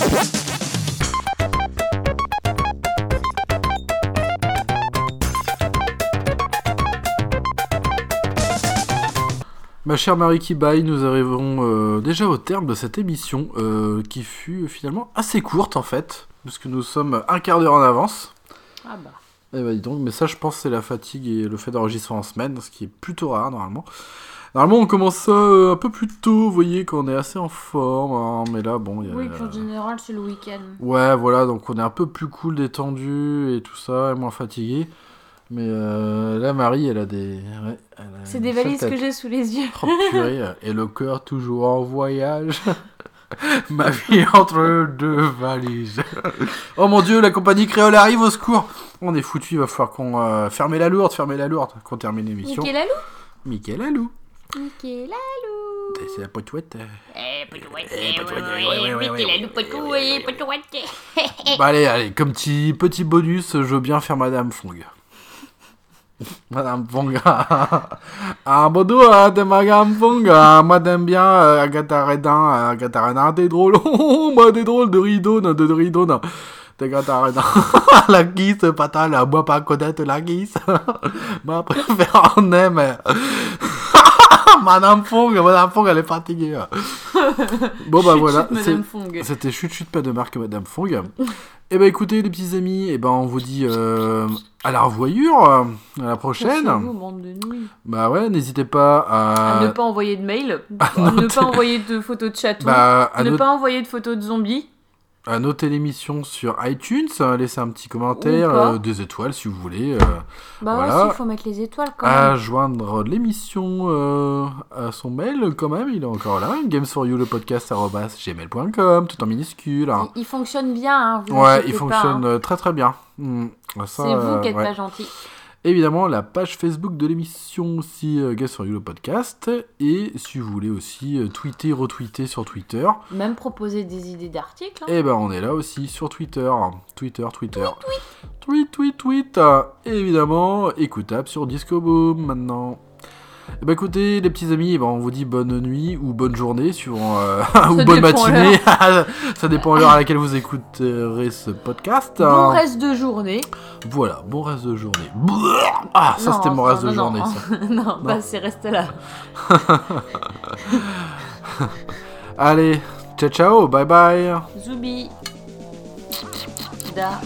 [SPEAKER 2] Ma chère Marie Kibaye, nous arrivons euh, déjà au terme de cette émission euh, qui fut finalement assez courte en fait, puisque nous sommes un quart d'heure en avance.
[SPEAKER 3] Ah bah.
[SPEAKER 2] Eh ben dis donc, mais ça je pense c'est la fatigue et le fait d'enregistrer en semaine, ce qui est plutôt rare normalement. Normalement, on commence ça euh, un peu plus tôt, vous voyez, quand on est assez en forme. Hein, mais là, bon, il y a...
[SPEAKER 3] Oui, puis en général, c'est le week-end.
[SPEAKER 2] Ouais, voilà, donc on est un peu plus cool, détendu et tout ça, et moins fatigué. Mais euh, là, Marie, elle a des... Ouais, elle a
[SPEAKER 3] C'est
[SPEAKER 2] une
[SPEAKER 3] des
[SPEAKER 2] sale
[SPEAKER 3] valises
[SPEAKER 2] tête.
[SPEAKER 3] que j'ai sous les yeux.
[SPEAKER 2] Oh, purée, et le cœur toujours en voyage. Ma vie entre deux valises. Oh mon dieu, la compagnie créole arrive au secours. On est foutu, il va falloir qu'on euh, ferme la lourde, fermer la lourde, qu'on termine l'émission.
[SPEAKER 3] Mickey Lalou
[SPEAKER 2] Mickey Lalou.
[SPEAKER 3] Mickey Lalou.
[SPEAKER 2] C'est la potouette.
[SPEAKER 3] Eh, potouette,
[SPEAKER 2] Eh, potouette,
[SPEAKER 3] ouais,
[SPEAKER 2] ouais, ouais, ouais,
[SPEAKER 3] Mickey
[SPEAKER 2] ouais,
[SPEAKER 3] Lalou,
[SPEAKER 2] ouais,
[SPEAKER 3] potou,
[SPEAKER 2] ouais,
[SPEAKER 3] ouais,
[SPEAKER 2] ouais,
[SPEAKER 3] potouette.
[SPEAKER 2] Bah allez, allez, comme petit, petit bonus, je veux bien faire Madame Fong. Madame Fong. Ah, bonjour, hein, t'es Madame Fong. Ah, moi, t'aimes bien euh, Agatha Redin. euh, Agatha Redin, t'es drôle. Oh, moi, t'es drôle de rideau, non, de de rideau, non. T'es Agatha Redin. La guise, patale, moi, pas connaître la guise. Ma préférée en est, mais... Madame Fong, Madame Fong, elle est fatiguée. Bon, bah
[SPEAKER 3] Chut,
[SPEAKER 2] voilà.
[SPEAKER 3] chut, Madame Fong.
[SPEAKER 2] C'était chut chut pas de marque Madame Fong. Et bah écoutez les petits amis, et ben on vous dit euh, à la revoyure, euh, à la prochaine.
[SPEAKER 3] Cassez-vous, bande de nouilles.
[SPEAKER 2] Bah ouais, n'hésitez pas à...
[SPEAKER 3] À ne pas envoyer de mail,
[SPEAKER 2] à
[SPEAKER 3] à ne
[SPEAKER 2] noter-
[SPEAKER 3] pas envoyer de photos de chatons,
[SPEAKER 2] bah, à,
[SPEAKER 3] à ne
[SPEAKER 2] not-
[SPEAKER 3] pas envoyer de photos de zombies.
[SPEAKER 2] à noter l'émission sur iTunes, euh, laisser un petit commentaire,
[SPEAKER 3] Ou pas.
[SPEAKER 2] euh, des étoiles si vous voulez. euh,
[SPEAKER 3] Bah
[SPEAKER 2] Voilà.
[SPEAKER 3] ouais, si, il faut mettre les étoiles quand
[SPEAKER 2] à
[SPEAKER 3] même.
[SPEAKER 2] joindre l'émission euh, à son mail quand même, il est encore là, games for you le podcast arobase gmail point com, tout en minuscule. Hein.
[SPEAKER 3] Il, il fonctionne bien, hein, vous
[SPEAKER 2] Ouais,
[SPEAKER 3] inquiétez
[SPEAKER 2] il
[SPEAKER 3] pas,
[SPEAKER 2] fonctionne
[SPEAKER 3] hein.
[SPEAKER 2] euh, très très bien. Hmm, ça,
[SPEAKER 3] C'est
[SPEAKER 2] euh,
[SPEAKER 3] vous qui êtes
[SPEAKER 2] ouais.
[SPEAKER 3] pas gentil.
[SPEAKER 2] Évidemment, la page Facebook de l'émission aussi, euh, Guess for You le podcast. Et si vous voulez aussi euh, tweeter, retweeter sur Twitter,
[SPEAKER 3] Même proposer des idées d'articles. Hein.
[SPEAKER 2] eh ben on est là aussi sur Twitter. Twitter, Twitter. Tweet, tweet, tweet. Euh, Et évidemment, écoutable sur Disco Boom maintenant. Eh ben écoutez les petits amis, eh ben, on vous dit bonne nuit ou bonne journée suivant euh, ou bonne
[SPEAKER 3] dépend
[SPEAKER 2] matinée. Ça dépend de l'heure à laquelle vous écouterez ce podcast.
[SPEAKER 3] Bon
[SPEAKER 2] hein.
[SPEAKER 3] reste de journée.
[SPEAKER 2] Voilà, bon reste de journée. Ah, ça
[SPEAKER 3] Non,
[SPEAKER 2] c'était mon
[SPEAKER 3] ça,
[SPEAKER 2] reste de
[SPEAKER 3] non,
[SPEAKER 2] journée
[SPEAKER 3] non.
[SPEAKER 2] ça.
[SPEAKER 3] non, bah c'est reste là.
[SPEAKER 2] Allez, ciao ciao, bye bye.
[SPEAKER 3] Zoubi. Da.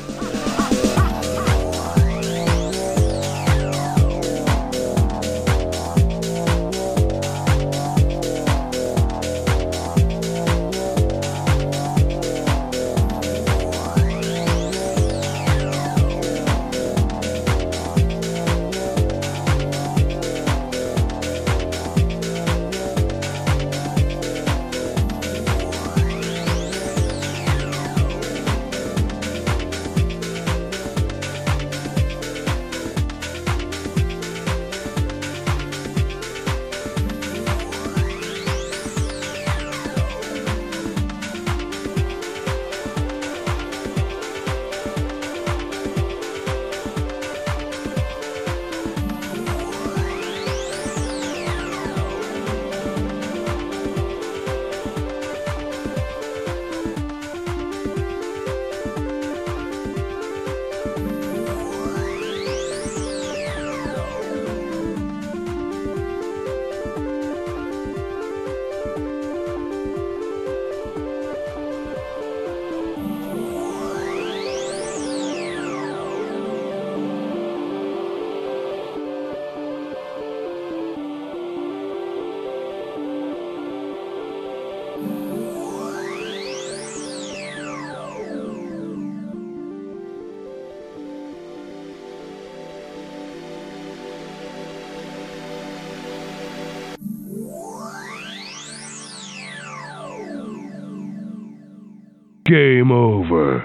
[SPEAKER 1] Game over.